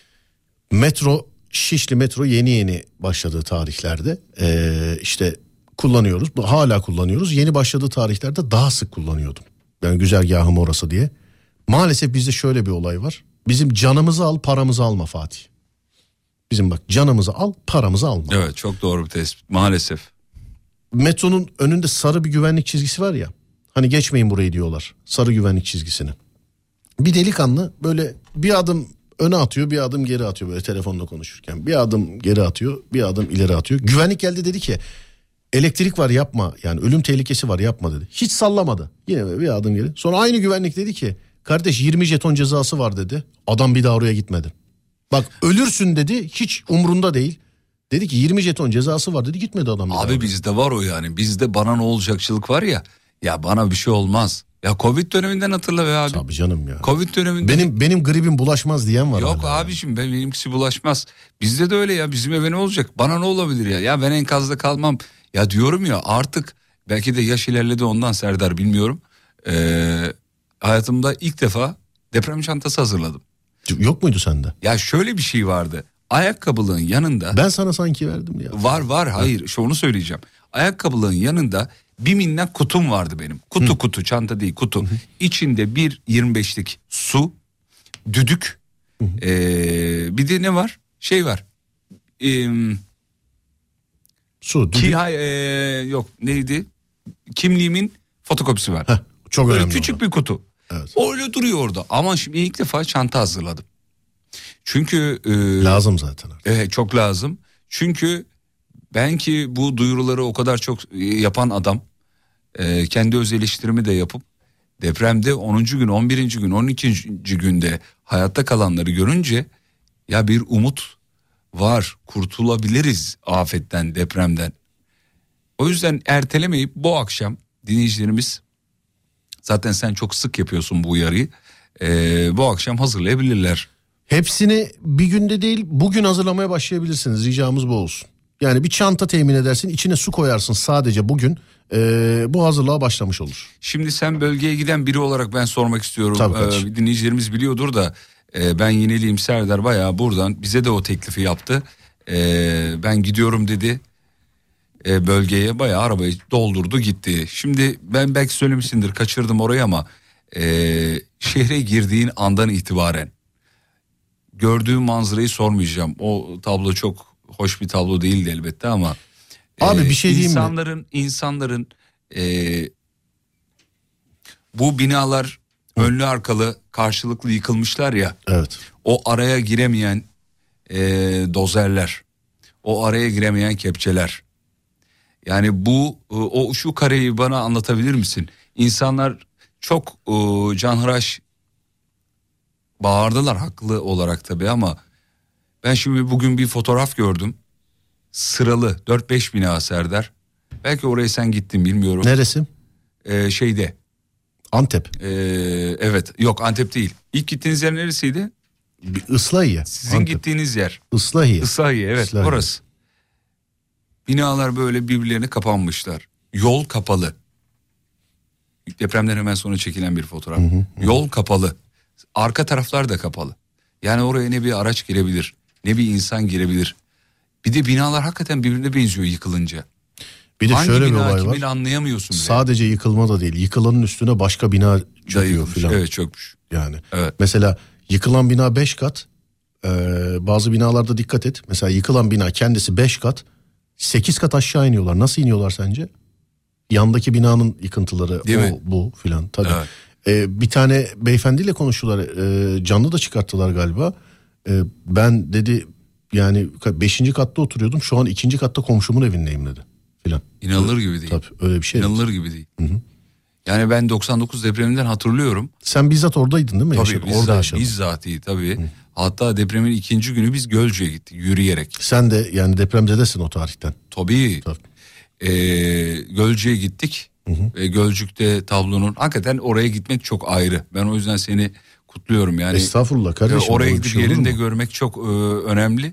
Metro, Şişli metro yeni yeni başladığı tarihlerde ee, işte kullanıyoruz. Hala kullanıyoruz. Yeni başladığı tarihlerde daha sık kullanıyordum. Yani güzergahım orası diye. Maalesef bizde şöyle bir olay var. Bizim canımızı al, paramızı alma Fatih. Bizim bak, canımızı al, paramızı alma. Evet, çok doğru bir tespit maalesef. Metronun önünde sarı bir güvenlik çizgisi var ya. Hani geçmeyin burayı diyorlar. Sarı güvenlik çizgisini. Bir delikanlı böyle bir adım öne atıyor, bir adım geri atıyor böyle telefonla konuşurken. Bir adım geri atıyor, bir adım ileri atıyor. Güvenlik geldi, dedi ki elektrik var yapma, yani ölüm tehlikesi var yapma dedi. Hiç sallamadı. Yine bir adım geri. Sonra aynı güvenlik dedi ki kardeş yirmi jeton cezası var dedi. Adam bir daha oraya gitmedi. Bak ölürsün dedi, hiç umrunda değil. Dedi ki yirmi jeton cezası var dedi, gitmedi adam. Abi bizde var o yani. Bizde bana ne olacakçılık var ya. Ya bana bir şey olmaz. Ya Covid döneminden hatırla be abi. Tabii canım ya. Covid döneminde. Benim benim gribim bulaşmaz diyen var. Yok abiciğim, ben benimkisi bulaşmaz. Bizde de öyle ya, bizim eve ne olacak? Bana ne olabilir ya? Ya ben enkazda kalmam. Ya diyorum ya, artık belki de yaş ilerledi ondan Serdar, bilmiyorum. Ee, hayatımda ilk defa deprem çantası hazırladım. Yok muydu sende? Ya şöyle bir şey vardı. Ayakkabılığın yanında. Ben sana sanki verdim ya. Var var hayır, şu onu söyleyeceğim. Ayakkabılığın yanında bir minnak kutum vardı benim. Kutu Hı. kutu, çanta değil kutu. Hı. İçinde bir yirmi beşlik su, düdük. Ee, bir de ne var? Şey var. Ee, su, düdük. Ki, e, yok neydi? Kimliğimin fotokopisi var. Heh, çok Böyle önemli. küçük olan. bir kutu. Evet. Öyle duruyor orada. Ama şimdi ilk defa çanta hazırladım. Çünkü... E, lazım zaten. Evet, çok lazım. Çünkü Ben ki bu duyuruları o kadar çok yapan adam, e, kendi öz eleştirimi de yapıp depremde onuncu gün, on birinci gün, on ikinci günde hayatta kalanları görünce ya bir umut var, kurtulabiliriz afetten, depremden. O yüzden ertelemeyip bu akşam dinleyicilerimiz, zaten sen çok sık yapıyorsun bu uyarıyı, e, bu akşam hazırlayabilirler. Hepsini bir günde değil, bugün hazırlamaya başlayabilirsiniz. Ricamız bu olsun. Yani bir çanta temin edersin, içine su koyarsın sadece bugün. Ee, bu hazırlığa başlamış olur. Şimdi sen bölgeye giden biri olarak ben sormak istiyorum. Ee, dinleyicilerimiz biliyordur da e, ben yineliyim, Serdar bayağı buradan bize de o teklifi yaptı. Ee, ben gidiyorum dedi. E, bölgeye bayağı arabayı doldurdu gitti. Şimdi ben belki söylemişsindir, kaçırdım orayı ama e, şehre girdiğin andan itibaren gördüğüm manzarayı sormayacağım. O tablo çok hoş bir tablo değildi elbette ama abi bir şey diyeyim mi? İnsanların insanların e, bu binalar Hı. önlü arkalı karşılıklı yıkılmışlar ya. Evet. O araya giremeyen e, dozerler, o araya giremeyen kepçeler. Yani bu o şu kareyi bana anlatabilir misin? İnsanlar çok e, canhıraş bağırdılar, haklı olarak tabii, ama ben şimdi bugün bir fotoğraf gördüm. Sıralı dört beş bina Serdar. Belki oraya sen gittin, bilmiyorum. Neresi? Ee, şeyde. Antep. Ee, evet, yok Antep değil. İlk gittiğiniz yer neresiydi? Islahiye. Sizin Antep. gittiğiniz yer. Islahiye. Islahiye, evet, Islahiye. Orası. Binalar böyle birbirlerine kapanmışlar. Yol kapalı. Depremden hemen sonra çekilen bir fotoğraf. Hı hı, hı. Yol kapalı. Arka taraflar da kapalı. Yani oraya ne bir araç girebilir, ne bir insan girebilir. Bir de binalar hakikaten birbirine benziyor yıkılınca. Bir de hangi şöyle bir bina olay var. Anlayamıyorsun bile. Sadece yıkılma da değil. Yıkılanın üstüne başka bina çöküyor filan. Evet, çökmüş. Yani evet. Mesela yıkılan bina beş kat. Ee, bazı binalarda dikkat et. Mesela yıkılan bina kendisi beş kat. sekiz kat aşağı iniyorlar. Nasıl iniyorlar sence? Yandaki binanın yıkıntıları değil o mi? Bu filan. Tabii. Evet. Ee, bir tane beyefendiyle konuştular. Ee, canlı da çıkarttılar galiba. Ee, ben dedi yani beşinci katta oturuyordum. Şu an ikinci katta komşumun evindeyim dedi. Filan. İnanılır gibi değil. Tabii öyle bir şey. İnanılır gibi değil. Hı hı. Yani ben doksan dokuz depreminden hatırlıyorum. Sen bizzat oradaydın değil mi? Tabii Yaşadın. bizzat, orada yaşadın. bizzat iyi tabii. Hı. Hatta depremin ikinci günü biz Gölcük'e gittik yürüyerek. Sen de yani depremzedesin o tarihten. Tabii. Tabii. Ee, Gölcük'e gittik. Hı hı. Ve Gölcük'te tablonun hakikaten oraya gitmek çok ayrı. Ben o yüzden seni kutluyorum yani. Estağfurullah kardeşim. Oraya gidip şey yerinde görmek çok e, önemli.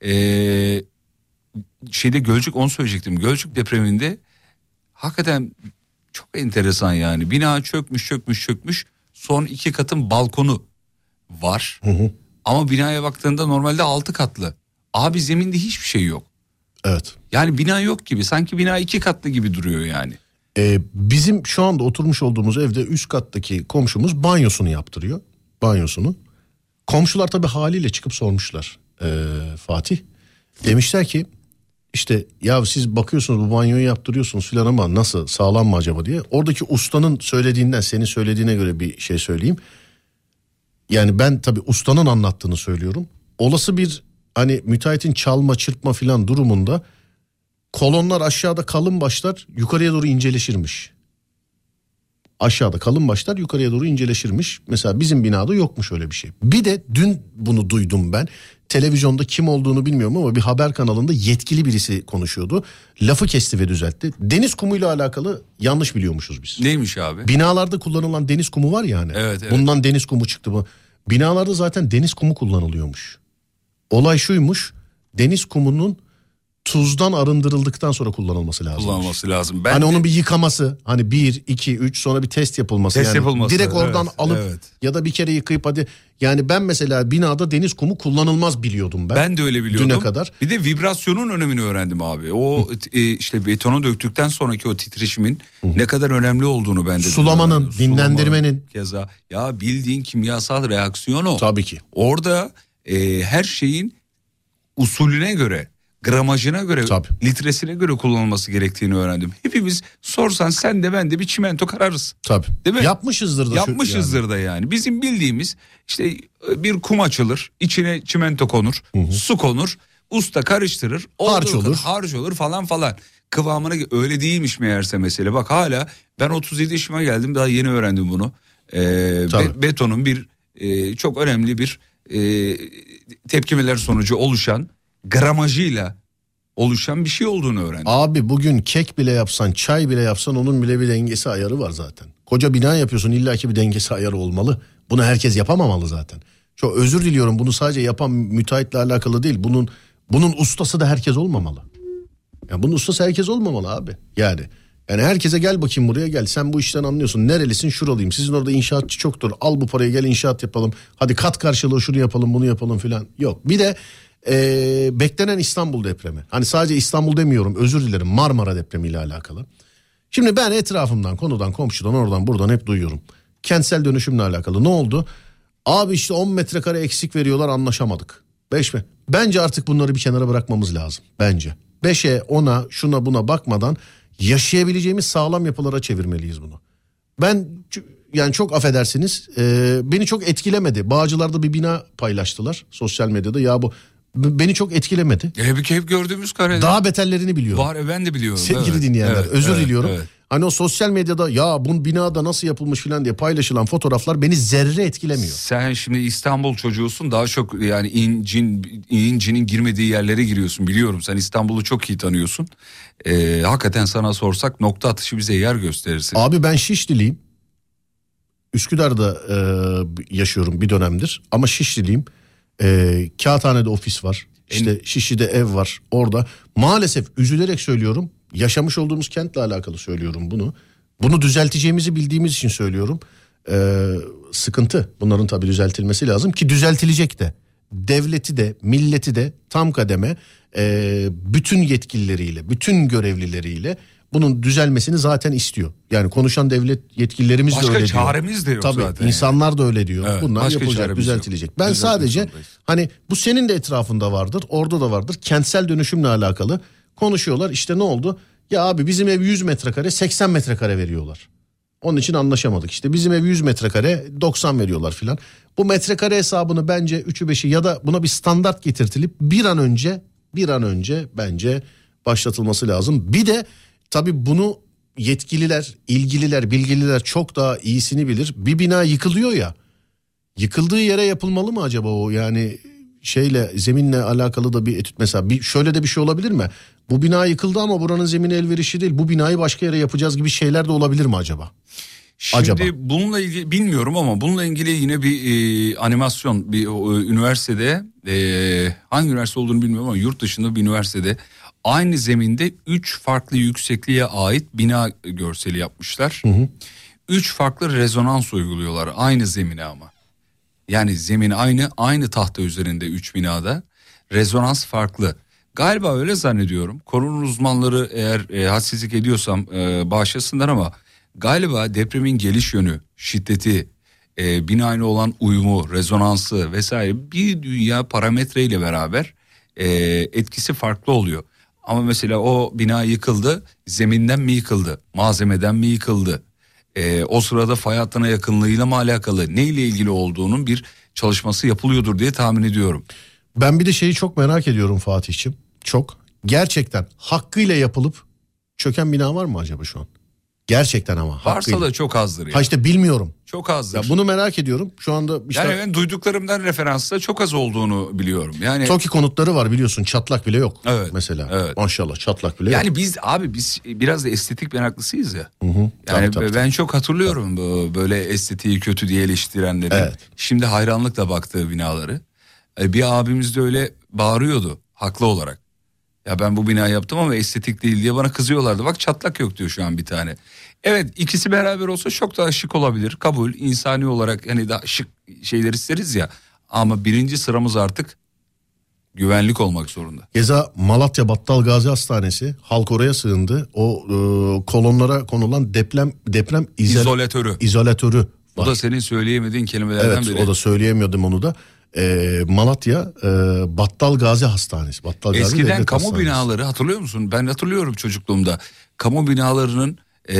Ee, şeyde Gölcük, onu söyleyecektim. Gölcük depreminde hakikaten çok enteresan yani. Bina çökmüş çökmüş çökmüş. Son iki katın balkonu var. Hı hı. Ama binaya baktığında normalde altı katlı. Abi zeminde hiçbir şey yok. Evet. Yani bina yok gibi. Sanki bina iki katlı gibi duruyor yani. Ee, bizim şu anda oturmuş olduğumuz evde üst kattaki komşumuz banyosunu yaptırıyor. Banyosunu. Komşular tabii haliyle çıkıp sormuşlar ee, Fatih. Demişler ki işte ya siz bakıyorsunuz bu banyoyu yaptırıyorsunuz filan ama nasıl, sağlam mı acaba diye. Oradaki ustanın söylediğinden, senin söylediğine göre bir şey söyleyeyim. Yani ben tabii ustanın anlattığını söylüyorum. Olası bir hani müteahhitin çalma çırpma filan durumunda kolonlar aşağıda kalın başlar, yukarıya doğru inceleşirmiş. Aşağıda kalın başlar, yukarıya doğru inceleşirmiş. Mesela bizim binada yokmuş öyle bir şey. Bir de dün bunu duydum ben. Televizyonda kim olduğunu bilmiyorum ama bir haber kanalında yetkili birisi konuşuyordu. Lafı kesti ve düzeltti. Deniz kumuyla alakalı yanlış biliyormuşuz biz. Neymiş abi? Binalarda kullanılan deniz kumu var ya hani. Evet, evet. Bundan deniz kumu çıktı mı? Binalarda zaten deniz kumu kullanılıyormuş. Olay şuymuş. Deniz kumunun tuzdan arındırıldıktan sonra kullanılması lazım. Kullanılması lazım. Ben hani de... onun bir yıkaması, hani bir, iki, üç sonra bir test yapılması. Test yani yapılması. Direkt oradan evet, alıp evet. ya da bir kere yıkayıp hadi. Yani ben mesela binada deniz kumu kullanılmaz biliyordum ben. Ben de öyle biliyordum. Düne kadar. Bir de vibrasyonun önemini öğrendim abi. O e, işte betonu döktükten sonraki o titreşimin Hı. ne kadar önemli olduğunu ben de. Sulamanın, öğrendim. dinlendirmenin. Sulamanın, keza. Ya bildiğin kimyasal reaksiyon o. Tabii ki. Orada e, her şeyin usulüne göre, gramajına göre, Tabii. litresine göre kullanılması gerektiğini öğrendim. Hepimiz sorsan sen de ben de bir çimento kararız. Tabii. Değil mi? Yapmışızdır da. Yapmışızdır yani. da yani. Bizim bildiğimiz işte bir kum açılır, içine çimento konur, hı hı. su konur. Usta karıştırır. Harç olur. Harç olur falan falan. Kıvamına öyle değilmiş meğerse mesele. Bak hala ben otuz yedi yaşıma geldim, daha yeni öğrendim bunu. Ee, be, betonun bir e, çok önemli bir e, tepkimeler sonucu oluşan, gramajıyla oluşan bir şey olduğunu öğrendim. Abi bugün kek bile yapsan, çay bile yapsan onun bile bir dengesi ayarı var zaten. Koca bina yapıyorsun, illaki bir dengesi ayarı olmalı. Bunu herkes yapamamalı zaten. Çok özür diliyorum, bunu sadece yapan müteahhitle alakalı değil. Bunun bunun ustası da herkes olmamalı. Yani bunun ustası herkes olmamalı abi. Yani yani herkese gel bakayım buraya gel. Sen bu işten anlıyorsun. Nerelisin? Şuralıyım. Sizin orada inşaatçı çoktur. Al bu parayı, gel inşaat yapalım. Hadi kat karşılığı şunu yapalım, bunu yapalım filan. Yok. Bir de ee, beklenen İstanbul depremi. Hani sadece İstanbul demiyorum, özür dilerim, Marmara depremiyle alakalı. Şimdi ben etrafımdan, konudan, komşudan, oradan buradan hep duyuyorum. Kentsel dönüşümle alakalı ne oldu? Abi işte on metrekare eksik veriyorlar, anlaşamadık. beş mi? Bence artık bunları bir kenara bırakmamız lazım. Bence. beşe, ona, şuna buna bakmadan yaşayabileceğimiz sağlam yapılara çevirmeliyiz bunu. Ben yani çok affedersiniz, e, beni çok etkilemedi. Bağcılar'da bir bina paylaştılar sosyal medyada. Ya bu beni çok etkilemedi. Hep, hep gördüğümüz kareler. Daha beterlerini biliyorum. Var, ben de biliyorum. Sevgili evet, dinleyenler, evet, özür evet, diliyorum. Evet. Hani o sosyal medyada ya bu binada nasıl yapılmış filan diye paylaşılan fotoğraflar beni zerre etkilemiyor. Sen şimdi İstanbul çocuğusun, daha çok yani incin, incinin girmediği yerlere giriyorsun, biliyorum. Sen İstanbul'u çok iyi tanıyorsun. Ee, hakikaten sana sorsak nokta atışı bize yer gösterirsin. Abi ben Şişliliyim. Üsküdar'da e, yaşıyorum bir dönemdir ama Şişliliyim. E, Kağıthane'de ofis var. İşte en... Şişli'de ev var orada. Maalesef üzülerek söylüyorum. Yaşamış olduğumuz kentle alakalı söylüyorum bunu. Bunu düzelteceğimizi bildiğimiz için söylüyorum. Ee, sıkıntı. Bunların tabii düzeltilmesi lazım ki düzeltilecek de. Devleti de, milleti de tam kademe e, bütün yetkilileriyle, bütün görevlileriyle bunun düzelmesini zaten istiyor. Yani konuşan devlet yetkililerimiz başka de öyle diyor. Başka çaremiz de yok tabii, zaten. insanlar yani. da öyle diyor. Evet, bunlar yapılacak, düzeltilecek. Yok. Ben Düzeltmek sadece zorundayız. Hani bu senin de etrafında vardır, orada da vardır. Kentsel dönüşümle alakalı konuşuyorlar. İşte ne oldu? Ya abi bizim ev yüz metrekare, seksen metrekare veriyorlar. Onun için anlaşamadık. İşte bizim ev yüz metrekare, doksan veriyorlar filan. Bu metrekare hesabını bence üçü beşi ya da buna bir standart getirtilip bir an önce bir an önce bence başlatılması lazım. Bir de tabii bunu yetkililer, ilgililer, bilgililer çok daha iyisini bilir. Bir bina yıkılıyor ya. Yıkıldığı yere yapılmalı mı acaba o? Yani şeyle, zeminle alakalı da bir etüt mesela. Bir, şöyle de bir şey olabilir mi? Bu bina yıkıldı ama buranın zemini elverişli değil. Bu binayı başka yere yapacağız gibi şeyler de olabilir mi acaba? Şimdi acaba? Bununla ilgili bilmiyorum ama bununla ilgili yine bir e, animasyon bir o, üniversitede e, hangi üniversite olduğunu bilmiyorum ama yurt dışında bir üniversitede aynı zeminde üç farklı yüksekliğe ait bina görseli yapmışlar. Hı hı. Üç farklı rezonans uyguluyorlar aynı zemine ama. Yani zemin aynı, aynı tahta üzerinde üç binada rezonans farklı. Galiba öyle zannediyorum. Konunun uzmanları eğer e, hadsizlik ediyorsam e, bağışlasınlar ama galiba depremin geliş yönü, şiddeti, e, binayla olan uyumu, rezonansı vesaire bir dünya parametreyle beraber e, etkisi farklı oluyor. Ama mesela o bina yıkıldı, zeminden mi yıkıldı, malzemeden mi yıkıldı? E, o sırada fay hattına yakınlığıyla mı alakalı, neyle ilgili olduğunun bir çalışması yapılıyordur diye tahmin ediyorum. Ben bir de şeyi çok merak ediyorum Fatih'ciğim. Çok. Gerçekten hakkıyla yapılıp çöken bina var mı acaba şu an? Gerçekten ama. Varsa hakkıyla. Da çok azdır ya. Ha işte bilmiyorum. Çok azdır. Ya bunu merak ediyorum. Şu anda işte... Yani ben duyduklarımdan referansla çok az olduğunu biliyorum. Yani TOKİ konutları var biliyorsun, çatlak bile yok. Evet. Mesela. Evet. Maşallah çatlak bile yani yok. Yani biz abi biz biraz da estetik meraklısıyız ya. Hı hı. Yani tabii, tabii, ben tabii. çok hatırlıyorum tabii. Böyle estetiği kötü diye eleştirenleri. Evet. Şimdi hayranlıkla baktığı binaları. Bir abimiz de öyle bağırıyordu haklı olarak. Ya ben bu binayı yaptım ama estetik değil diye bana kızıyorlardı. Bak çatlak yok diyor şu an bir tane. Evet, ikisi beraber olsa çok daha şık olabilir. Kabul, insani olarak hani daha şık şeyler isteriz ya. Ama birinci sıramız artık güvenlik olmak zorunda. Keza Malatya Battalgazi Hastanesi, halk oraya sığındı. O e, kolonlara konulan deprem deprem izol- izolatörü. izolatörü var. O da senin söyleyemediğin kelimelerden evet, biri. Evet, o da söyleyemiyordum onu da. E, Malatya e, Battalgazi Hastanesi. Battalgazi Eskiden kamu Hastanesi. binaları hatırlıyor musun? Ben hatırlıyorum çocukluğumda. Kamu binalarının e,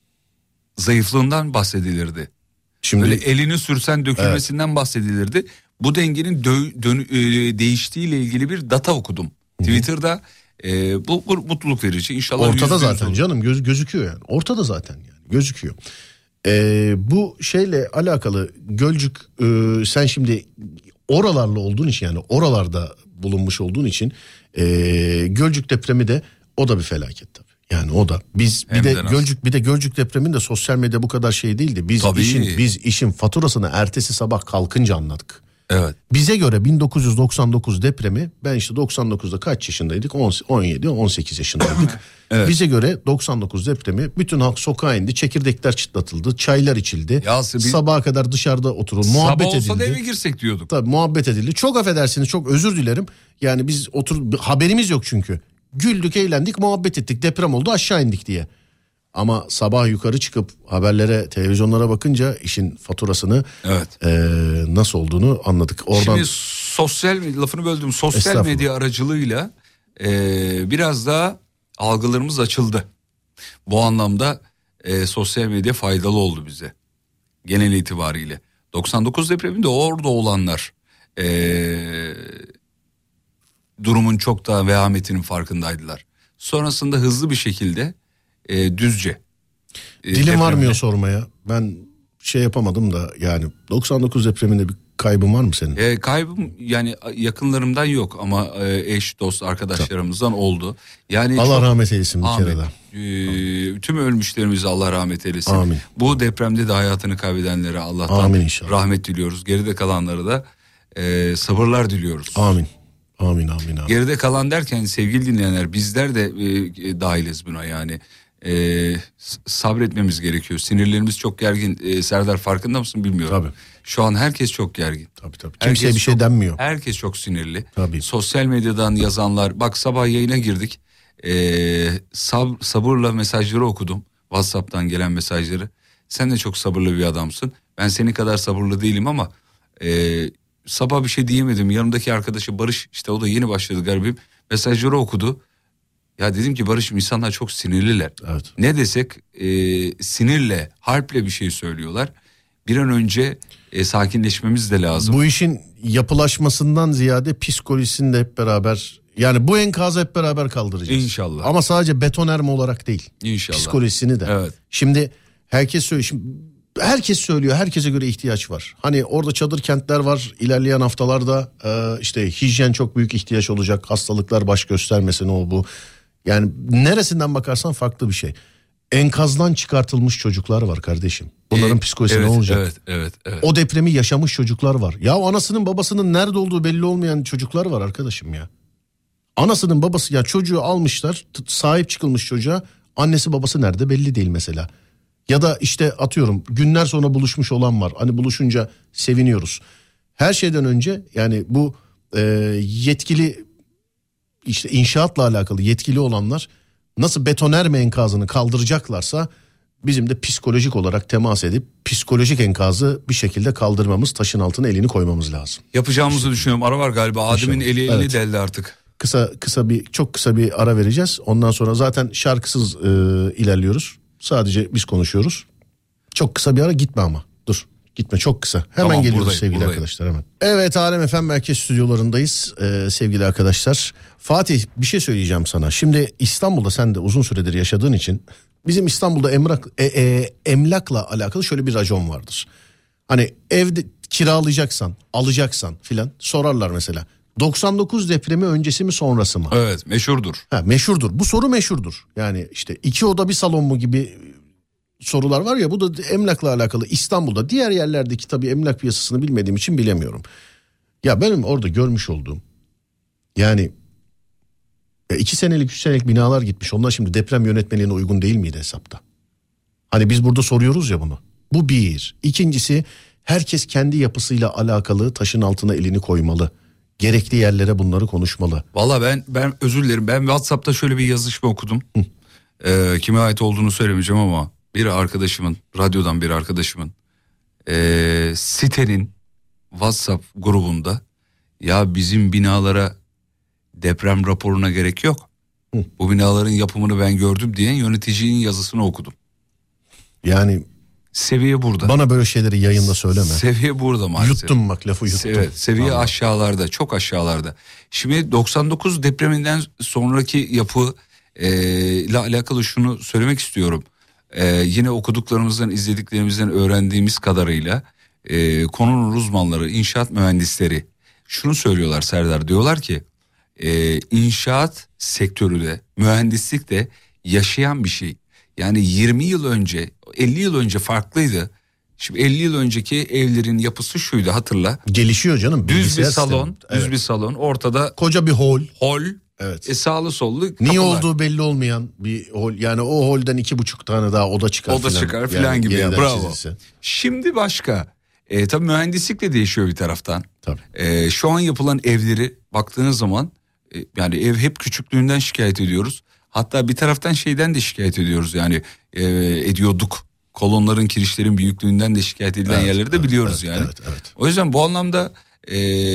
zayıflığından bahsedilirdi. Şimdi böyle elini sürsen dökülmesinden evet. bahsedilirdi. bu dengenin dö- dön- e, değiştiğiyle ilgili bir data okudum. Hı-hı. Twitter'da e, bu, bu mutluluk verici. İnşallah ortada zaten olur. Canım göz, gözüküyor yani. Ortada zaten yani gözüküyor. Ee, bu şeyle alakalı Gölcük e, sen şimdi oralarla olduğun için yani oralarda bulunmuş olduğun için e, Gölcük depremi de o da bir felaket tabii. Yani o da biz bir Hem de, de Gölcük bir de Gölcük depreminde sosyal medya bu kadar şey değildi. Biz tabii. işin biz işin faturasını ertesi sabah kalkınca anladık. Evet. Bize göre bin dokuz yüz doksan dokuz depremi, ben işte doksan dokuzda kaç yaşındaydık? on yedi on sekiz yaşındaydık. Evet. Bize göre doksan dokuz depremi, bütün halk sokağa indi, çekirdekler çıtlatıldı, çaylar içildi. Yası, bir... Sabaha kadar dışarıda oturuldu, muhabbet edildi. Sabah olsa da eve girsek diyorduk. Tabii muhabbet edildi. Çok affedersiniz, çok özür dilerim. Yani biz otur haberimiz yok çünkü. Güldük, eğlendik, muhabbet ettik, deprem oldu, aşağı indik diye. Ama sabah yukarı çıkıp haberlere, televizyonlara bakınca işin faturasını evet. e, nasıl olduğunu anladık. Oradan... Şimdi sosyal lafını böldüm. Sosyal medya aracılığıyla e, biraz daha algılarımız açıldı. Bu anlamda e, sosyal medya faydalı oldu bize. Genel itibariyle. doksan dokuz depreminde orada olanlar e, durumun çok daha vehametinin farkındaydılar. Sonrasında hızlı bir şekilde E, düzce. E, Dilim depremde. Varmıyor sormaya. Ben şey yapamadım da yani doksan dokuz depreminde bir kaybın var mı senin? E, kaybım yani yakınlarımdan yok ama e, eş dost arkadaşlarımızdan tamam. oldu. Yani Allah çok, rahmet eylesin bir amin. Kere daha. E, tüm ölmüşlerimize Allah rahmet eylesin. Amin. Bu depremde de hayatını kaybedenlere Allah'tan amin rahmet diliyoruz. Geride kalanlara da e, sabırlar diliyoruz. Amin. Amin amin amin. Geride kalan derken sevgili dinleyenler bizler de e, dahiliz buna yani. Ee, sabretmemiz gerekiyor. Sinirlerimiz çok gergin. Ee, Serdar farkında mısın bilmiyorum. Tabii. Şu an herkes çok gergin. Tabii tabii. Kimseye herkes bir şey çok, denmiyor. Herkes çok sinirli. Tabii. Sosyal medyadan yazanlar. Bak sabah yayına girdik. Ee, sab- sabırla mesajları okudum. WhatsApp'tan gelen mesajları. Sen de çok sabırlı bir adamsın. Ben senin kadar sabırlı değilim ama e, sabah bir şey diyemedim. Yanımdaki arkadaşı Barış, işte o da yeni başladı garibim. Mesajları okudu. Ya dedim ki Barış'ım, insanlar çok sinirliler. Evet. Ne desek e, sinirle, harple bir şey söylüyorlar. Bir an önce e, sakinleşmemiz de lazım. Bu işin yapılaşmasından ziyade psikolojisini de hep beraber, yani bu enkazı hep beraber kaldıracağız. İnşallah. Ama sadece betonerme olarak değil. İnşallah. Psikolojisini de. Evet. Şimdi herkes söylüyor. Şimdi herkes söylüyor. Herkese göre ihtiyaç var. Hani orada çadır kentler var. İlerleyen haftalarda e, işte hijyen çok büyük ihtiyaç olacak. Hastalıklar baş göstermesin, o bu. Yani neresinden bakarsan farklı bir şey. Enkazdan çıkartılmış çocuklar var kardeşim. Bunların ee, psikolojisi evet, ne olacak? Evet, evet, evet. O depremi yaşamış çocuklar var. Ya anasının babasının nerede olduğu belli olmayan çocuklar var arkadaşım ya. Anasının babası, ya çocuğu almışlar, sahip çıkılmış çocuğa, annesi babası nerede belli değil mesela. Ya da işte atıyorum günler sonra buluşmuş olan var. Hani buluşunca seviniyoruz. Her şeyden önce yani bu e, yetkili, İşte inşaatla alakalı yetkili olanlar nasıl betonerme enkazını kaldıracaklarsa bizim de psikolojik olarak temas edip psikolojik enkazı bir şekilde kaldırmamız, taşın altına elini koymamız lazım. Yapacağımızı işte düşünüyorum. Ara var galiba. Adem'in eli elini evet. deldi artık. Kısa kısa bir çok kısa bir ara vereceğiz. Ondan sonra zaten şarkısız e, ilerliyoruz. Sadece biz konuşuyoruz. Çok kısa bir ara, gitme ama. Dur. Gitme, çok kısa. Hemen tamam, geliyoruz buradayım, sevgili buradayım. arkadaşlar hemen. Evet, Alem F M Merkez stüdyolarındayız ee, sevgili arkadaşlar. Fatih, bir şey söyleyeceğim sana. Şimdi İstanbul'da sen de uzun süredir yaşadığın için bizim İstanbul'da emlak, e, e, emlakla alakalı şöyle bir racon vardır. Hani evde kiralayacaksan, alacaksan filan sorarlar mesela. doksan dokuz depremi öncesi mi sonrası mı? Evet, meşhurdur. Ha, meşhurdur. Bu soru meşhurdur. Yani işte iki oda bir salon mu gibi sorular var ya, bu da emlakla alakalı. İstanbul'da, diğer yerlerdeki tabii emlak piyasasını bilmediğim için bilemiyorum. Ya benim orada görmüş olduğum, yani iki senelik üç senelik binalar gitmiş. Onlar şimdi deprem yönetmeliğine uygun değil miydi hesapta? Hani biz burada soruyoruz ya bunu. Bu bir. İkincisi, herkes kendi yapısıyla alakalı taşın altına elini koymalı. Gerekli yerlere bunları konuşmalı. Valla ben ben özür dilerim. Ben WhatsApp'ta şöyle bir yazışma okudum. Ee, kime ait olduğunu söylemeyeceğim ama bir arkadaşımın, radyodan bir arkadaşımın ee, sitenin WhatsApp grubunda, ya bizim binalara deprem raporuna gerek yok. Hı. Bu binaların yapımını ben gördüm diyen yöneticinin yazısını okudum. Yani Seviye burada. Bana böyle şeyleri yayında söyleme. Seviye burada maalesef. Yuttum bak, lafı yuttum. Evet, seviye tamam. Aşağılarda, çok aşağılarda. Şimdi doksan dokuz depreminden sonraki yapı e, ile alakalı şunu söylemek istiyorum. E, yine okuduklarımızdan, izlediklerimizden öğrendiğimiz kadarıyla e, konunun uzmanları, inşaat mühendisleri şunu söylüyorlar Serdar. Diyorlar ki e, inşaat sektörü de, mühendislik de yaşayan bir şey. Yani yirmi yıl önce, elli yıl önce farklıydı. Şimdi elli yıl önceki evlerin yapısı şuydu, hatırla. Gelişiyor canım. Düz bir salon, sistemi. düz evet. bir salon. Ortada koca bir hol. Hol. Evet. E, sağlı sollu kapılar. Niye olduğu belli olmayan bir hol. Yani o holden iki buçuk tane daha oda çıkar. Oda falan. çıkar falan yani gibi. Ya. Bravo. Çizilse. Şimdi başka. E, tabii mühendislik de değişiyor bir taraftan. Tabii. E, şu an yapılan evleri baktığınız zaman e, yani ev hep küçüklüğünden şikayet ediyoruz. Hatta bir taraftan şeyden de şikayet ediyoruz yani e, ediyorduk. Kolonların, kirişlerin büyüklüğünden de şikayet edilen evet, yerleri de evet, biliyoruz evet, yani. Evet, evet. O yüzden bu anlamda e,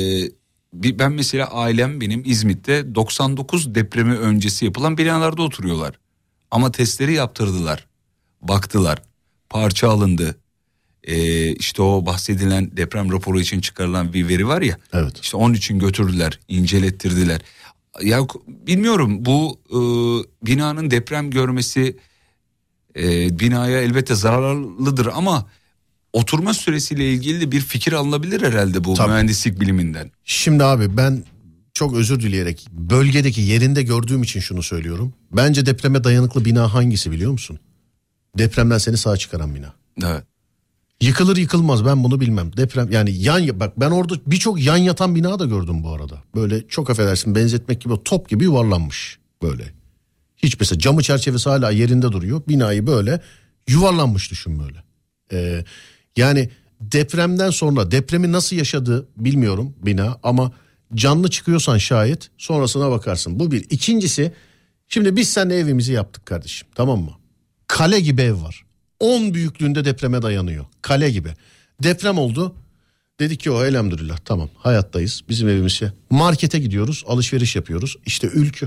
bir, ben mesela ailem benim İzmit'te doksan dokuz depremi öncesi yapılan binalarda oturuyorlar. Ama testleri yaptırdılar. Baktılar. Parça alındı. E, işte o bahsedilen deprem raporu için çıkarılan bir veri var ya. Evet. İşte onun için götürdüler, incelettirdiler. Ya bilmiyorum bu e, binanın deprem görmesi e, binaya elbette zararlıdır ama oturma süresiyle ilgili de bir fikir alınabilir herhalde bu Tabii. mühendislik biliminden. Şimdi abi ben çok özür dileyerek bölgedeki yerinde gördüğüm için şunu söylüyorum. Bence depreme dayanıklı bina hangisi biliyor musun? Depremden seni sağ çıkaran bina. Evet. Yıkılır yıkılmaz ben bunu bilmem. Deprem yani yan bak ben orada birçok yan yatan bina da gördüm bu arada. Böyle çok affedersin benzetmek gibi top gibi yuvarlanmış böyle. Hiç mesela camı çerçevesi hala yerinde duruyor. Binayı böyle yuvarlanmış düşün böyle. Ee, yani depremden sonra depremi nasıl yaşadı bilmiyorum bina ama canlı çıkıyorsan şayet sonrasına bakarsın. Bu bir. İkincisi şimdi biz seninle evimizi yaptık kardeşim, tamam mı? Kale gibi ev var. on büyüklüğünde depreme dayanıyor. Kale gibi. Deprem oldu. Dedik ki o elhamdülillah tamam hayattayız. Bizim evimizde. Markete gidiyoruz, alışveriş yapıyoruz. İşte ülkü.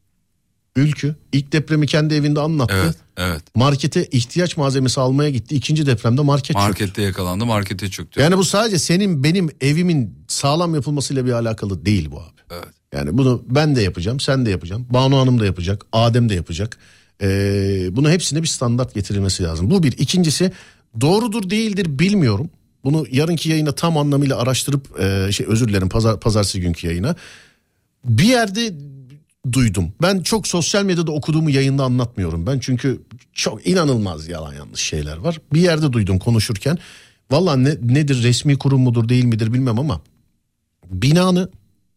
Ülkü ilk depremi kendi evinde anlattı. Evet, evet. Markete ihtiyaç malzemesi almaya gitti. İkinci depremde market çöktü. Markette yakalandı, markete çöktü. Yani bu sadece senin benim evimin sağlam yapılmasıyla bir alakalı değil bu abi. Evet. Yani bunu ben de yapacağım, sen de yapacağım. Banu Hanım da yapacak, Adem de yapacak. Ee, bunu hepsine bir standart getirilmesi lazım. Bu bir. İkincisi doğrudur değildir bilmiyorum. Bunu yarınki yayına tam anlamıyla araştırıp e, şey özür dilerim pazar, pazartesi günkü yayına. Bir yerde duydum. Ben çok sosyal medyada okuduğumu yayında anlatmıyorum ben. Çünkü çok inanılmaz yalan yanlış şeyler var. Bir yerde duydum konuşurken. Vallahi ne, nedir resmi kurum mudur değil midir bilmem ama binanı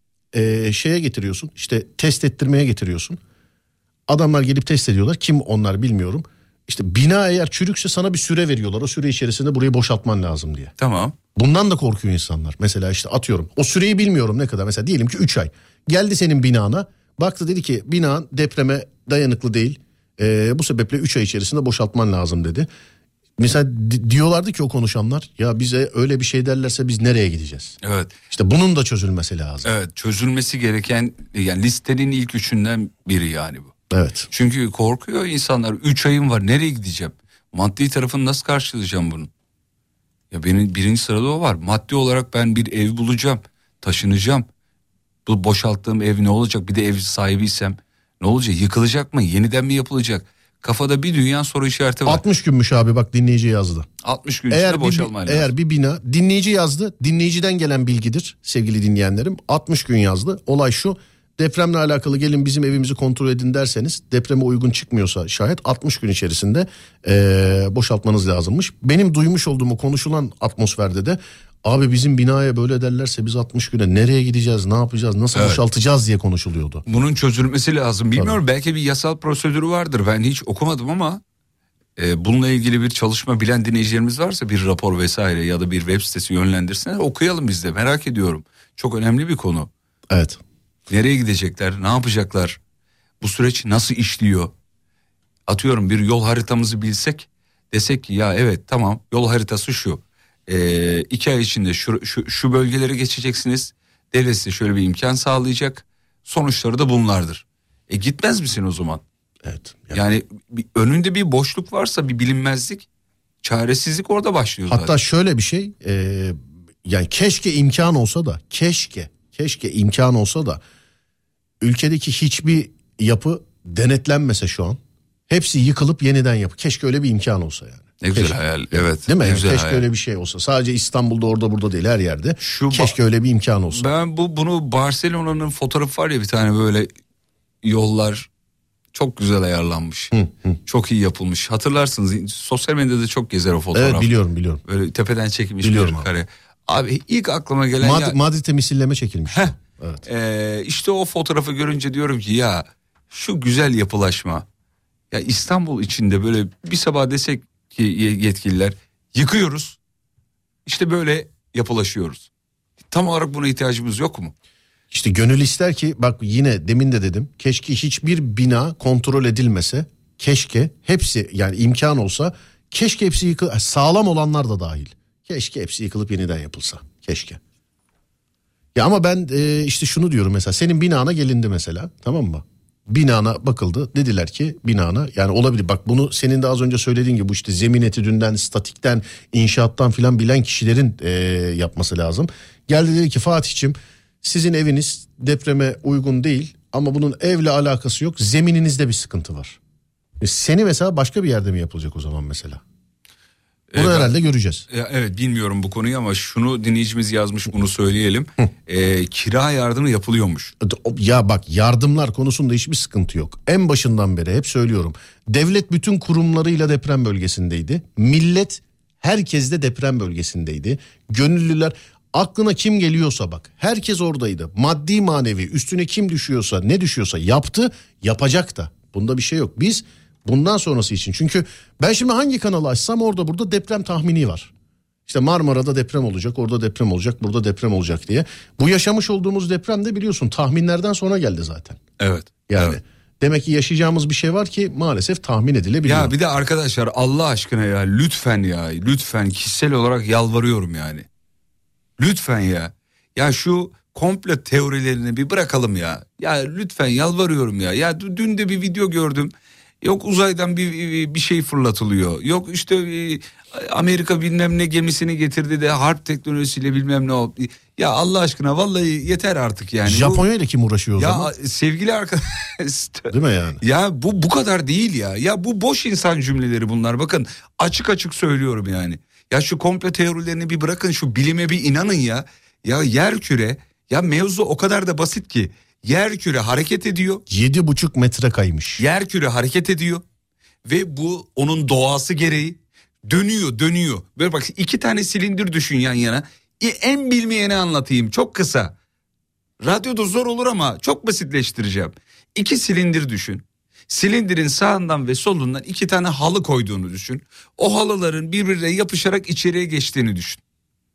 e, şeye getiriyorsun. İşte test ettirmeye getiriyorsun. Adamlar gelip test ediyorlar. Kim onlar bilmiyorum. İşte bina eğer çürükse sana bir süre veriyorlar. O süre içerisinde burayı boşaltman lazım diye. Tamam. Bundan da korkuyor insanlar. Mesela işte atıyorum. O süreyi bilmiyorum ne kadar. Mesela diyelim ki üç ay. Geldi senin binana. Baktı dedi ki binan depreme dayanıklı değil. Ee, bu sebeple üç ay içerisinde boşaltman lazım dedi. Mesela di- diyorlardı ki o konuşanlar. Ya bize öyle bir şey derlerse biz nereye gideceğiz? Evet. İşte bunun da çözülmesi lazım. Evet, çözülmesi gereken yani listenin ilk üçünden biri yani bu. Evet. Çünkü korkuyor insanlar. Üç ayım var, nereye gideceğim? Maddi tarafını nasıl karşılayacağım bunun? Ya benim birinci sırada o var. Maddi olarak ben bir ev bulacağım, taşınacağım. Bu boşalttığım ev ne olacak? Bir de ev sahibiysem ne olacak? Yıkılacak mı? Yeniden mi yapılacak? Kafada bir dünya soru işareti var. altmış günmüş abi bak dinleyici yazdı. altmış gün içinde boşalman lazım. Eğer bir bina dinleyici yazdı. Dinleyiciden gelen bilgidir sevgili dinleyenlerim. altmış gün yazdı. Olay şu. Depremle alakalı gelin bizim evimizi kontrol edin derseniz depreme uygun çıkmıyorsa şayet altmış gün içerisinde ee, boşaltmanız lazımmış. Benim duymuş olduğum konuşulan atmosferde de abi bizim binaya böyle derlerse biz altmış güne nereye gideceğiz, ne yapacağız, nasıl evet. boşaltacağız diye konuşuluyordu. Bunun çözülmesi lazım. Bilmiyorum Tabii. belki bir yasal prosedürü vardır. Ben hiç okumadım ama e, bununla ilgili bir çalışma bilen dinleyicilerimiz varsa bir rapor vesaire ya da bir web sitesi yönlendirsinler okuyalım biz de merak ediyorum. Çok önemli bir konu. Evet. Nereye gidecekler, ne yapacaklar, bu süreç nasıl işliyor? Atıyorum bir yol haritamızı bilsek desek ki ya evet tamam yol haritası şu. Ee, iki ay içinde şu, şu, şu bölgelere geçeceksiniz. Devlet size şöyle bir imkan sağlayacak. Sonuçları da bunlardır. E gitmez misin o zaman? Evet. Yani, yani bir, önünde bir boşluk varsa bir bilinmezlik çaresizlik orada başlıyor zaten. Hatta şöyle bir şey e, yani keşke imkan olsa da keşke keşke imkan olsa da ülkedeki hiçbir yapı denetlenmese şu an. Hepsi yıkılıp yeniden yapı. Keşke öyle bir imkan olsa yani. Ne güzel keşke. hayal, evet. Değil mi? Yani keşke hayal. öyle bir şey olsa. Sadece İstanbul'da, orada burada değil, her yerde. Şu keşke ba- öyle bir imkan olsa. Ben bu bunu Barcelona'nın fotoğrafı var ya, bir tane böyle yollar çok güzel ayarlanmış. Hı, hı. Çok iyi yapılmış. Hatırlarsınız, sosyal medyada çok gezer o fotoğraf. Evet, biliyorum biliyorum. Böyle tepeden çekilmiş Biliyorum bir kare. Abi ilk aklıma gelen Mad- ya... Madrid'e misilleme çekilmiş. Heh, evet. e, işte o fotoğrafı görünce diyorum ki ya şu güzel yapılaşma. Ya İstanbul içinde böyle bir sabah desek ki yetkililer yıkıyoruz. İşte böyle yapılaşıyoruz. Tam olarak buna ihtiyacımız yok mu? İşte gönül ister ki, bak yine demin de dedim, keşke hiçbir bina kontrol edilmese, keşke hepsi, yani imkan olsa keşke hepsi yıkıl, sağlam olanlar da dahil, keşke hepsi yıkılıp yeniden yapılsa, keşke. Ya ama ben e, işte şunu diyorum, mesela senin binana gelindi mesela, tamam mı? Binana bakıldı, dediler ki binana, yani olabilir, bak bunu senin de az önce söylediğin gibi bu işte zemin etüdünden, statikten, inşaattan filan bilen kişilerin e, yapması lazım. Geldi dedi ki Fatih'cim, sizin eviniz depreme uygun değil ama bunun evle alakası yok, zemininizde bir sıkıntı var. E seni mesela başka bir yerde mi yapılacak o zaman mesela? Bunu evet, herhalde göreceğiz. Evet, bilmiyorum bu konuyu ama şunu dinleyicimiz yazmış, bunu söyleyelim. e, kira yardımı yapılıyormuş. Ya bak, yardımlar konusunda hiçbir sıkıntı yok. En başından beri hep söylüyorum. Devlet bütün kurumlarıyla deprem bölgesindeydi. Millet herkes de deprem bölgesindeydi. Gönüllüler, aklına kim geliyorsa bak, herkes oradaydı. Maddi manevi üstüne kim düşüyorsa, ne düşüyorsa yaptı, yapacak da. Bunda bir şey yok. Biz bundan sonrası için, çünkü ben şimdi hangi kanalı açsam orada burada deprem tahmini var. İşte Marmara'da deprem olacak, orada deprem olacak, burada deprem olacak diye. Bu yaşamış olduğumuz deprem de biliyorsun tahminlerden sonra geldi zaten. Evet. Yani evet. Demek ki yaşayacağımız bir şey var ki maalesef tahmin edilebiliyor. Ya bir de arkadaşlar, Allah aşkına ya, lütfen ya, lütfen kişisel olarak yalvarıyorum yani. Lütfen ya. Ya şu komplo teorilerini bir bırakalım ya. Ya lütfen yalvarıyorum ya. Ya dün de bir video gördüm. Yok uzaydan bir bir şey fırlatılıyor. Yok işte Amerika bilmem ne gemisini getirdi de harp teknolojisiyle bilmem ne oldu. Ya Allah aşkına vallahi yeter artık yani. Japonya ile kim uğraşıyor o ya zaman? Ya sevgili arkadaş. Değil mi yani? Ya bu bu kadar değil ya. Ya bu boş insan cümleleri bunlar. Bakın açık açık söylüyorum yani. Ya şu komplo teorilerini bir bırakın, şu bilime bir inanın ya. Ya yerküre, ya mevzu o kadar da basit ki. Yerküre hareket ediyor. Yedi buçuk metre kaymış. Yerküre hareket ediyor. Ve bu onun doğası gereği dönüyor dönüyor. Böyle bak, iki tane silindir düşün yan yana. En bilmeyeni anlatayım çok kısa. Radyoda zor olur ama çok basitleştireceğim. İki silindir düşün. Silindirin sağından ve solundan iki tane halı koyduğunu düşün. O halıların birbirine yapışarak içeriye geçtiğini düşün.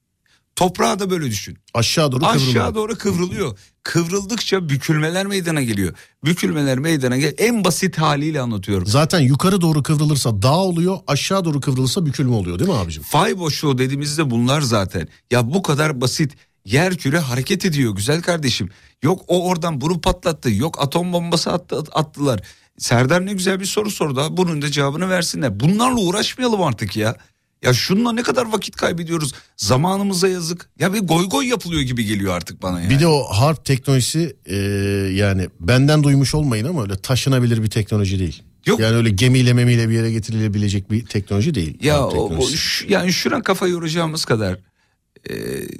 Toprağı da böyle düşün. Aşağı doğru kıvrılıyor. Aşağı doğru kıvrılıyor. Kıvrıldıkça bükülmeler meydana geliyor. Bükülmeler meydana gel. En basit haliyle anlatıyorum. Zaten yukarı doğru kıvrılırsa dağ oluyor, aşağı doğru kıvrılırsa bükülme oluyor, değil mi abicim? Fay boşluğu dediğimizde bunlar zaten. Ya bu kadar basit. Yerküre hareket ediyor güzel kardeşim. Yok o oradan bunu patlattı. Yok atom bombası attı, attılar. Serdar ne güzel bir soru sordu. Bunun da cevabını versinler. Bunlarla uğraşmayalım artık ya. Ya şununla ne kadar vakit kaybediyoruz. Zamanımıza yazık. Ya bir goy goy yapılıyor gibi geliyor artık bana yani. Bir de o harp teknolojisi e, yani benden duymuş olmayın ama öyle taşınabilir bir teknoloji değil. Yok. Yani öyle gemiyle memiyle bir yere getirilebilecek bir teknoloji değil. Ya o, o, şu, yani şuna kafa yoracağımız kadar e,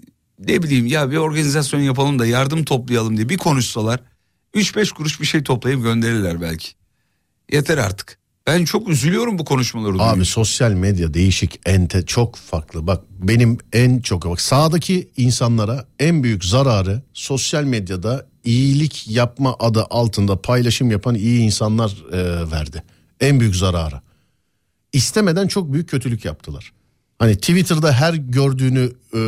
ne bileyim ya, bir organizasyon yapalım da yardım toplayalım diye bir konuşsalar üç beş kuruş bir şey toplayıp gönderirler belki. Yeter artık. Ben çok üzülüyorum bu konuşmaları. Abi duyunca. Sosyal medya değişik, ente çok farklı. Bak benim en çok, bak sağdaki insanlara en büyük zararı sosyal medyada iyilik yapma adı altında paylaşım yapan iyi insanlar e, verdi. En büyük zararı. İstemeden çok büyük kötülük yaptılar. Hani Twitter'da her gördüğünü e,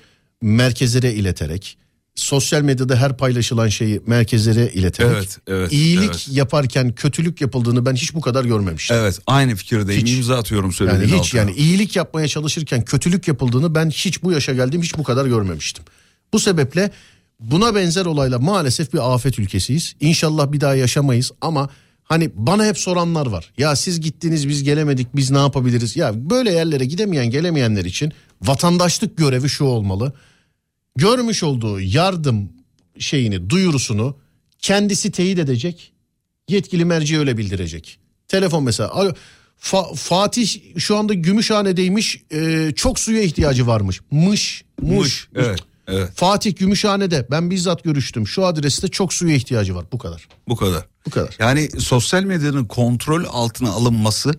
merkezlere ileterek, sosyal medyada her paylaşılan şeyi merkezlere ileterek, evet, evet, iyilik evet. yaparken kötülük yapıldığını ben hiç bu kadar görmemiştim. Evet, aynı fikirdeyim. Hiç, imza atıyorum söylediğin yani hiç altına. Yani iyilik yapmaya çalışırken kötülük yapıldığını ben hiç bu yaşa geldim hiç bu kadar görmemiştim. Bu sebeple buna benzer olayla maalesef bir afet ülkesiyiz. İnşallah bir daha yaşamayız ama Hani bana hep soranlar var. Ya siz gittiniz biz gelemedik, biz ne yapabiliriz? Ya böyle yerlere gidemeyen gelemeyenler için vatandaşlık görevi şu olmalı. Görmüş olduğu yardım şeyini, duyurusunu kendisi teyit edecek. Yetkili merci öyle bildirecek. Telefon mesela. Fa- Fatih şu anda Gümüşhane'deymiş. E, çok suya ihtiyacı varmış. Mış. Muş. Muş. Evet. Evet. Fatih Gümüşhane'de. Ben bizzat görüştüm. Şu adreste çok suya ihtiyacı var. Bu kadar. Bu kadar. Bu kadar. Yani sosyal medyanın kontrol altına alınması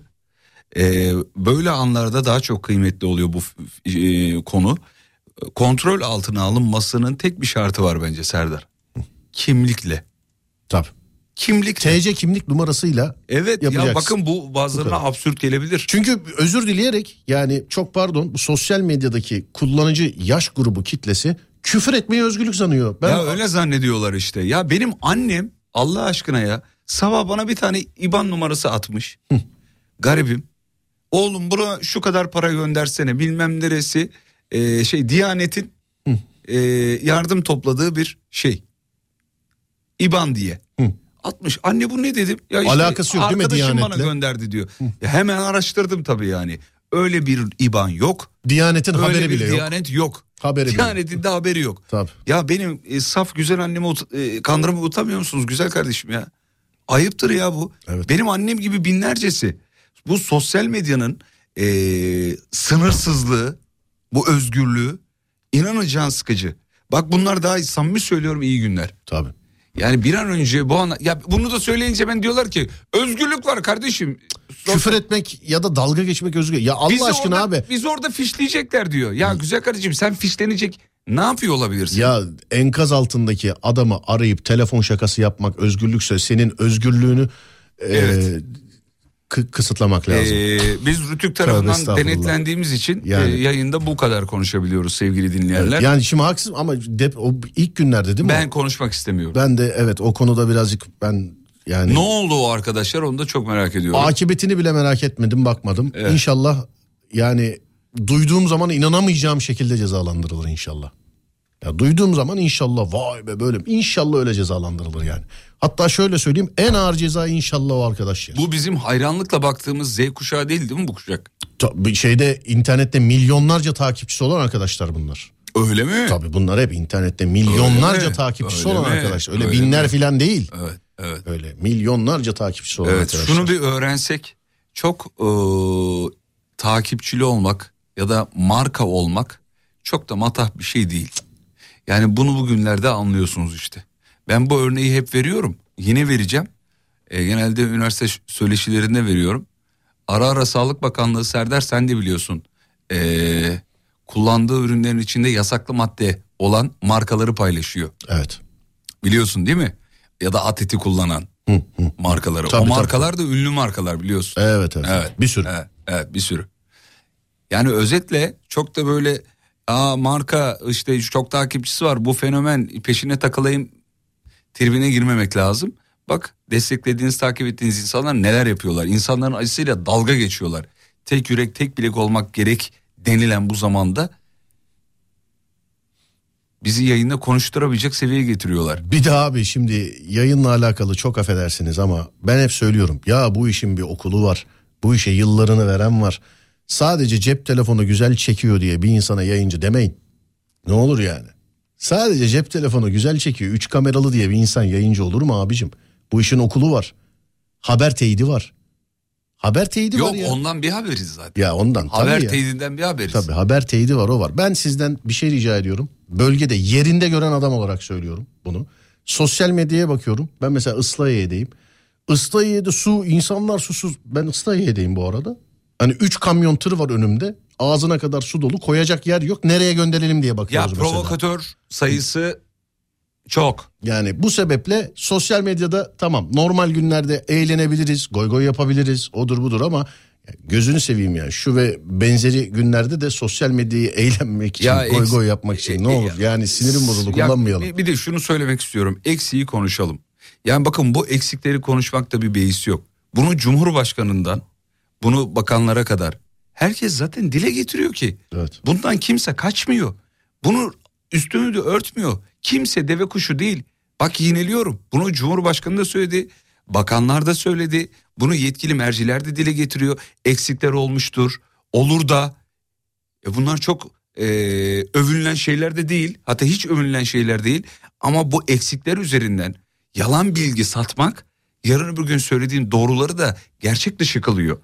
e, böyle anlarda daha çok kıymetli oluyor bu e, konu. Kontrol altına alınmasının tek bir şartı var bence Serdar. Kimlikle. Tabii. Kimlik. T C kimlik numarasıyla evet yapacaksın. Ya bakın bu bazılarına bu absürt gelebilir. Çünkü özür dileyerek yani çok pardon bu sosyal medyadaki kullanıcı yaş grubu kitlesi küfür etmeyi özgürlük sanıyor. Ben... Ya öyle zannediyorlar işte. Ya benim annem Allah aşkına ya sabah bana bir tane İ B A N numarası atmış. Hı. Garibim. Oğlum buna şu kadar para göndersene bilmem neresi e, şey Diyanet'in e, yardım topladığı bir şey. İ B A N diye. Hı. atmış. Anne bu ne dedim? Ya işte alakası yok değil mi Diyanet'le? Arkadaşım bana gönderdi diyor. Ya hemen araştırdım tabii yani. Öyle bir İ B A N yok. Diyanet'in Öyle haberi bir bile yok. Diyanet yok. Haberi Diyanet'in bile. de haberi yok. Tabii. Ya benim e, saf güzel annemi ut- e, kandırmayı utanmıyor musunuz güzel kardeşim ya? Ayıptır ya bu. Evet. Benim annem gibi binlercesi. Bu sosyal medyanın e, sınırsızlığı, bu özgürlüğü inanın can sıkıcı. Bak bunlar daha samimi söylüyorum iyi günler. Tabii. Yani bir an önce bu an ya bunu da söyleyince ben diyorlar ki özgürlük var kardeşim. Küfür etmek ya da dalga geçmek özgür. Ya Allah bizi aşkına orada, abi. Biz orada fişleyecekler diyor. Ya güzel kardeşim sen fişlenecek ne yapıyor olabilirsin? Ya enkaz altındaki adamı arayıp telefon şakası yapmak özgürlükse senin özgürlüğünü evet. e, kı- kısıtlamak lazım. Ee, biz Rütük tarafından denetlendiğimiz için yani, e, yayında bu kadar konuşabiliyoruz sevgili dinleyenler. Evet, yani şimdi haksız ama dep- o ilk günlerde değil mi? Ben o? konuşmak istemiyorum. Ben de evet o konuda birazcık ben yani. Ne oldu o arkadaşlar onu da çok merak ediyorum. Akıbetini bile merak etmedim bakmadım. Evet. İnşallah yani duyduğum zaman inanamayacağım şekilde cezalandırılır inşallah. Ya duyduğum zaman inşallah vay be böyle inşallah öyle cezalandırılır yani. Hatta şöyle söyleyeyim en ağır ceza inşallah o arkadaş yer. Bu bizim hayranlıkla baktığımız Z kuşağı değil değil mi bu kuşak? Tabii şeyde internette milyonlarca takipçisi olan arkadaşlar bunlar. Öyle mi? Tabii bunlar hep internette milyonlarca takipçisi öyle olan mi? Arkadaşlar. Öyle, öyle binler mi? Filan değil. Evet, evet. Öyle milyonlarca takipçisi olan evet, arkadaşlar. Şunu bir öğrensek çok e, takipçili olmak ya da marka olmak çok da matah bir şey değil. Yani bunu bugünlerde anlıyorsunuz işte. Ben bu örneği hep veriyorum. Yine vereceğim. E, genelde üniversite söyleşilerinde veriyorum. Ara ara Sağlık Bakanlığı Serdar sen de biliyorsun. E, kullandığı ürünlerin içinde yasaklı madde olan markaları paylaşıyor. Evet. Biliyorsun değil mi? Ya da at eti kullanan hı, hı. markaları. Tabii, o markalar tabii. da ünlü markalar biliyorsun. Evet, evet. Evet. Bir sürü. Evet, evet bir sürü. Yani özetle çok da böyle aa marka işte çok takipçisi var bu fenomen peşine takılayım tribine girmemek lazım. Bak desteklediğiniz takip ettiğiniz insanlar neler yapıyorlar. İnsanların acısıyla dalga geçiyorlar. Tek yürek tek bilek olmak gerek denilen bu zamanda bizi yayında konuşturabilecek seviyeye getiriyorlar. Bir de abi şimdi yayınla alakalı çok affedersiniz ama ben hep söylüyorum. Ya bu işin bir okulu var. Bu işe yıllarını veren var. Sadece cep telefonu güzel çekiyor diye bir insana yayıncı demeyin. Ne olur yani. Sadece cep telefonu güzel çekiyor. Üç kameralı diye bir insan yayıncı olur mu abicim? Bu işin okulu var. Haber teyidi var. Haber teyidi Yok, var ya. Yok ondan bir haberiz zaten. Ya ondan. Haber tabii teyidinden bir haberiz. Tabii haber teyidi var o var. Ben sizden bir şey rica ediyorum. Bölgede yerinde gören adam olarak söylüyorum bunu. Sosyal medyaya bakıyorum. Ben mesela Islahiye'deyim. Islahiye'de su insanlar susuz. Ben Islahiye'deyim bu arada. Hani üç kamyon tır var önümde. Ağzına kadar su dolu. Koyacak yer yok. Nereye gönderelim diye bakıyoruz ya, mesela. Ya provokatör sayısı çok. Yani bu sebeple sosyal medyada tamam normal günlerde eğlenebiliriz. Goy goy yapabiliriz. Odur budur ama gözünü seveyim ya. Şu ve benzeri günlerde de sosyal medyayı eğlenmek için ya goy eks- goy yapmak için e, ne olur. E, yani sinirim bozuldu ya, kullanmayalım. Bir, bir de şunu söylemek istiyorum. Eksiği konuşalım. Yani bakın bu eksikleri konuşmakta bir beis yok. Bunu Cumhurbaşkanından bunu bakanlara kadar herkes zaten dile getiriyor ki. Evet. Bundan kimse kaçmıyor. Bunu üstünü de örtmüyor. Kimse deve kuşu değil. Bak yineliyorum. Bunu Cumhurbaşkanı da söyledi. bakanlar da söyledi. Bunu yetkili merciler de dile getiriyor. Eksikler olmuştur. Olur da. E bunlar çok e, övünülen şeyler de değil. Hatta hiç övünülen şeyler değil. Ama bu eksikler üzerinden yalan bilgi satmak yarın öbür gün söylediğin doğruları da gerçek dışı kılıyor.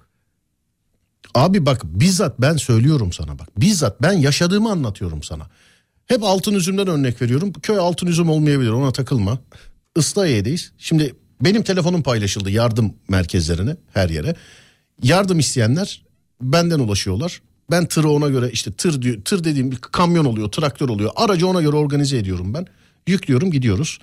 Abi bak bizzat ben söylüyorum sana bak. Bizzat ben yaşadığımı anlatıyorum sana. Hep Altınüzüm'den örnek veriyorum. Köy Altınüzüm olmayabilir, ona takılma. Islahiye'deyiz. Şimdi benim telefonum paylaşıldı yardım merkezlerine, her yere. Yardım isteyenler benden ulaşıyorlar. Ben tırı ona göre, işte tır diyor, tır dediğim bir kamyon oluyor, traktör oluyor. Aracı ona göre organize ediyorum ben. Yüklüyorum, gidiyoruz.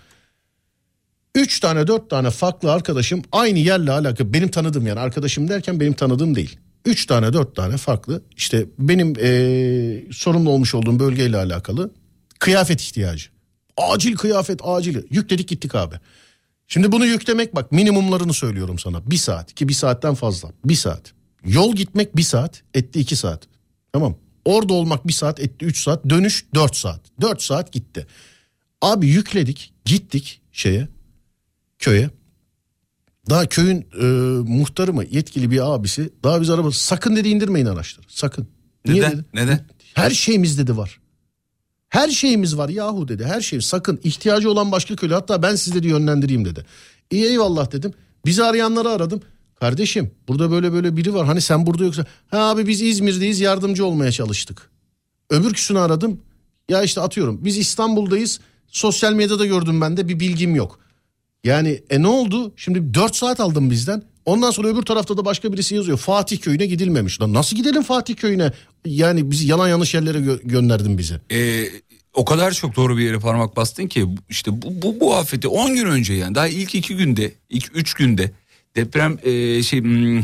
Üç tane dört tane farklı arkadaşım aynı yerle alakalı, benim tanıdığım, yani arkadaşım derken benim tanıdığım değil. Üç tane dört tane farklı, işte benim ee, sorumlu olmuş olduğum bölgeyle alakalı kıyafet ihtiyacı. Acil kıyafet, acil. Yükledik gittik abi. Şimdi bunu yüklemek, bak minimumlarını söylüyorum sana. Bir saat, ki bir saatten fazla. Bir saat. Yol gitmek bir saat, etti iki saat. Tamam. Orada olmak bir saat, etti üç saat. Dönüş dört saat. Dört saat gitti. Abi yükledik, gittik şeye, köye. Daha köyün e, muhtarı mı, yetkili bir abisi, daha biz araba, sakın dedi indirmeyin araçları. Sakın. Niye Neden? dedi? Neden? Her şeyimiz dedi var. Her şeyimiz var yahu dedi. Her şey, sakın, ihtiyacı olan başka köylü, hatta ben sizi dedi yönlendireyim dedi. İyi eyvallah dedim. Bizi arayanları aradım. Kardeşim burada böyle böyle biri var. Hani sen burada yoksa. Ha abi biz İzmir'deyiz, yardımcı olmaya çalıştık. Öbürküsünü aradım. Ya işte atıyorum biz İstanbul'dayız. Sosyal medyada gördüm ben de, bir bilgim yok. Yani e ne oldu? Şimdi dört saat aldım bizden. Ondan sonra öbür tarafta da başka birisi yazıyor. Fatih köyüne gidilmemiş. Lan nasıl gidelim Fatih köyüne? Yani bizi yalan yanlış yerlere gö- gönderdin bizi. Ee, o kadar çok doğru bir yere parmak bastın ki işte bu bu, bu afeti on gün önce, yani daha ilk iki günde, ilk üç günde deprem e, şey hmm,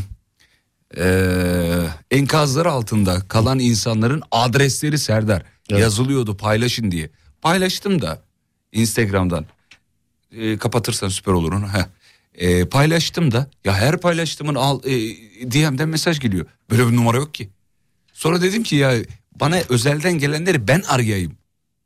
e, enkazları altında kalan insanların adresleri Serdar evet. yazılıyordu, paylaşın diye. Paylaştım da Instagram'dan. E, kapatırsan süper olur onu. Heh. E, paylaştım da ya her paylaştığımın al, e, D M'den mesaj geliyor. Böyle bir numara yok ki. Sonra dedim ki ya bana özelden gelenleri ben arayayım.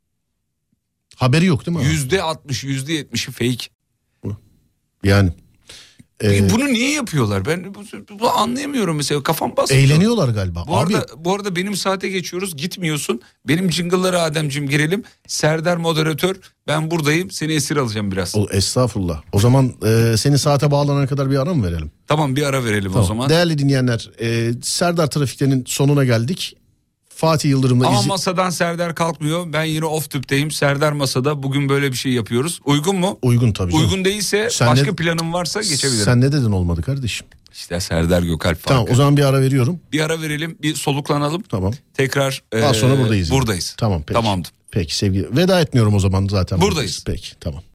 Haberi yok değil mi? Yüzde altmış, yüzde yetmişi fake. Yani. E, bunu niye yapıyorlar? Ben bu, bu anlayamıyorum mesela, kafam basıyor. Eğleniyorlar galiba. Bu Abi. arada, bu arada benim saate geçiyoruz, gitmiyorsun. Benim jingle'lara Ademciğim girelim. Serdar moderatör, ben buradayım, seni esir alacağım biraz. O, estağfurullah. O zaman e, senin saate bağlanana kadar bir ara mı verelim? Tamam, bir ara verelim tamam. O zaman. Değerli dinleyenler, e, Serdar Trafik'te'nin sonuna geldik. Fatih Yıldırım'la Ama izi... masadan Serdar kalkmıyor. Ben yine off tüpteyim. Serdar masada. Bugün böyle bir şey yapıyoruz. Uygun mu? Uygun tabii canım. Uygun değilse sen başka ne... planım varsa geçebilirim. Sen ne dedin olmadı kardeşim? İşte Serdar Gökalp farkı. Tamam, o zaman bir ara veriyorum. Bir ara verelim. Bir soluklanalım. Tamam. Tekrar daha e, sonra buradayız. Buradayız. Tamam peki. Tamamdır. Peki sevgili. Veda etmiyorum o zaman zaten. Buradayız. Peki tamam.